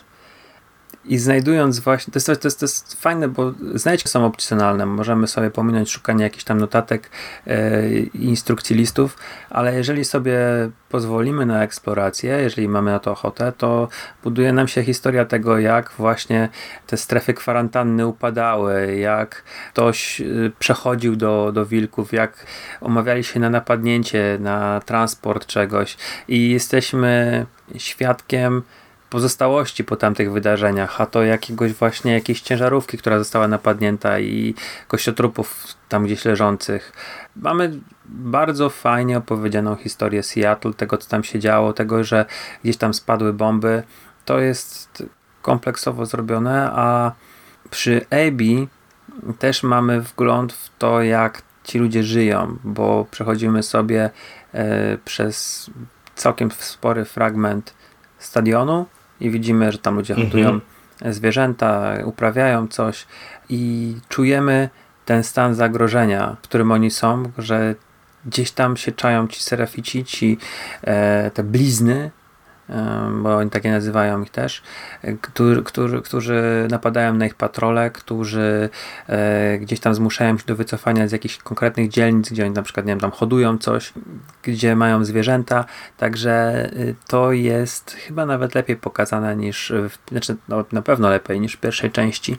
I znajdując właśnie, to jest, to jest, to jest fajne, bo znajdźki są opcjonalne, możemy sobie pominąć szukanie jakichś tam notatek e, i instrukcji listów, ale jeżeli sobie pozwolimy na eksplorację, jeżeli mamy na to ochotę, to buduje nam się historia tego, jak właśnie te strefy kwarantanny upadały, jak ktoś przechodził do, do wilków, jak omawiali się na napadnięcie, na transport czegoś i jesteśmy świadkiem pozostałości po tamtych wydarzeniach, a to jakiegoś właśnie jakiejś ciężarówki, która została napadnięta i kościotrupów tam gdzieś leżących. Mamy bardzo fajnie opowiedzianą historię Seattle, tego co tam się działo, tego, że gdzieś tam spadły bomby. To jest kompleksowo zrobione, a przy A B też mamy wgląd w to, jak ci ludzie żyją, bo przechodzimy sobie e, przez całkiem spory fragment stadionu i widzimy, że tam ludzie hodują mhm. zwierzęta, uprawiają coś i czujemy ten stan zagrożenia, w którym oni są, że gdzieś tam się czają ci serafici, ci e, te blizny, e, bo oni takie nazywają ich też, e, którzy, którzy, którzy napadają na ich patrole, którzy e, gdzieś tam zmuszają się do wycofania z jakichś konkretnych dzielnic, gdzie oni na przykład, nie wiem, tam hodują coś, gdzie mają zwierzęta, także to jest chyba nawet lepiej pokazane niż, w, znaczy no, na pewno lepiej niż w pierwszej części.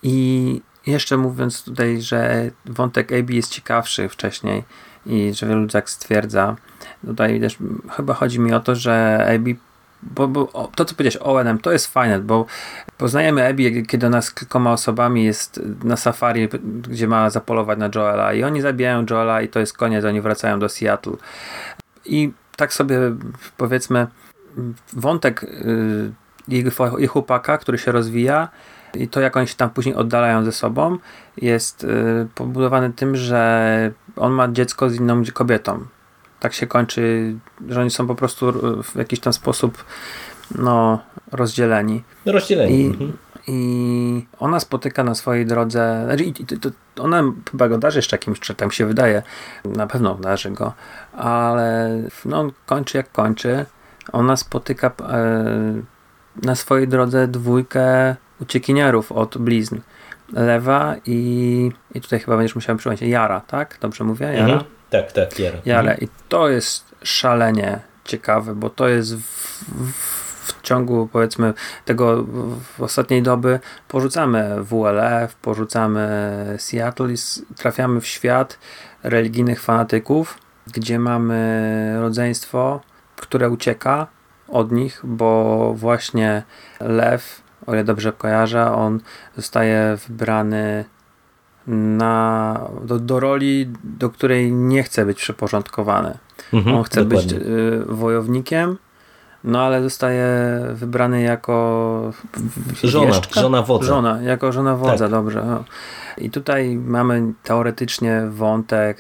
I jeszcze mówiąc tutaj, że wątek A B jest ciekawszy wcześniej i że wielu ludzi tak stwierdza, tutaj też chyba chodzi mi o to, że A B, bo, bo to co powiedziałeś o Owenem, to jest fajne, bo poznajemy Abby, kiedy ona z kilkoma osobami jest na safari, gdzie ma zapolować na Joela i oni zabijają Joela i to jest koniec, oni wracają do Seattle. I tak sobie powiedzmy wątek y, jego, jego chłopaka, który się rozwija i to jak oni się tam później oddalają ze sobą jest y, pobudowany tym, że on ma dziecko z inną kobietą. Tak się kończy, że oni są po prostu w jakiś tam sposób no, rozdzieleni. Rozdzieleni. I, mhm. I ona spotyka na swojej drodze, znaczy, i, to, to ona chyba go darzy jeszcze jakimś, czy tam się wydaje, na pewno darzy go, ale no, on kończy jak kończy. Ona spotyka e, na swojej drodze dwójkę uciekinierów od blizn. Lewa i, i tutaj chyba będziesz musiał przypomnieć Jara, tak? Dobrze mówię? Jara? Mhm. Tak, tak, Jara. Jara. Mhm. I to jest szalenie ciekawe, bo to jest w, w, w ciągu powiedzmy tego w ostatniej doby porzucamy W L F, porzucamy Seattle i trafiamy w świat religijnych fanatyków, gdzie mamy rodzeństwo, które ucieka od nich, bo właśnie Lew, o ile dobrze kojarzę, on zostaje wybrany na, do, do roli, do której nie chce być przyporządkowany. Mhm, on chce dokładnie. być y, wojownikiem, no ale zostaje wybrany jako żona, żona wodza. Żona, jako żona wodza, tak. Dobrze. No. I tutaj mamy teoretycznie wątek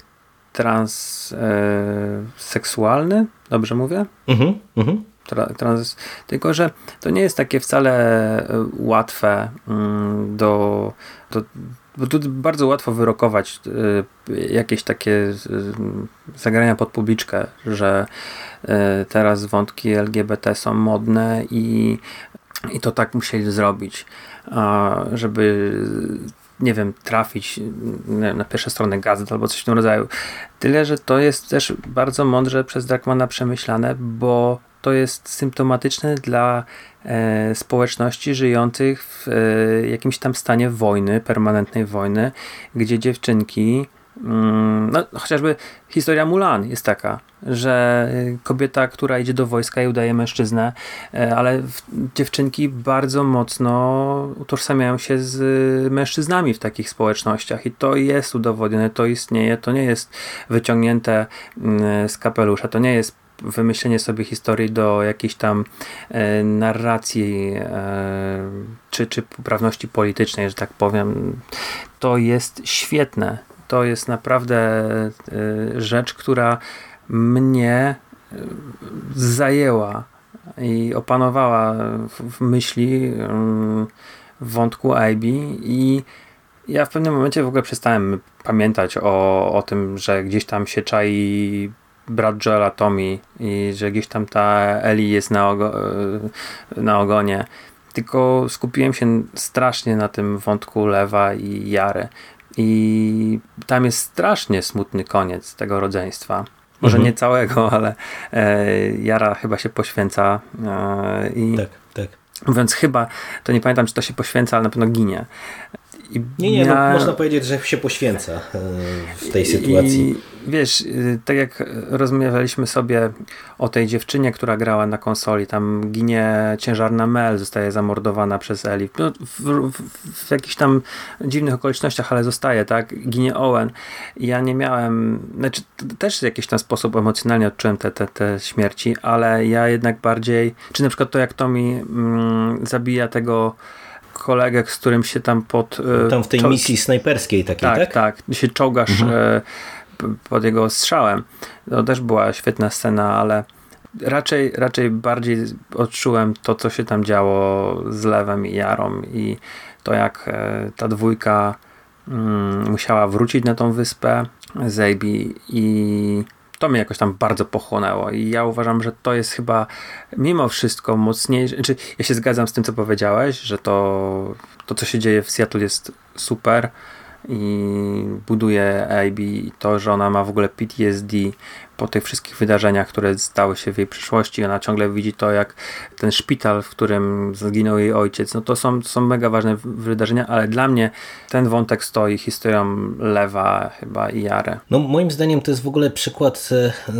transseksualny, dobrze mówię? Mhm, mhm. Trans, tylko, że to nie jest takie wcale łatwe do, do bo tu bardzo łatwo wyrokować y, jakieś takie y, zagrania pod publiczkę, że y, teraz wątki L G B T są modne i, i to tak musieli zrobić, a, żeby nie wiem, trafić nie wiem, na pierwsze strony gazet albo coś w tym rodzaju. Tyle, że to jest też bardzo mądrze przez Druckmanna przemyślane, bo to jest symptomatyczne dla e, społeczności żyjących w e, jakimś tam stanie wojny, permanentnej wojny, gdzie dziewczynki, mm, no chociażby historia Mulan jest taka, że kobieta, która idzie do wojska i udaje mężczyznę, e, ale w, dziewczynki bardzo mocno utożsamiają się z mężczyznami w takich społecznościach i to jest udowodnione, to istnieje, to nie jest wyciągnięte mm, z kapelusza, to nie jest wymyślenie sobie historii do jakiejś tam e, narracji e, czy, czy poprawności politycznej, że tak powiem, to jest świetne. To jest naprawdę e, rzecz, która mnie zajęła i opanowała w, w myśli w wątku Abby i ja w pewnym momencie w ogóle przestałem pamiętać o, o tym, że gdzieś tam się czai brat Joela Tommy i że gdzieś tam ta Ellie jest na, ogo, na ogonie. Tylko skupiłem się strasznie na tym wątku Lewa i Jary. I tam jest strasznie smutny koniec tego rodzeństwa. Może mhm. nie całego, ale e, Jara chyba się poświęca. E, i tak, tak. Mówiąc chyba, to nie pamiętam, czy to się poświęca, ale na pewno ginie. I nie, nie, ja... no, można powiedzieć, że się poświęca w tej sytuacji. I wiesz, tak jak rozmawialiśmy sobie o tej dziewczynie, która grała na konsoli, tam ginie ciężarna Mel, zostaje zamordowana przez Ellie. No, w, w, w jakichś tam dziwnych okolicznościach, ale zostaje, tak? Ginie Owen. I ja nie miałem, znaczy też w jakiś tam sposób emocjonalnie odczułem te, te, te śmierci, ale ja jednak bardziej, czy na przykład to, jak Tommy mm, zabija tego kolegę, z którym się tam pod... Tam w tej czo- misji snajperskiej takiej, tak? Tak, tak. Się czołgasz mhm. e, pod jego strzałem. To też była świetna scena, ale raczej, raczej bardziej odczułem to, co się tam działo z Lewem i Jarą i to, jak e, ta dwójka mm, musiała wrócić na tą wyspę z Abby i to mnie jakoś tam bardzo pochłonęło i ja uważam, że to jest chyba mimo wszystko mocniejsze, znaczy ja się zgadzam z tym, co powiedziałeś, że to, to co się dzieje w Seattle jest super i buduje Abby i to, że ona ma w ogóle P T S D po tych wszystkich wydarzeniach, które stały się w jej przyszłości. Ona ciągle widzi to, jak ten szpital, w którym zginął jej ojciec. No to są, to są mega ważne wydarzenia, ale dla mnie ten wątek stoi historią Lewa chyba i Jary. No moim zdaniem to jest w ogóle przykład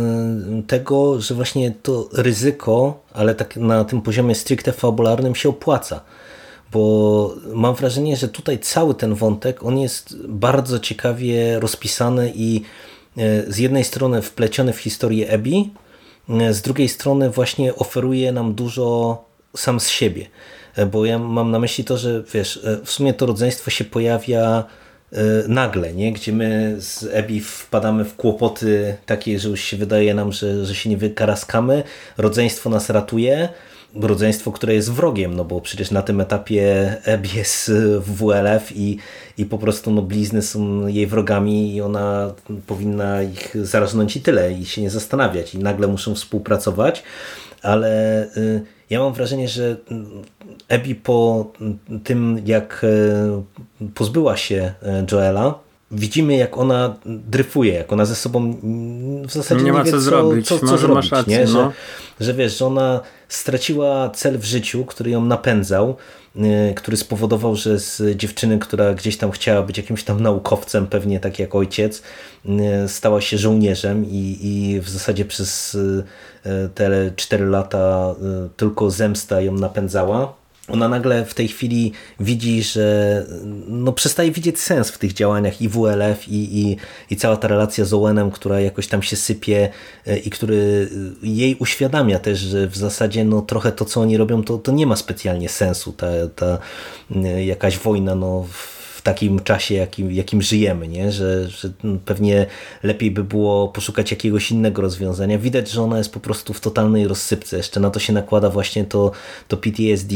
tego, że właśnie to ryzyko, ale tak na tym poziomie stricte fabularnym się opłaca. Bo mam wrażenie, że tutaj cały ten wątek, on jest bardzo ciekawie rozpisany i z jednej strony wpleciony w historię Abby, z drugiej strony właśnie oferuje nam dużo sam z siebie. Bo ja mam na myśli to, że wiesz, w sumie to rodzeństwo się pojawia nagle, nie? Gdzie my z Abby wpadamy w kłopoty takie, że już się wydaje nam, że, że się nie wykaraskamy. Rodzeństwo nas ratuje. Rodzeństwo, które jest wrogiem, no bo przecież na tym etapie Abby jest w W L F i, i po prostu no, blizny są jej wrogami i ona powinna ich zarżnąć i tyle i się nie zastanawiać i nagle muszą współpracować, ale y, ja mam wrażenie, że Abby po tym, jak y, pozbyła się Joela, widzimy, jak ona dryfuje, jak ona ze sobą w zasadzie nie, nie wie, co, co zrobić, co, co zrobić rację, nie? Że, no. że wiesz, że ona straciła cel w życiu, który ją napędzał, yy, który spowodował, że z dziewczyny, która gdzieś tam chciała być jakimś tam naukowcem, pewnie tak jak ojciec, yy, stała się żołnierzem i, i w zasadzie przez yy, te cztery lata yy, tylko zemsta ją napędzała. Ona nagle w tej chwili widzi, że no przestaje widzieć sens w tych działaniach i W L F i, i, i cała ta relacja z Owenem, która jakoś tam się sypie i który jej uświadamia też, że w zasadzie no trochę to, co oni robią, to, to nie ma specjalnie sensu. Ta, ta jakaś wojna no w takim czasie, jakim, jakim żyjemy, nie? Że, że pewnie lepiej by było poszukać jakiegoś innego rozwiązania. Widać, że ona jest po prostu w totalnej rozsypce. Jeszcze na to się nakłada właśnie to, to P T S D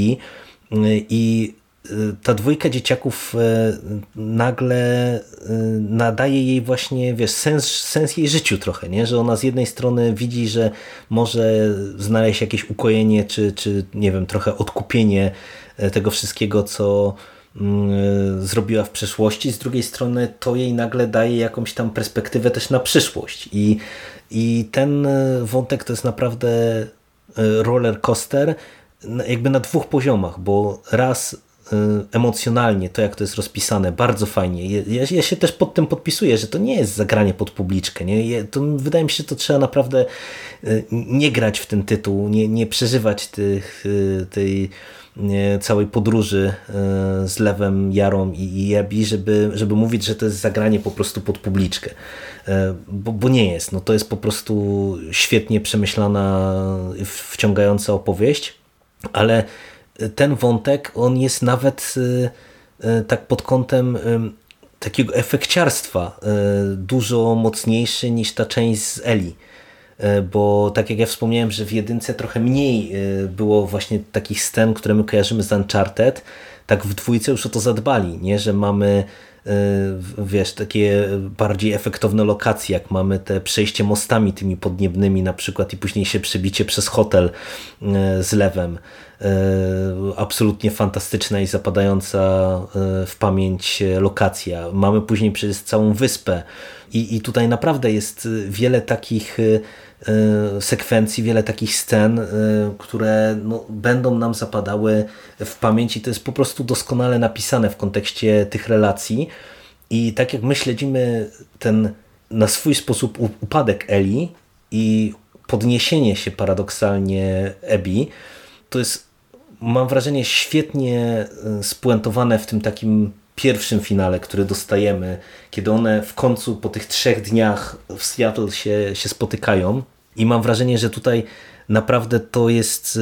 i ta dwójka dzieciaków nagle nadaje jej właśnie, wiesz, sens, sens jej życiu trochę, nie? Że ona z jednej strony widzi, że może znaleźć jakieś ukojenie, czy, czy nie wiem, trochę odkupienie tego wszystkiego, co zrobiła w przeszłości, z drugiej strony to jej nagle daje jakąś tam perspektywę też na przyszłość i, i ten wątek to jest naprawdę roller coaster jakby na dwóch poziomach, bo raz emocjonalnie to, jak to jest rozpisane, bardzo fajnie. Ja, ja się też pod tym podpisuję, że to nie jest zagranie pod publiczkę. Nie? To, wydaje mi się, że to trzeba naprawdę nie grać w ten tytuł, nie, nie przeżywać tych, tej całej podróży z Lewem, Jarą i Abby, żeby, żeby mówić, że to jest zagranie po prostu pod publiczkę. Bo, bo nie jest. No to jest po prostu świetnie przemyślana, wciągająca opowieść, ale ten wątek, on jest nawet tak pod kątem takiego efekciarstwa dużo mocniejszy niż ta część z Ellie. Bo tak jak ja wspomniałem, że w jedynce trochę mniej było właśnie takich scen, które my kojarzymy z Uncharted, tak w dwójce już o to zadbali, nie? Że mamy wiesz, takie bardziej efektowne lokacje, jak mamy te przejście mostami tymi podniebnymi na przykład i później się przebicie przez hotel z Lewem. Absolutnie fantastyczna i zapadająca w pamięć lokacja. Mamy później przez całą wyspę i, i tutaj naprawdę jest wiele takich sekwencji, wiele takich scen, które no, będą nam zapadały w pamięć i to jest po prostu doskonale napisane w kontekście tych relacji i tak jak my śledzimy ten na swój sposób upadek Ellie i podniesienie się paradoksalnie Abby, to jest, mam wrażenie, świetnie spuentowane w tym takim pierwszym finale, który dostajemy, kiedy one w końcu po tych trzech dniach w Seattle się, się spotykają i mam wrażenie, że tutaj naprawdę to jest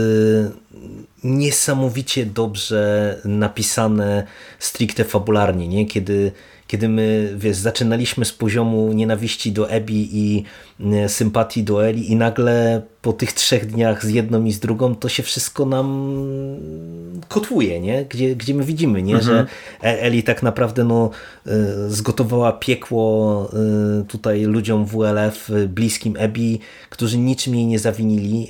niesamowicie dobrze napisane stricte fabularnie, nie? Kiedy, kiedy my, wiesz, zaczynaliśmy z poziomu nienawiści do Abby i sympatii do Ellie i nagle po tych trzech dniach z jedną i z drugą to się wszystko nam kotłuje, nie? Gdzie, gdzie my widzimy, nie? Mhm. Że Ellie tak naprawdę no, zgotowała piekło tutaj ludziom W L F, bliskim Abby, którzy niczym jej nie zawinili,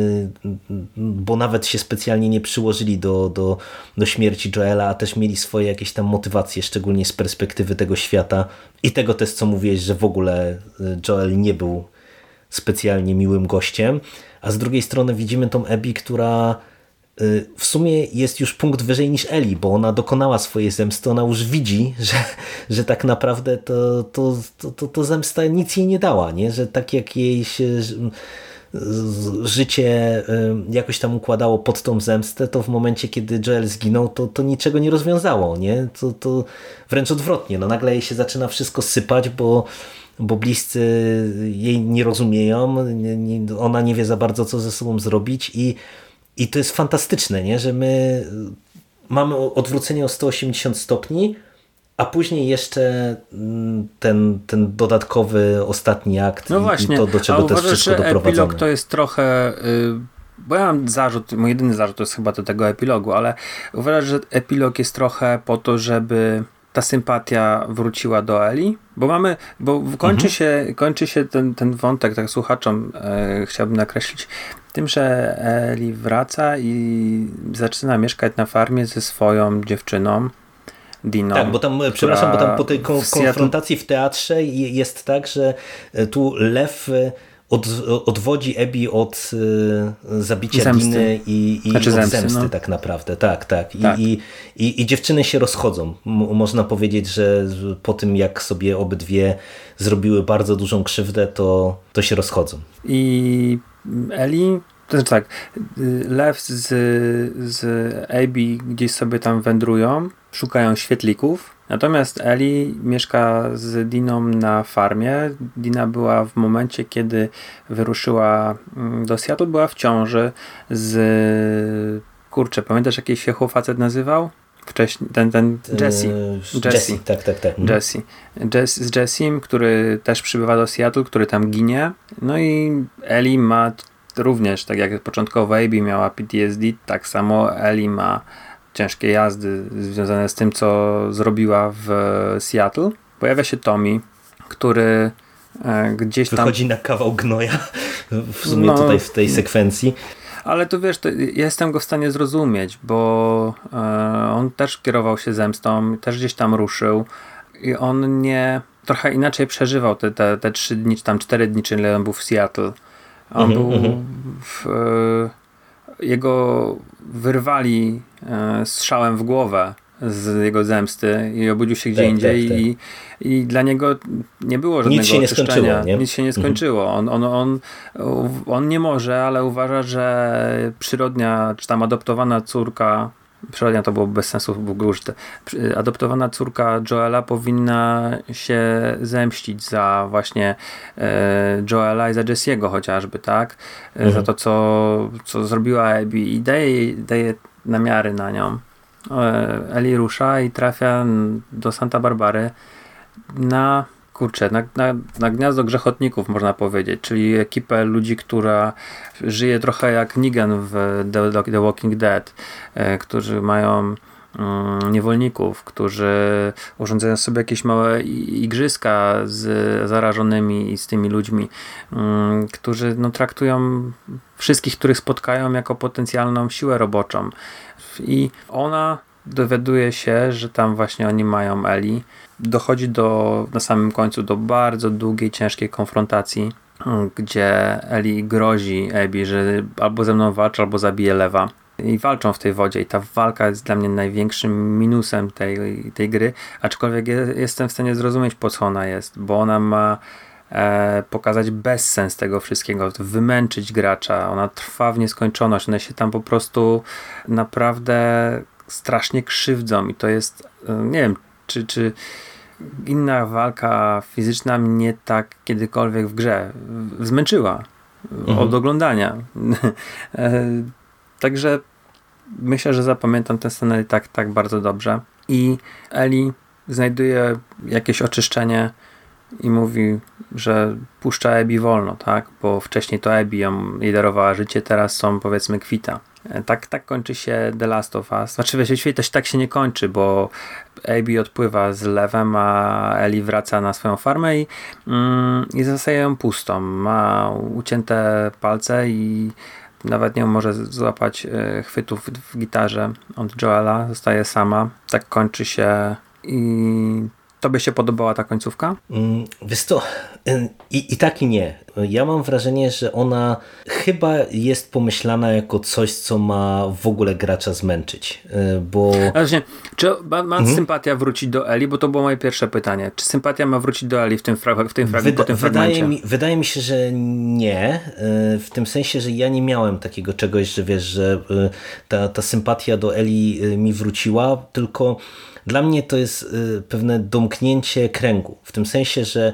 bo nawet się specjalnie nie przyłożyli do, do, do śmierci Joela, a też mieli swoje jakieś tam motywacje, szczególnie z perspektywy tego świata i tego też, co mówiłeś, że w ogóle Joel nie był specjalnie miłym gościem, a z drugiej strony widzimy tą Abby, która w sumie jest już punkt wyżej niż Ellie, bo ona dokonała swojej zemsty, ona już widzi, że, że tak naprawdę to, to, to, to, to zemsta nic jej nie dała, nie? Że tak jak jej się życie jakoś tam układało pod tą zemstę, to w momencie, kiedy Joel zginął, to, to niczego nie rozwiązało, nie? To, to wręcz odwrotnie, no nagle jej się zaczyna wszystko sypać, bo bo bliscy jej nie rozumieją, nie, nie, ona nie wie za bardzo, co ze sobą zrobić i, i to jest fantastyczne, nie? Że my mamy odwrócenie o sto osiemdziesiąt stopni, a później jeszcze ten, ten dodatkowy ostatni akt no i, właśnie. i to, do czego a to jest uważasz, wszystko że doprowadzone. Epilog to jest trochę... Yy... Bo ja mam zarzut, mój jedyny zarzut to jest chyba do tego epilogu, ale uważasz, że epilog jest trochę po to, żeby ta sympatia wróciła do Ellie? Bo mamy, bo kończy mhm. się, kończy się ten, ten wątek, tak słuchaczom e, chciałbym nakreślić, tym, że Ellie wraca i zaczyna mieszkać na farmie ze swoją dziewczyną, Diną. Tak, bo tam, przepraszam, bo tam po tej kon- konfrontacji w teatrze jest tak, że tu Lew Od, odwodzi Abby od y, zabicia zemsty. Diny i, i znaczy od zemsty, zemsty no. tak naprawdę. Tak, tak. I, tak. I, i, i dziewczyny się rozchodzą. M- można powiedzieć, że po tym jak sobie obydwie zrobiły bardzo dużą krzywdę, to, to się rozchodzą. I Ellie, to znaczy tak, Lew z, z Abby gdzieś sobie tam wędrują, szukają świetlików. Natomiast Ellie mieszka z Diną na farmie. Dina była w momencie, kiedy wyruszyła do Seattle, była w ciąży z... Kurczę, pamiętasz, jak się facet nazywał? Wcześniej, ten, ten Jesse. Eee, Jesse. Jesse, tak, tak, tak. Jesse. Jesse. Z Jessim, który też przybywa do Seattle, który tam ginie. No i Ellie ma również, tak jak początkowo Abby miała P T S D, tak samo Ellie ma ciężkie jazdy związane z tym, co zrobiła w Seattle. Pojawia się Tommy, który gdzieś tam... Wychodzi na kawał gnoja w sumie no, tutaj w tej sekwencji. Ale to wiesz, to ja jestem go w stanie zrozumieć, bo e, on też kierował się zemstą, też gdzieś tam ruszył i on nie... Trochę inaczej przeżywał te, te, te trzy dni, czy tam cztery dni, czyli on był w Seattle. On mm-hmm, był mm-hmm. w... E, jego wyrwali e, strzałem w głowę z jego zemsty i obudził się gdzie tak, indziej tak, tak. I, i dla niego nie było żadnego nic się nie oczyszczenia. skończyło, nie? Nic się nie skończyło. On, on, on, on nie może, ale uważa, że przyrodnia, czy tam adoptowana córka, przyrodnia to było bez sensu w ogóle użyte, adoptowana córka Joela powinna się zemścić za właśnie e, Joela i za Jesse'ego chociażby, tak? E, mhm. za to, co, co zrobiła Abby i daje, daje namiary na nią. Eli rusza i trafia do Santa Barbary na kurczę, na, na, na gniazdo grzechotników, można powiedzieć, czyli ekipę ludzi, która żyje trochę jak Negan w The, The Walking Dead, e, którzy mają mm, niewolników, którzy urządzają sobie jakieś małe igrzyska z zarażonymi i z tymi ludźmi, mm, którzy no, traktują wszystkich, których spotkają, jako potencjalną siłę roboczą. I ona dowiaduje się, że tam właśnie oni mają Eli. Dochodzi do, na samym końcu do bardzo długiej, ciężkiej konfrontacji, gdzie Eli grozi Abby, że albo ze mną walczy, albo zabije lewa. I walczą w tej wodzie i ta walka jest dla mnie największym minusem tej, tej gry, aczkolwiek je, jestem w stanie zrozumieć, po co ona jest, bo ona ma e, pokazać bezsens tego wszystkiego, wymęczyć gracza, ona trwa w nieskończoność, one się tam po prostu naprawdę strasznie krzywdzą i to jest, nie wiem, czy, czy inna walka fizyczna mnie tak kiedykolwiek w grze zmęczyła mhm. od oglądania. Także myślę, że zapamiętam tę scenę tak, tak bardzo dobrze. I Eli znajduje jakieś oczyszczenie i mówi, że puszcza Abby wolno, tak? Bo wcześniej to Abby ją jej darowała życie, teraz są powiedzmy kwita. Tak, tak kończy się The Last of Us. Znaczy w świecie to tak się nie kończy, bo Abby odpływa z lewem, a Eli wraca na swoją farmę i, mm, i zostaje ją pustą. Ma ucięte palce i nawet nie może złapać e, chwytów w, w gitarze od Joela. Zostaje sama. Tak kończy się i tobie się podobała ta końcówka? Mm, wiesz co, i, i tak i nie. Ja mam wrażenie, że ona chyba jest pomyślana jako coś, co ma w ogóle gracza zmęczyć, bo... Właśnie, czy ma, ma mhm. sympatia wrócić do Eli? Bo to było moje pierwsze pytanie. Czy sympatia ma wrócić do Eli w tym, fra- w tym, fra- Wyda- po tym wydaje fragmencie? Mi, wydaje mi się, że nie. W tym sensie, że ja nie miałem takiego czegoś, że wiesz, że ta, ta sympatia do Eli mi wróciła, tylko dla mnie to jest pewne domknięcie kręgu. W tym sensie, że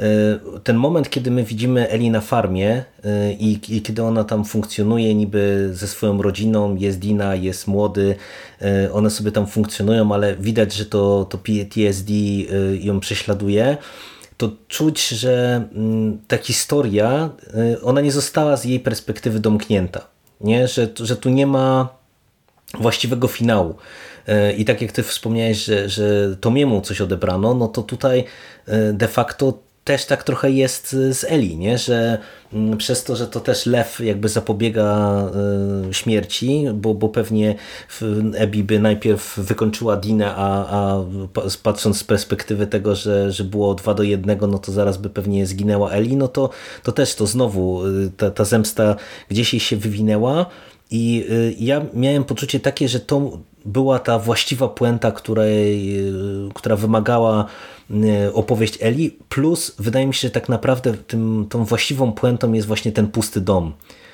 ten moment, kiedy my widzimy Eli na farmie i, i kiedy ona tam funkcjonuje niby ze swoją rodziną, jest Dina, jest młody, one sobie tam funkcjonują, ale widać, że to, to P T S D ją prześladuje, to czuć, że ta historia, ona nie została z jej perspektywy domknięta. Nie? Że, że tu nie ma właściwego finału. I tak jak ty wspomniałeś, że, że Tomiemu coś odebrano, no to tutaj de facto też tak trochę jest z Eli, nie? Że przez to, że to też lew jakby zapobiega śmierci, bo, bo pewnie Abby by najpierw wykończyła Dinę, a, a patrząc z perspektywy tego, że, że było dwa do jednego, no to zaraz by pewnie zginęła Eli, no to, to też to znowu ta, ta zemsta gdzieś jej się wywinęła i ja miałem poczucie takie, że to była ta właściwa puenta, której, która wymagała opowieść Eli, plus wydaje mi się, że tak naprawdę tym, tą właściwą puentą jest właśnie ten pusty dom,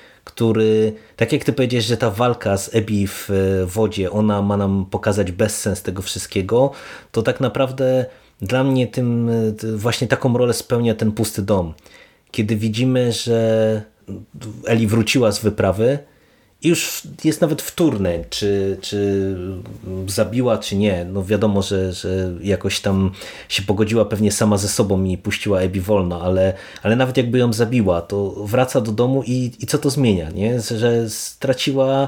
który, tak jak ty powiedziałeś, że ta walka z Abby w wodzie, ona ma nam pokazać bezsens tego wszystkiego, to tak naprawdę dla mnie tym właśnie taką rolę spełnia ten pusty dom. Kiedy widzimy, że Eli wróciła z wyprawy, i już jest nawet wtórne, czy, czy zabiła, czy nie. No wiadomo, że, że jakoś tam się pogodziła pewnie sama ze sobą i puściła Abby wolno, ale, ale nawet jakby ją zabiła, to wraca do domu i, i co to zmienia? Nie? Że straciła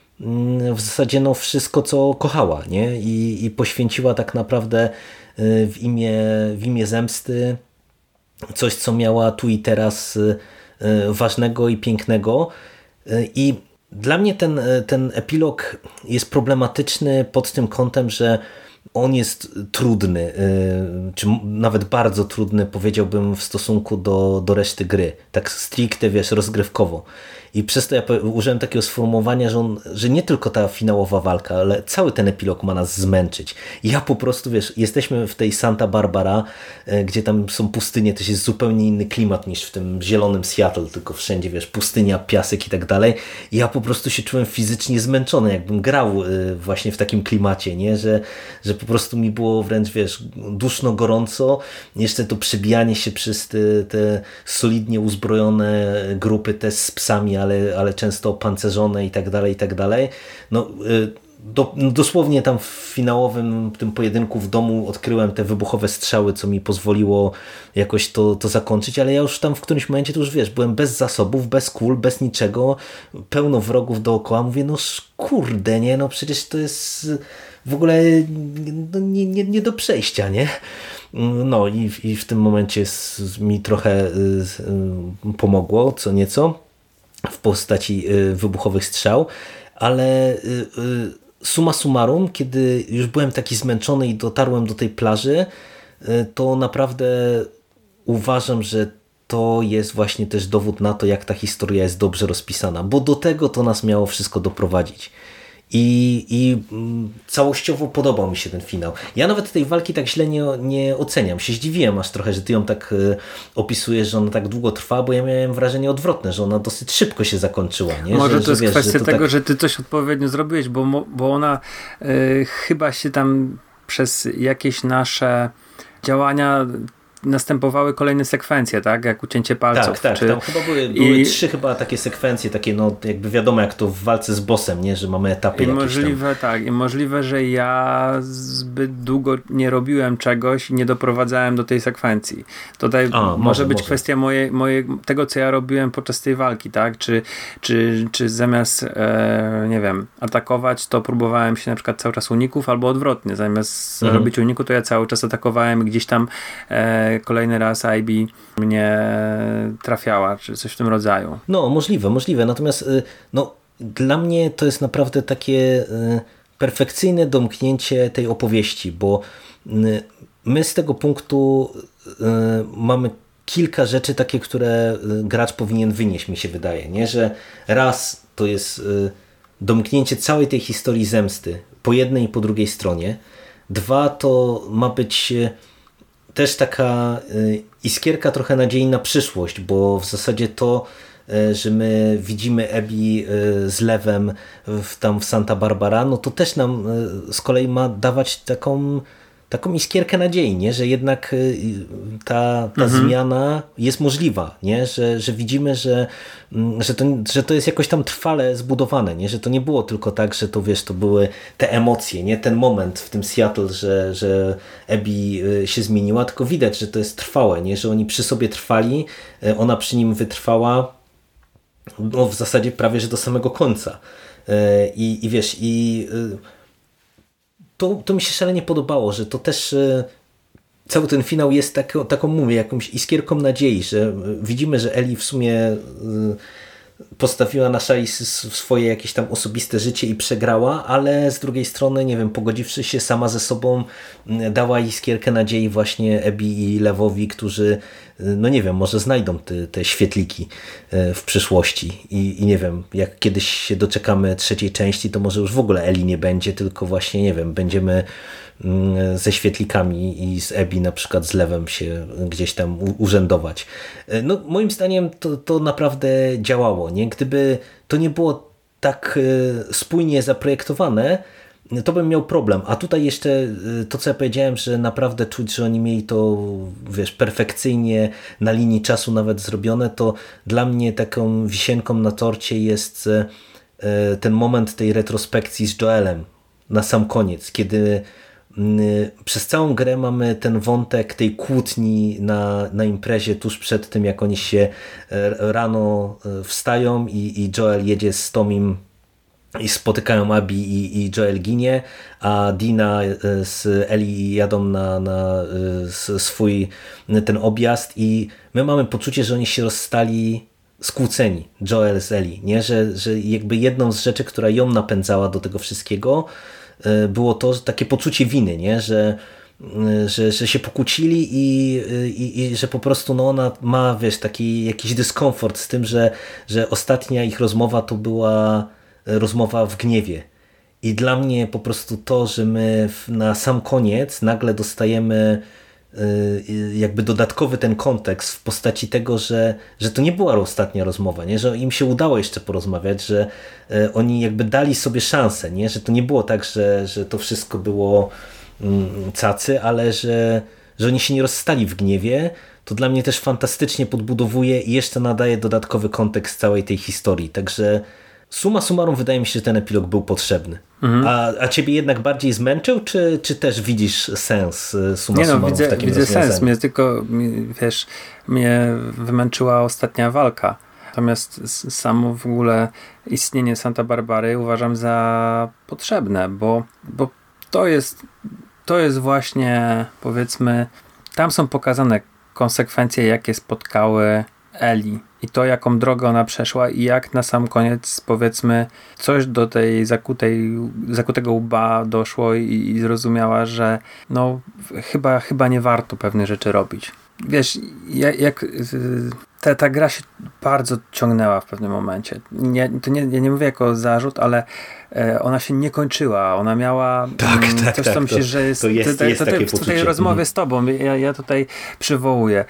w zasadzie no wszystko, co kochała, nie? I, i poświęciła tak naprawdę w imię, w imię zemsty coś, co miała tu i teraz ważnego i pięknego. I dla mnie ten, ten epilog jest problematyczny pod tym kątem, że on jest trudny, czy nawet bardzo trudny, powiedziałbym, w stosunku do, do reszty gry. Tak stricte, wiesz, rozgrywkowo. I przez to ja użyłem takiego sformułowania, że, on, że nie tylko ta finałowa walka, ale cały ten epilog ma nas zmęczyć. I ja po prostu, wiesz, jesteśmy w tej Santa Barbara, gdzie tam są pustynie, to jest zupełnie inny klimat niż w tym zielonym Seattle, tylko wszędzie, wiesz, pustynia, piasek i tak dalej. I ja po prostu się czułem fizycznie zmęczony, jakbym grał właśnie w takim klimacie, nie? Że, że po prostu mi było wręcz, wiesz, duszno, gorąco. Jeszcze to przebijanie się przez te, te solidnie uzbrojone grupy też z psami, ale, ale często opancerzone i tak dalej, i tak dalej. No, do, dosłownie tam w finałowym tym pojedynku w domu odkryłem te wybuchowe strzały, co mi pozwoliło jakoś to, to zakończyć, ale ja już tam w którymś momencie to już wiesz, byłem bez zasobów, bez kul, bez niczego, pełno wrogów dookoła. Mówię, no kurde, nie, no przecież to jest w ogóle no, nie, nie, nie do przejścia, nie? No i, i w tym momencie mi trochę y, y, pomogło, co nieco, w postaci wybuchowych strzał, ale summa summarum, kiedy już byłem taki zmęczony i dotarłem do tej plaży, to naprawdę uważam, że to jest właśnie też dowód na to, jak ta historia jest dobrze rozpisana, bo do tego to nas miało wszystko doprowadzić. I, i całościowo podobał mi się ten finał. Ja nawet tej walki tak źle nie, nie oceniam. Się zdziwiłem aż trochę, że ty ją tak y, opisujesz, że ona tak długo trwa, bo ja miałem wrażenie odwrotne, że ona dosyć szybko się zakończyła. Nie? Może że, to że, jest wiesz, kwestia że tego, tak... że ty coś odpowiednio zrobiłeś, bo, bo ona y, chyba się tam przez jakieś nasze działania następowały kolejne sekwencje, tak? Jak ucięcie palców. Tak, tak. Czy... Tam chyba były, były I... trzy chyba takie sekwencje, takie no jakby wiadomo jak to w walce z bossem, nie? Że mamy etapy I jakieś możliwe, tam. tak. I możliwe, że ja zbyt długo nie robiłem czegoś i nie doprowadzałem do tej sekwencji. Tutaj A, może, może być może. kwestia moje, moje, tego, co ja robiłem podczas tej walki, tak? Czy, czy, czy zamiast e, nie wiem, atakować, to próbowałem się na przykład cały czas uników, albo odwrotnie. Zamiast mhm. robić uniku, to ja cały czas atakowałem i gdzieś tam e, kolejny raz I B mnie trafiała, czy coś w tym rodzaju. No, możliwe, możliwe. Natomiast no, dla mnie to jest naprawdę takie perfekcyjne domknięcie tej opowieści, bo my z tego punktu mamy kilka rzeczy takie, które gracz powinien wynieść, mi się wydaje, nie? Że raz to jest domknięcie całej tej historii zemsty po jednej i po drugiej stronie. Dwa to ma być też taka iskierka trochę nadziei na przyszłość, bo w zasadzie to, że my widzimy Abby z Lewem w, tam w Santa Barbara, no to też nam z kolei ma dawać taką, taką iskierkę nadziei, nie? Że jednak ta, ta mhm. zmiana jest możliwa, nie? Że, że widzimy, że, że, to, że to jest jakoś tam trwale zbudowane, nie? Że to nie było tylko tak, że to wiesz, to były te emocje, nie? Ten moment w tym Seattle, że, że Abby się zmieniła, tylko widać, że to jest trwałe, nie? Że oni przy sobie trwali, ona przy nim wytrwała no w zasadzie prawie, że do samego końca. I, i wiesz, i To, to mi się szalenie podobało, że to też e, cały ten finał jest taką, taką mówię, jakąś iskierką nadziei, że widzimy, że Ellie w sumie e, postawiła na szali swoje jakieś tam osobiste życie i przegrała, ale z drugiej strony, nie wiem, pogodziwszy się sama ze sobą, dała iskierkę nadziei właśnie Abby i Lewowi, którzy, no nie wiem, może znajdą te, te świetliki w przyszłości i, i nie wiem, jak kiedyś się doczekamy trzeciej części, to może już w ogóle Ellie nie będzie, tylko właśnie, nie wiem, będziemy ze świetlikami i z Abby na przykład z Lewem się gdzieś tam urzędować. No moim zdaniem to, to naprawdę działało, nie? Gdyby to nie było tak spójnie zaprojektowane, to bym miał problem. A tutaj jeszcze to, co ja powiedziałem, że naprawdę czuć, że oni mieli to, wiesz, perfekcyjnie na linii czasu nawet zrobione, to dla mnie taką wisienką na torcie jest ten moment tej retrospekcji z Joelem na sam koniec, kiedy przez całą grę mamy ten wątek tej kłótni na, na imprezie tuż przed tym, jak oni się rano wstają i, i Joel jedzie z Tomim i spotykają Abby i, i Joel ginie, a Dina z Ellie jadą na, na swój ten objazd i my mamy poczucie, że oni się rozstali skłóceni, Joel z Ellie, nie? Że, że jakby jedną z rzeczy, która ją napędzała do tego wszystkiego, było to że takie poczucie winy, nie? Że, że, że się pokłócili i, i, i że po prostu no ona ma, wiesz, taki jakiś dyskomfort z tym, że, że ostatnia ich rozmowa to była rozmowa w gniewie. I dla mnie po prostu to, że my na sam koniec nagle dostajemy jakby dodatkowy ten kontekst w postaci tego, że, że to nie była ostatnia rozmowa, nie? Że im się udało jeszcze porozmawiać, że oni jakby dali sobie szansę, nie? Że to nie było tak, że, że to wszystko było cacy, ale że, że oni się nie rozstali w gniewie, to dla mnie też fantastycznie podbudowuje i jeszcze nadaje dodatkowy kontekst całej tej historii. Także summa summarum wydaje mi się, że ten epilog był potrzebny. Mhm. A, a ciebie jednak bardziej zmęczył, czy, czy też widzisz sens summa Nie no, summarum widzę, w takim widzę rozwiązaniu? sens. Mnie tylko, wiesz, mnie wymęczyła ostatnia walka. Natomiast samo w ogóle istnienie Santa Barbary uważam za potrzebne, bo, bo to jest to jest właśnie, powiedzmy, tam są pokazane konsekwencje, jakie spotkały Eli i to, jaką drogę ona przeszła i jak na sam koniec, powiedzmy, coś do tej zakutej, zakutego łba doszło i, i zrozumiała, że no chyba, chyba nie warto pewnych rzeczy robić. Wiesz, jak, jak ta, ta gra się bardzo ciągnęła w pewnym momencie. Nie, to nie, ja nie mówię jako zarzut, ale e, ona się nie kończyła. Ona miała tak, m, tak, coś, tak, co myślę, to, że jest, to jest, to, jest to, to, takie w poczucie. tej rozmowie mhm. z tobą, ja, ja tutaj przywołuję,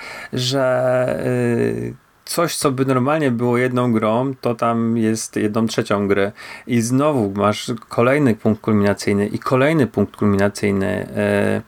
że y, coś, co by normalnie było jedną grą, to tam jest jedną trzecią gry. I znowu masz kolejny punkt kulminacyjny i kolejny punkt kulminacyjny. Y,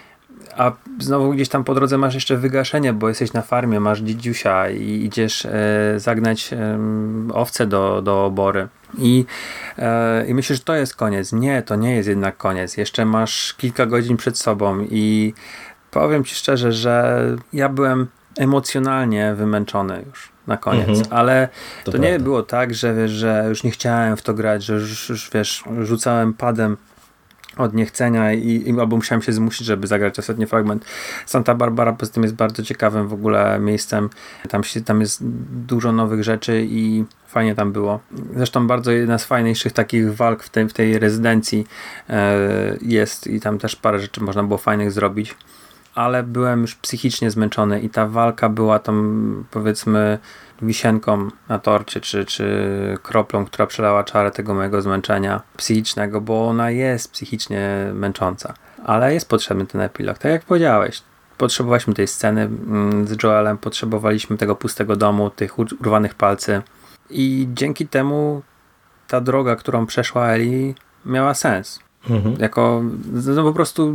a znowu gdzieś tam po drodze masz jeszcze wygaszenie, bo jesteś na farmie, masz dziedziusia i idziesz e, zagnać e, owce do, do obory. I, e, I myślisz, że to jest koniec. Nie, to nie jest jednak koniec. Jeszcze masz kilka godzin przed sobą i powiem ci szczerze, że ja byłem emocjonalnie wymęczony już na koniec, mhm. ale to, to nie było tak, że, wiesz, że już nie chciałem w to grać, że już, już wiesz, rzucałem padem od niechcenia i, i albo musiałem się zmusić, żeby zagrać ostatni fragment. Santa Barbara poza tym jest bardzo ciekawym w ogóle miejscem. Tam, się, tam jest dużo nowych rzeczy i fajnie tam było. Zresztą bardzo jedna z fajniejszych takich walk w tej, w tej rezydencji e, jest i tam też parę rzeczy można było fajnych zrobić. Ale byłem już psychicznie zmęczony i ta walka była tam, powiedzmy, wisienką na torcie, czy, czy kroplą, która przelała czarę tego mojego zmęczenia psychicznego, bo ona jest psychicznie męcząca. Ale jest potrzebny ten epilog. Tak jak powiedziałeś, potrzebowaliśmy tej sceny z Joelem, potrzebowaliśmy tego pustego domu, tych urwanych palcy i dzięki temu ta droga, którą przeszła Eli, miała sens. Mhm. Jako, no po prostu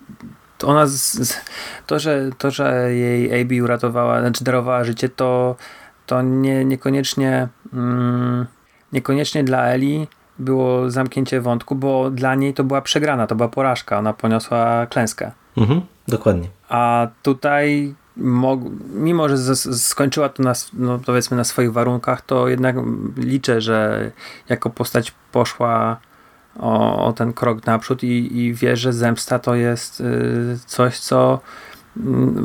ona z, z, to, że, to, że jej Abby uratowała, znaczy darowała życie, to, to nie, niekoniecznie mm, niekoniecznie dla Eli było zamknięcie wątku, bo dla niej to była przegrana, to była porażka, ona poniosła klęskę. Mhm, dokładnie. A tutaj mog, mimo, że z, z, skończyła to na, no, powiedzmy na swoich warunkach, to jednak liczę, że jako postać poszła O, o ten krok naprzód i, i wie, że zemsta to jest y, coś, co y,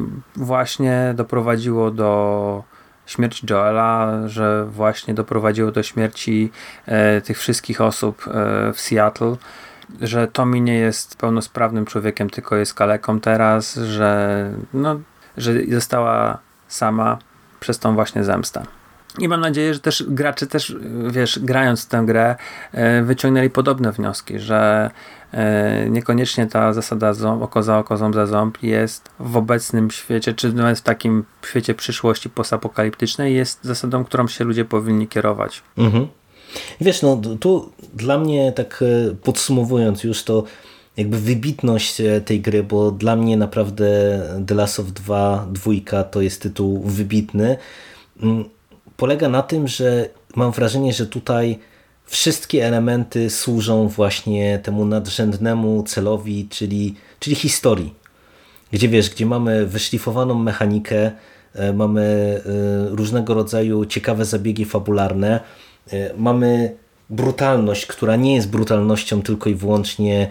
właśnie doprowadziło do śmierci Joela, że właśnie doprowadziło do śmierci y, tych wszystkich osób y, w Seattle, że Tommy nie jest pełnosprawnym człowiekiem, tylko jest kaleką teraz, że, no, że została sama przez tą właśnie zemstę. I mam nadzieję, że też gracze też, wiesz, grając w tę grę, wyciągnęli podobne wnioski, że niekoniecznie ta zasada ząb, oko za oko, ząb za ząb jest w obecnym świecie, czy nawet w takim świecie przyszłości postapokaliptycznej jest zasadą, którą się ludzie powinni kierować. Mhm. Wiesz, no tu dla mnie tak podsumowując już to jakby wybitność tej gry, bo dla mnie naprawdę The Last of dwa, dwójka to jest tytuł wybitny, polega na tym, że mam wrażenie, że tutaj wszystkie elementy służą właśnie temu nadrzędnemu celowi, czyli, czyli historii. Gdzie wiesz, gdzie mamy wyszlifowaną mechanikę, mamy różnego rodzaju ciekawe zabiegi fabularne, mamy brutalność, która nie jest brutalnością tylko i wyłącznie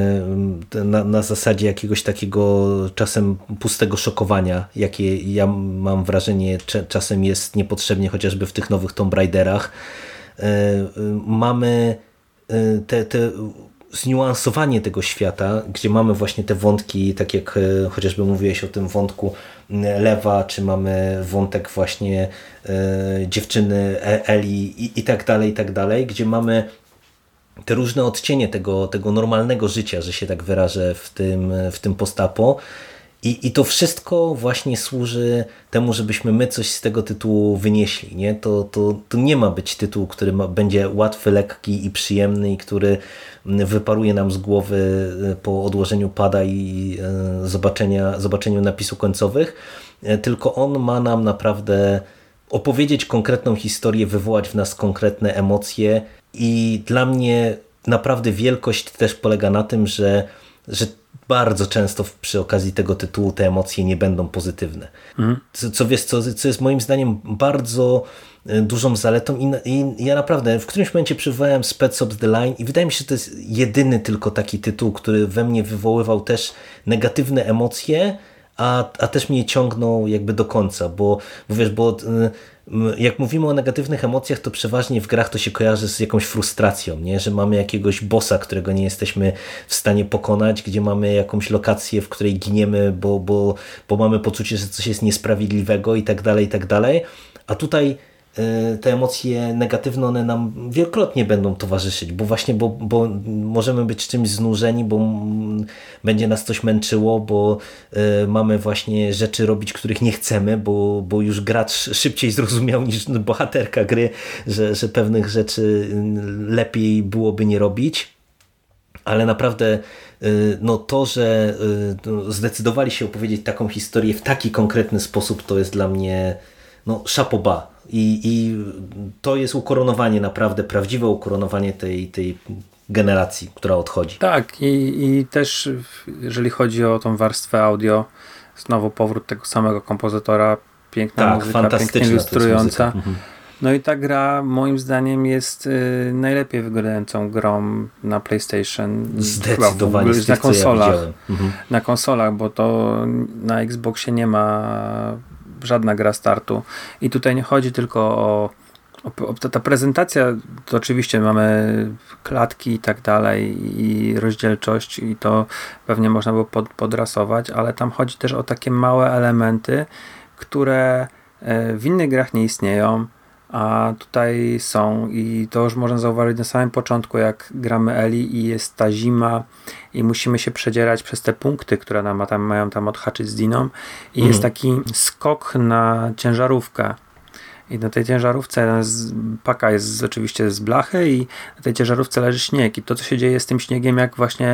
na, na zasadzie jakiegoś takiego czasem pustego szokowania, jakie ja mam wrażenie czasem jest niepotrzebnie, chociażby w tych nowych Tomb Raiderach. Mamy te, te zniuansowanie tego świata, gdzie mamy właśnie te wątki, tak jak e, chociażby mówiłeś o tym wątku Lewa, czy mamy wątek właśnie e, dziewczyny Eli i, i tak dalej, i tak dalej, gdzie mamy te różne odcienie tego, tego normalnego życia, że się tak wyrażę w tym, w tym postapo. I, I to wszystko właśnie służy temu, żebyśmy my coś z tego tytułu wynieśli. Nie? To, to, to nie ma być tytuł, który ma, będzie łatwy, lekki i przyjemny i który wyparuje nam z głowy po odłożeniu pada i e, zobaczenia, zobaczeniu napisu końcowych, e, tylko on ma nam naprawdę opowiedzieć konkretną historię, wywołać w nas konkretne emocje i dla mnie naprawdę wielkość też polega na tym, że, że bardzo często przy okazji tego tytułu te emocje nie będą pozytywne. Mhm. Co, co wiesz, co, co jest moim zdaniem bardzo dużą zaletą i, i ja naprawdę w którymś momencie przywołałem Spec Ops The Line i wydaje mi się, że to jest jedyny tylko taki tytuł, który we mnie wywoływał też negatywne emocje, a, a też mnie ciągnął jakby do końca, bo, bo wiesz, bo jak mówimy o negatywnych emocjach, to przeważnie w grach to się kojarzy z jakąś frustracją, nie? Że mamy jakiegoś bossa, którego nie jesteśmy w stanie pokonać, gdzie mamy jakąś lokację, w której giniemy, bo, bo, bo mamy poczucie, że coś jest niesprawiedliwego i tak dalej, i tak dalej. A tutaj te emocje negatywne, one nam wielokrotnie będą towarzyszyć, bo właśnie, bo, bo możemy być czymś znużeni, bo będzie nas coś męczyło, bo y, mamy właśnie rzeczy robić, których nie chcemy, bo, bo już gracz szybciej zrozumiał niż bohaterka gry, że, że pewnych rzeczy lepiej byłoby nie robić. Ale naprawdę no to, że zdecydowali się opowiedzieć taką historię w taki konkretny sposób, to jest dla mnie no chapeau bas. I, I to jest ukoronowanie, naprawdę prawdziwe ukoronowanie tej, tej generacji, która odchodzi. Tak, i, i też jeżeli chodzi o tą warstwę audio, znowu powrót tego samego kompozytora, piękna tak, muzyka, pięknie ilustrująca. Mhm. No i ta gra moim zdaniem jest y, najlepiej wyglądającą grą na PlayStation. Zdecydowanie z tych, na konsolach. Co ja mhm. Na konsolach, bo to na Xboxie nie ma żadna gra startu. I tutaj nie chodzi tylko o, o, o ta, ta prezentacja, to oczywiście mamy klatki i tak dalej i rozdzielczość i to pewnie można było pod, podrasować, ale tam chodzi też o takie małe elementy, które w innych grach nie istnieją, a tutaj są i to już można zauważyć na samym początku, jak gramy Eli i jest ta zima i musimy się przedzierać przez te punkty, które nam tam, mają tam odhaczyć z Diną i mhm. jest taki skok na ciężarówkę i na tej ciężarówce paka jest oczywiście z blachy i na tej ciężarówce leży śnieg i to, co się dzieje z tym śniegiem, jak właśnie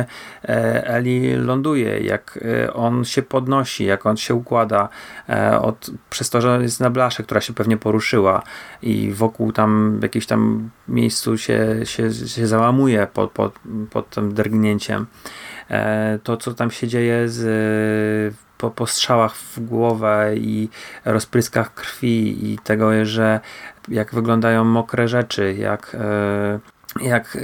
Eli ląduje, jak on się podnosi, jak on się układa od, przez to, że jest na blasze, która się pewnie poruszyła i wokół tam w jakimś tam miejscu się, się, się załamuje pod, pod, pod tym drgnięciem. To, co tam się dzieje z Po, po strzałach w głowę i rozpryskach krwi i tego, że jak wyglądają mokre rzeczy, jak, jak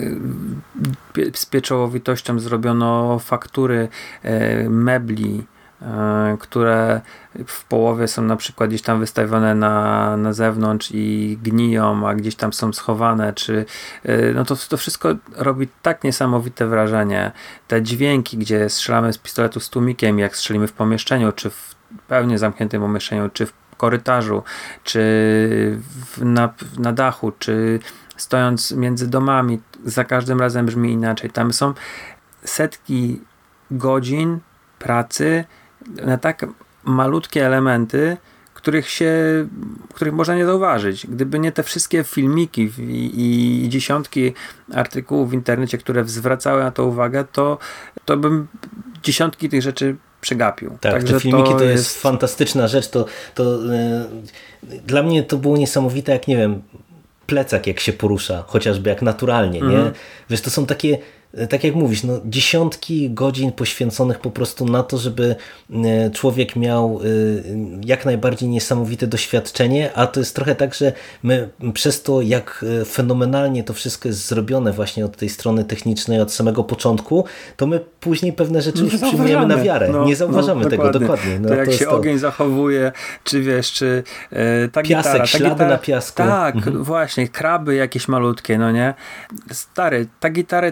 z pieczołowitością zrobiono faktury mebli, które w połowie są na przykład gdzieś tam wystawione na, na zewnątrz i gniją, a gdzieś tam są schowane, czy no to, to wszystko robi tak niesamowite wrażenie. Te dźwięki, gdzie strzelamy z pistoletu z tłumikiem, jak strzelimy w pomieszczeniu, czy w pełnie zamkniętym pomieszczeniu, czy w korytarzu, czy w, na, na dachu, czy stojąc między domami, za każdym razem brzmi inaczej. Tam są setki godzin pracy na tak malutkie elementy, których się, których można nie zauważyć. Gdyby nie te wszystkie filmiki i, i dziesiątki artykułów w internecie, które zwracały na to uwagę, to, to bym dziesiątki tych rzeczy przegapił. Tak, Także te filmiki to, to jest, jest fantastyczna rzecz. To, to yy, dla mnie to było niesamowite, jak nie wiem, plecak jak się porusza, chociażby jak naturalnie, mm. nie? Wiesz, to są takie tak jak mówisz, no, dziesiątki godzin poświęconych po prostu na to, żeby człowiek miał jak najbardziej niesamowite doświadczenie, a to jest trochę tak, że my przez to, jak fenomenalnie to wszystko jest zrobione właśnie od tej strony technicznej, od samego początku, to my później pewne rzeczy już przyjmujemy na wiarę. No, nie zauważamy no, tego dokładnie. dokładnie. No, to jak to się to. ogień zachowuje, czy wiesz, czy e, ta Piasek, gitara, ta ślady gitara, na piasku. Tak, mhm. właśnie, kraby jakieś malutkie, no nie? Stary, ta gitara, te gitary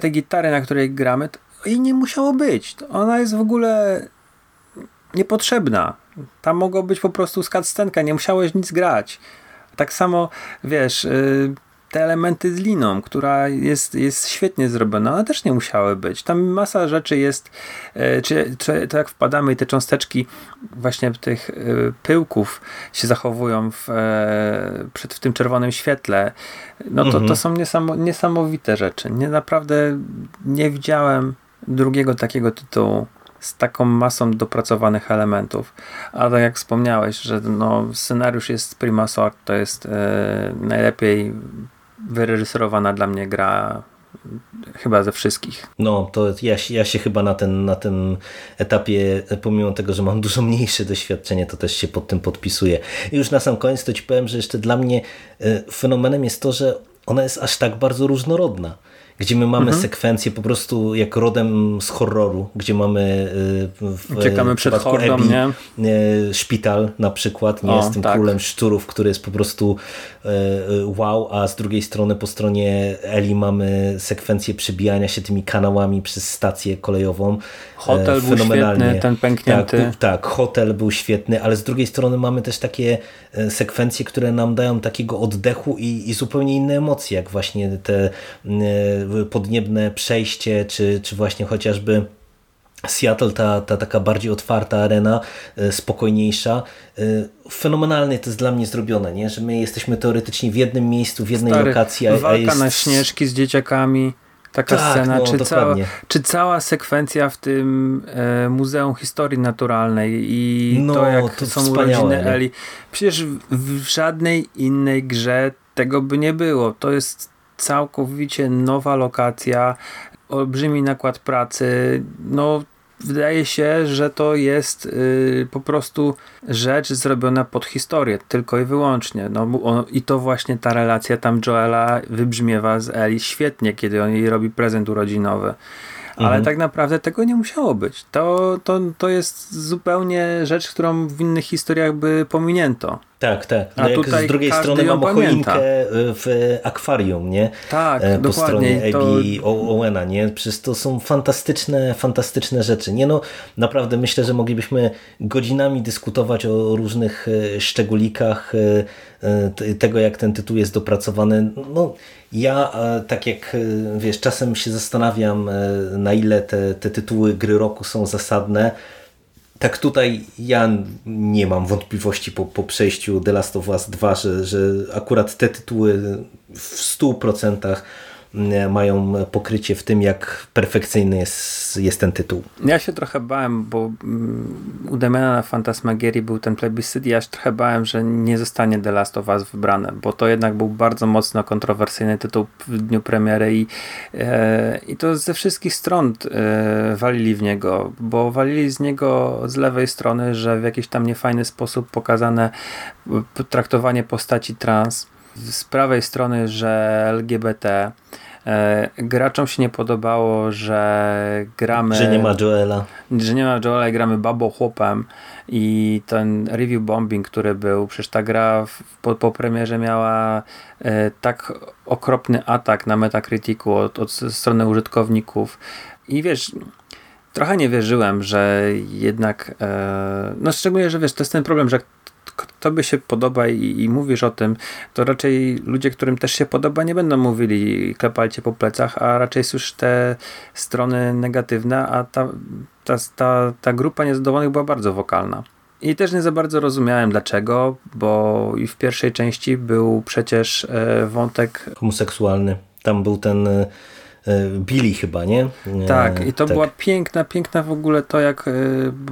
premiery, na której gramy, to jej nie musiało być. Ona jest w ogóle niepotrzebna. Tam mogło być po prostu cutscenka, nie musiałeś nic grać. Tak samo, wiesz, te elementy z liną, która jest, jest świetnie zrobiona, one też nie musiały być. Tam masa rzeczy jest, czy, czy to jak wpadamy i te cząsteczki właśnie tych pyłków się zachowują w, przed w tym czerwonym świetle, no to, to są niesamo, niesamowite rzeczy. Nie, naprawdę nie widziałem drugiego takiego tytułu z taką masą dopracowanych elementów. A tak jak wspomniałeś, że no, scenariusz jest prima sort, to jest e, najlepiej wyreżyserowana dla mnie gra chyba ze wszystkich. No, to ja, ja się chyba na, ten, na tym etapie, pomimo tego, że mam dużo mniejsze doświadczenie, to też się pod tym podpisuję. I już na sam koniec to ci powiem, że jeszcze dla mnie fenomenem jest to, że ona jest aż tak bardzo różnorodna. Gdzie my mamy mhm. sekwencję po prostu jak rodem z horroru, gdzie mamy w Czekamy przed hordą, Abby, nie? szpital na przykład, nie, o, z tym tak. królem szczurów, który jest po prostu wow, a z drugiej strony po stronie Eli mamy sekwencję przebijania się tymi kanałami przez stację kolejową. Hotel był świetny, ten pęknięty. Tak, tak, hotel był świetny, ale z drugiej strony mamy też takie sekwencje, które nam dają takiego oddechu i, i zupełnie inne emocje, jak właśnie te podniebne przejście, czy, czy właśnie chociażby Seattle, ta, ta taka bardziej otwarta arena, spokojniejsza. Fenomenalnie to jest dla mnie zrobione, nie? Że my jesteśmy teoretycznie w jednym miejscu, w jednej Stary, lokacji. A, walka a jest... na śnieżki z dzieciakami. Taka tak, scena, no, czy, cała, czy cała sekwencja w tym e, Muzeum Historii Naturalnej i no, to jak to są urodziny nie? Eli. Przecież w, w żadnej innej grze tego by nie było. To jest całkowicie nowa lokacja, olbrzymi nakład pracy. No, wydaje się, że to jest y, po prostu rzecz zrobiona pod historię, tylko i wyłącznie. No, on, i to właśnie ta relacja tam Joela wybrzmiewa z Eli świetnie, kiedy on jej robi prezent urodzinowy. Ale mhm. tak naprawdę tego nie musiało być. To, to, to jest zupełnie rzecz, którą w innych historiach by pominięto. Tak, tak. No a jak tutaj z drugiej strony mamy choinkę w akwarium, nie? Tak, po dokładnie. stronie Abby to... i Owena, nie? Przecież to są fantastyczne, fantastyczne rzeczy. Nie no, naprawdę myślę, że moglibyśmy godzinami dyskutować o różnych szczególikach tego, jak ten tytuł jest dopracowany. No, ja tak jak wiesz, czasem się zastanawiam, na ile te, te tytuły gry roku są zasadne. Tak tutaj ja nie mam wątpliwości po, po przejściu The Last of Us dwa, że, że akurat te tytuły w stu procentach mają pokrycie w tym, jak perfekcyjny jest, jest ten tytuł. Ja się trochę bałem, bo u Damiana na Fantasmagierii był ten plebiscyt i ja się trochę bałem, że nie zostanie The Last of Us wybrane, bo to jednak był bardzo mocno kontrowersyjny tytuł w dniu premiery i, e, i to ze wszystkich stron e, walili w niego, bo walili z niego z lewej strony, że w jakiś tam niefajny sposób pokazane traktowanie postaci trans, z prawej strony, że L G B T. E, graczom się nie podobało, że gramy... Że nie ma Joela. Że nie ma Joela i gramy babą chłopem i ten review bombing, który był, przecież ta gra w, po, po premierze miała e, tak okropny atak na Metacriticu od, od strony użytkowników i wiesz... Trochę nie wierzyłem, że jednak e, no szczególnie, że wiesz, to jest ten problem, że tobie się podoba i, i mówisz o tym, to raczej ludzie, którym też się podoba, nie będą mówili klepajcie po plecach, a raczej słyszysz te strony negatywne, a ta, ta, ta, ta grupa niezadowolonych była bardzo wokalna. I też nie za bardzo rozumiałem dlaczego, bo i w pierwszej części był przecież e, wątek homoseksualny. Tam był ten e, Billy chyba, nie? E, tak, i to tak. była piękna, piękna w ogóle to, jak e,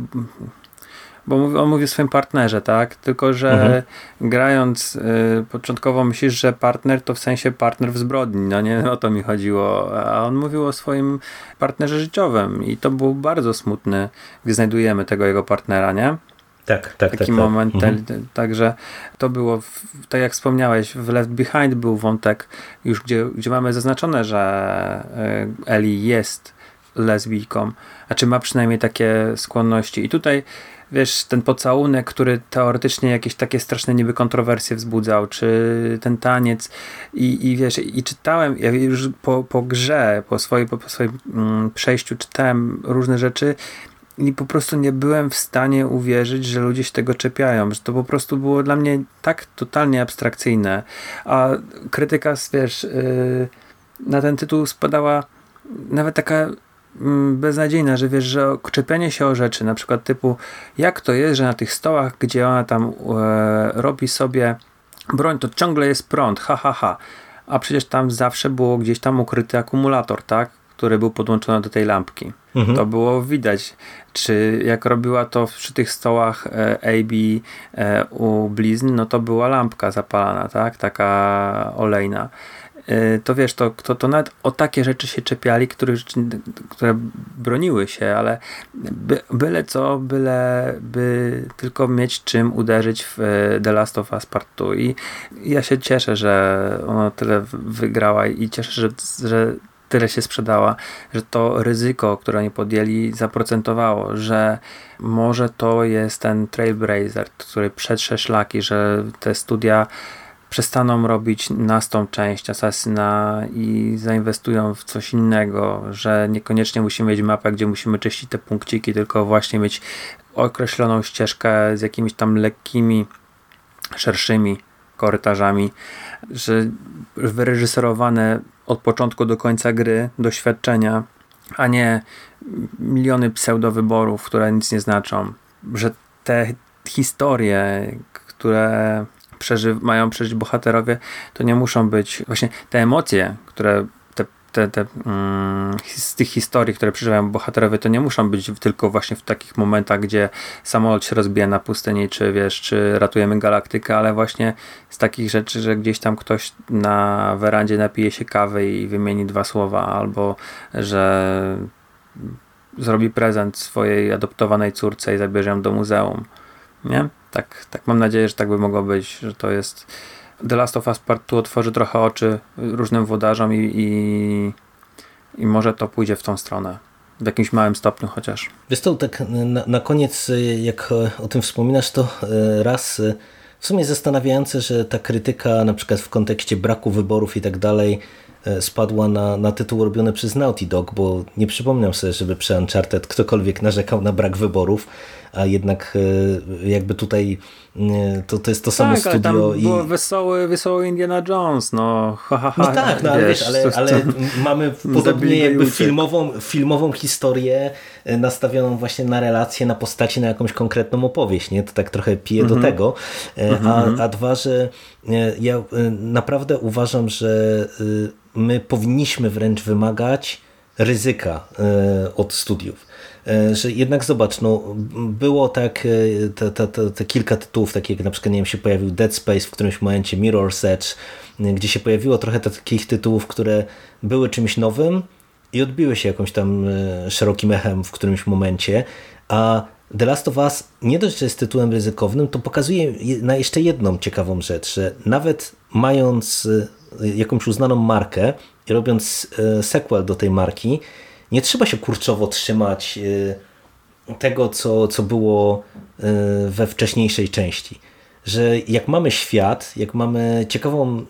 bo on mówi o swoim partnerze, tak? Tylko, że mhm. grając y, początkowo myślisz, że partner to w sensie partner w zbrodni, no nie o to mi chodziło, a on mówił o swoim partnerze życiowym i to był bardzo smutny, gdy znajdujemy tego jego partnera, nie? Tak, tak, Taki tak, moment, tak. Ten, ten, także to było, w, tak jak wspomniałeś, w Left Behind był wątek już, gdzie, gdzie mamy zaznaczone, że y, Eli jest lesbijką, a czy ma przynajmniej takie skłonności i tutaj wiesz, ten pocałunek, który teoretycznie jakieś takie straszne niby kontrowersje wzbudzał, czy ten taniec i, i wiesz, i czytałem, ja już po, po grze, po, swojej, po, po swoim mm, przejściu czytałem różne rzeczy i po prostu nie byłem w stanie uwierzyć, że ludzie się tego czepiają, że to po prostu było dla mnie tak totalnie abstrakcyjne, a krytyka, wiesz, yy, na ten tytuł spadała nawet taka beznadziejna, że wiesz, że czepianie się o rzeczy, na przykład typu, jak to jest, że na tych stołach, gdzie ona tam e, robi sobie broń, to ciągle jest prąd, ha, ha, ha. A przecież tam zawsze było gdzieś tam ukryty akumulator, tak? Który był podłączony do tej lampki. Mhm. To było widać. Czy jak robiła to przy tych stołach e, A B e, u blizn, no to była lampka zapalana, tak? Taka olejna. To wiesz, to, to, to nawet o takie rzeczy się czepiali, które, które broniły się, ale by, byle co, byle by tylko mieć czym uderzyć w The Last of Us Part dwa. I ja się cieszę, że ona tyle wygrała i cieszę się, że, że tyle się sprzedała, że to ryzyko, które oni podjęli, zaprocentowało, że może to jest ten Trailblazer, który przetrze szlaki, że te studia przestaną robić nastą część Assassina i zainwestują w coś innego, że niekoniecznie musimy mieć mapę, gdzie musimy czyścić te punkciki, tylko właśnie mieć określoną ścieżkę z jakimiś tam lekkimi, szerszymi korytarzami, że wyreżyserowane od początku do końca gry, doświadczenia, a nie miliony pseudowyborów, które nic nie znaczą, że te historie, które Przeży, mają przeżyć bohaterowie, to nie muszą być właśnie te emocje, które te, te, te, mm, z tych historii, które przeżywają bohaterowie, to nie muszą być tylko właśnie w takich momentach, gdzie samolot się rozbija na pustyni, czy wiesz, czy ratujemy galaktykę, ale właśnie z takich rzeczy, że gdzieś tam ktoś na werandzie napije się kawy i wymieni dwa słowa, albo że zrobi prezent swojej adoptowanej córce i zabierze ją do muzeum. Nie? Tak, tak mam nadzieję, że tak by mogło być, że to jest The Last of Us Part dwa otworzy trochę oczy różnym włodarzom i, i, i może to pójdzie w tą stronę. W jakimś małym stopniu chociaż. Wiesz to, tak na, na koniec, jak o tym wspominasz, to raz w sumie zastanawiające, że ta krytyka na przykład w kontekście braku wyborów i tak dalej spadła na, na tytuł robiony przez Naughty Dog, bo nie przypomniał sobie, żeby przy Uncharted ktokolwiek narzekał na brak wyborów, a jednak jakby tutaj to, to jest to samo tak, studio. Ale tam i było wesoły, wesoły Indiana Jones, no ha, ha, ha. No tak, no, ale, wiesz, ale, to, ale to, mamy podobnie jakby filmową, filmową historię nastawioną właśnie na relacje, na postaci, na jakąś konkretną opowieść, nie? To tak trochę pije mm-hmm. do tego, a, a dwa, że ja naprawdę uważam, że my powinniśmy wręcz wymagać ryzyka od studiów. Że jednak zobacz, no było tak te, te, te, te kilka tytułów, takie jak na przykład, nie wiem, się pojawił Dead Space w którymś momencie, Mirror's Edge, gdzie się pojawiło trochę takich tytułów, które były czymś nowym i odbiły się jakąś tam szerokim echem w którymś momencie, a The Last of Us nie dość, że jest tytułem ryzykownym, to pokazuje na jeszcze jedną ciekawą rzecz, że nawet mając jakąś uznaną markę i robiąc sequel do tej marki, nie trzeba się kurczowo trzymać tego, co, co było we wcześniejszej części. Że jak mamy świat, jak mamy ciekawą,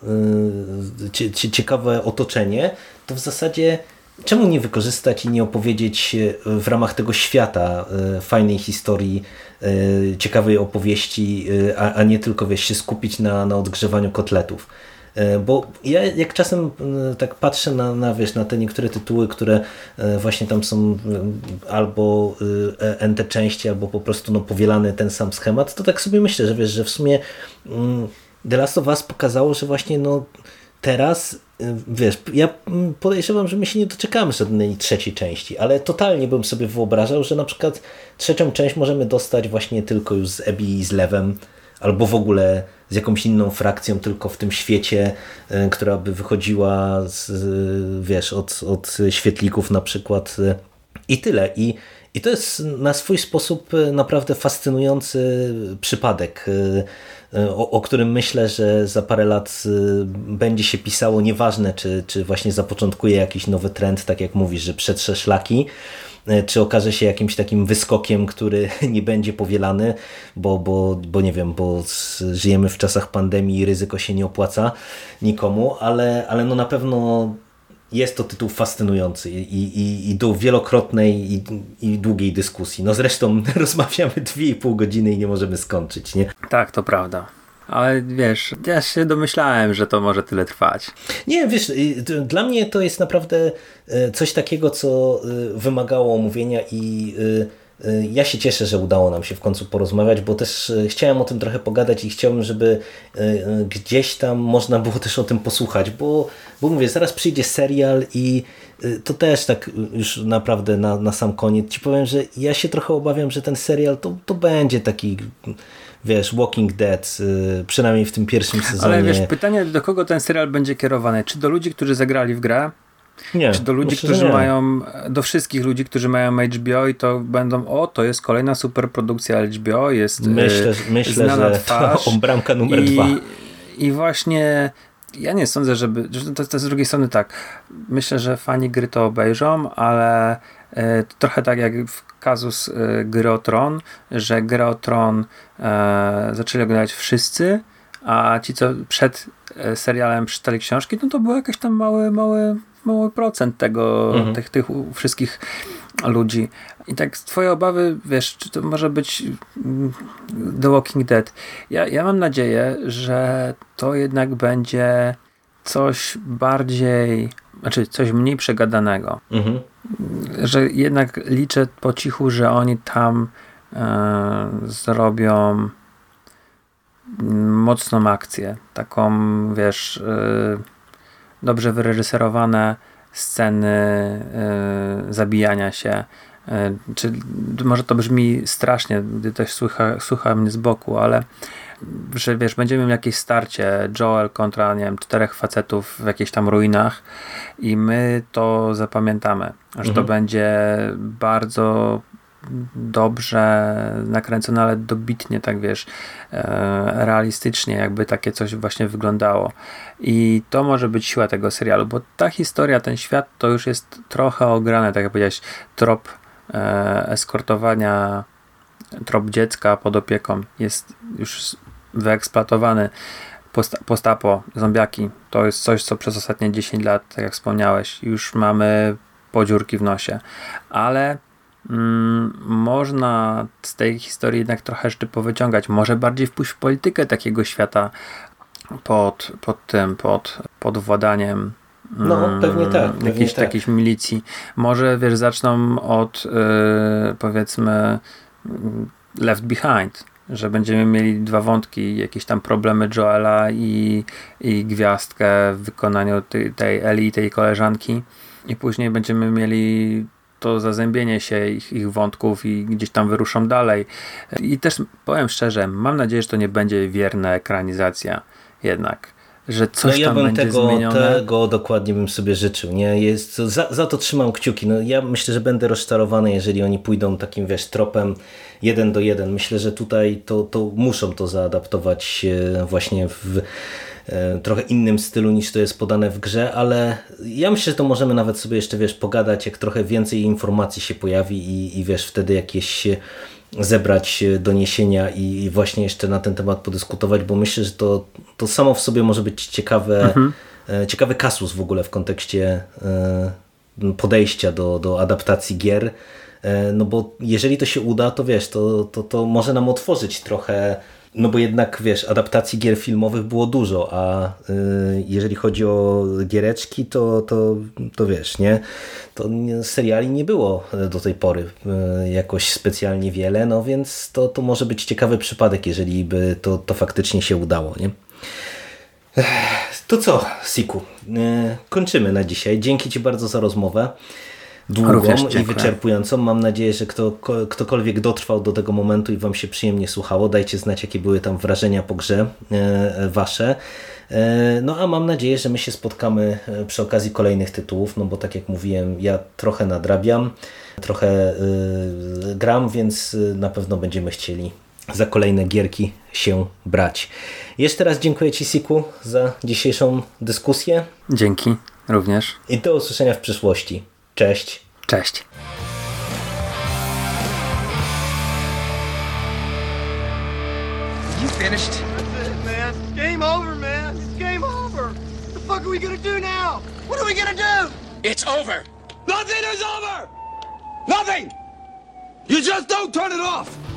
ciekawe otoczenie, to w zasadzie czemu nie wykorzystać i nie opowiedzieć w ramach tego świata fajnej historii, ciekawej opowieści, a, a nie tylko, wiesz, się skupić na, na odgrzewaniu kotletów. Bo ja jak czasem tak patrzę na, na, wiesz, na te niektóre tytuły, które właśnie tam są albo N T części, albo po prostu no, powielany ten sam schemat, to tak sobie myślę, że wiesz, że w sumie The Last of Us pokazało, że właśnie no teraz, wiesz, ja podejrzewam, że my się nie doczekamy żadnej trzeciej części, ale totalnie bym sobie wyobrażał, że na przykład trzecią część możemy dostać właśnie tylko już z Abby i z Levem, albo w ogóle z jakąś inną frakcją tylko w tym świecie, która by wychodziła z, wiesz, od, od świetlików na przykład i tyle. I, i to jest na swój sposób naprawdę fascynujący przypadek, o, o którym myślę, że za parę lat będzie się pisało, nieważne czy, czy właśnie zapoczątkuje jakiś nowy trend, tak jak mówisz, że przetrze szlaki, czy okaże się jakimś takim wyskokiem, który nie będzie powielany, bo, bo, bo nie wiem, bo żyjemy w czasach pandemii i ryzyko się nie opłaca nikomu, ale, ale no na pewno jest to tytuł fascynujący i, i, i do wielokrotnej i, i długiej dyskusji. No zresztą rozmawiamy dwie i pół godziny i nie możemy skończyć, nie? Tak, to prawda. Ale wiesz, ja się domyślałem, że to może tyle trwać. Nie, wiesz, dla mnie to jest naprawdę coś takiego, co wymagało omówienia i ja się cieszę, że udało nam się w końcu porozmawiać, bo też chciałem o tym trochę pogadać i chciałbym, żeby gdzieś tam można było też o tym posłuchać, bo, bo mówię, zaraz przyjdzie serial i to też tak już naprawdę na, na sam koniec ci powiem, że ja się trochę obawiam, że ten serial to, to będzie taki, wiesz, Walking Dead, przynajmniej w tym pierwszym sezonie. Ale wiesz, pytanie, do kogo ten serial będzie kierowany? Czy do ludzi, którzy zagrali w grę? Nie, czy do ludzi, myślę, którzy nie. mają, do wszystkich ludzi, którzy mają H B O i to będą, o, to jest kolejna super produkcja H B O, jest myślę, y, myślę znana że twarz. To bramka numer I, dwa. I właśnie ja nie sądzę, żeby, że to, to z drugiej strony tak, myślę, że fani gry to obejrzą, ale y, trochę tak jak w kazus y, Gry o Tron, że Gry o Tron y, zaczęli oglądać wszyscy, a ci, co przed y, serialem przeczytali książki, no to był jakiś tam mały, mały mały procent tego, mhm. tych, tych wszystkich ludzi. I tak twoje obawy, wiesz, czy to może być The Walking Dead. Ja, ja mam nadzieję, że to jednak będzie coś bardziej, znaczy coś mniej przegadanego. Mhm. Że jednak liczę po cichu, że oni tam e, zrobią mocną akcję. Taką, wiesz, e, dobrze wyreżyserowane sceny y, zabijania się. Y, czy może to brzmi strasznie, gdy ktoś słucha, słucha mnie z boku, ale że wiesz, będziemy mieli jakieś starcie Joel kontra, nie wiem, czterech facetów w jakichś tam ruinach i my to zapamiętamy. Że mhm. to będzie bardzo dobrze nakręcone, ale dobitnie, tak wiesz, e, realistycznie, jakby takie coś właśnie wyglądało. I to może być siła tego serialu, bo ta historia, ten świat to już jest trochę ograne, tak jak powiedziałeś, trop e, eskortowania, trop dziecka pod opieką jest już wyeksploatowany. Post, postapo, zombiaki, to jest coś, co przez ostatnie dziesięć lat, tak jak wspomniałeś, już mamy podziurki w nosie, ale Mm, można z tej historii jednak trochę rzeczy powyciągać. Może bardziej wpójść w politykę takiego świata pod, pod tym, pod, pod władaniem no, mm, pewnie tak, pewnie jakiejś tak. takiej milicji. Może wiesz, zaczną od yy, powiedzmy Left Behind, że będziemy mieli dwa wątki, jakieś tam problemy Joela i, i gwiazdkę w wykonaniu tej, tej Eli i tej koleżanki i później będziemy mieli to zazębienie się ich, ich wątków i gdzieś tam wyruszą dalej. I też powiem szczerze, mam nadzieję, że to nie będzie wierna ekranizacja jednak, że coś no ja tam bym będzie tego, zmienione. tego dokładnie bym sobie życzył. Nie? Jest, za, za to trzymam kciuki. No, ja myślę, że będę rozczarowany, jeżeli oni pójdą takim, wiesz, tropem jeden do jeden. Myślę, że tutaj to, to muszą to zaadaptować właśnie w trochę innym stylu niż to jest podane w grze, ale ja myślę, że to możemy nawet sobie jeszcze, wiesz, pogadać, jak trochę więcej informacji się pojawi i, i wiesz, wtedy jakieś zebrać doniesienia i właśnie jeszcze na ten temat podyskutować, bo myślę, że to, to samo w sobie może być ciekawe, mhm. ciekawy kasus w ogóle w kontekście podejścia do, do adaptacji gier, no bo jeżeli to się uda, to wiesz, to, to, to może nam otworzyć trochę. No bo jednak, wiesz, adaptacji gier filmowych było dużo, a y, jeżeli chodzi o giereczki, to, to, to wiesz, nie? To seriali nie było do tej pory y, jakoś specjalnie wiele, no więc to, to może być ciekawy przypadek, jeżeli by to, to faktycznie się udało, nie? Ech, to co, Siku? Y, kończymy na dzisiaj. Dzięki Ci bardzo za rozmowę. Długą i wyczerpującą. Mam nadzieję, że kto, ktokolwiek dotrwał do tego momentu i Wam się przyjemnie słuchało. Dajcie znać, jakie były tam wrażenia po grze e, Wasze. E, no a mam nadzieję, że my się spotkamy przy okazji kolejnych tytułów, no bo tak jak mówiłem, ja trochę nadrabiam, trochę e, gram, więc na pewno będziemy chcieli za kolejne gierki się brać. Jeszcze raz dziękuję Ci, Siku, za dzisiejszą dyskusję. Dzięki, również. I do usłyszenia w przyszłości. Cześć. Cześć. finished? That's it, man. Game over, man. It's game over. What the fuck are we gonna do now? What are we gonna do? It's over. Nothing is over. Nothing. You just don't turn it off.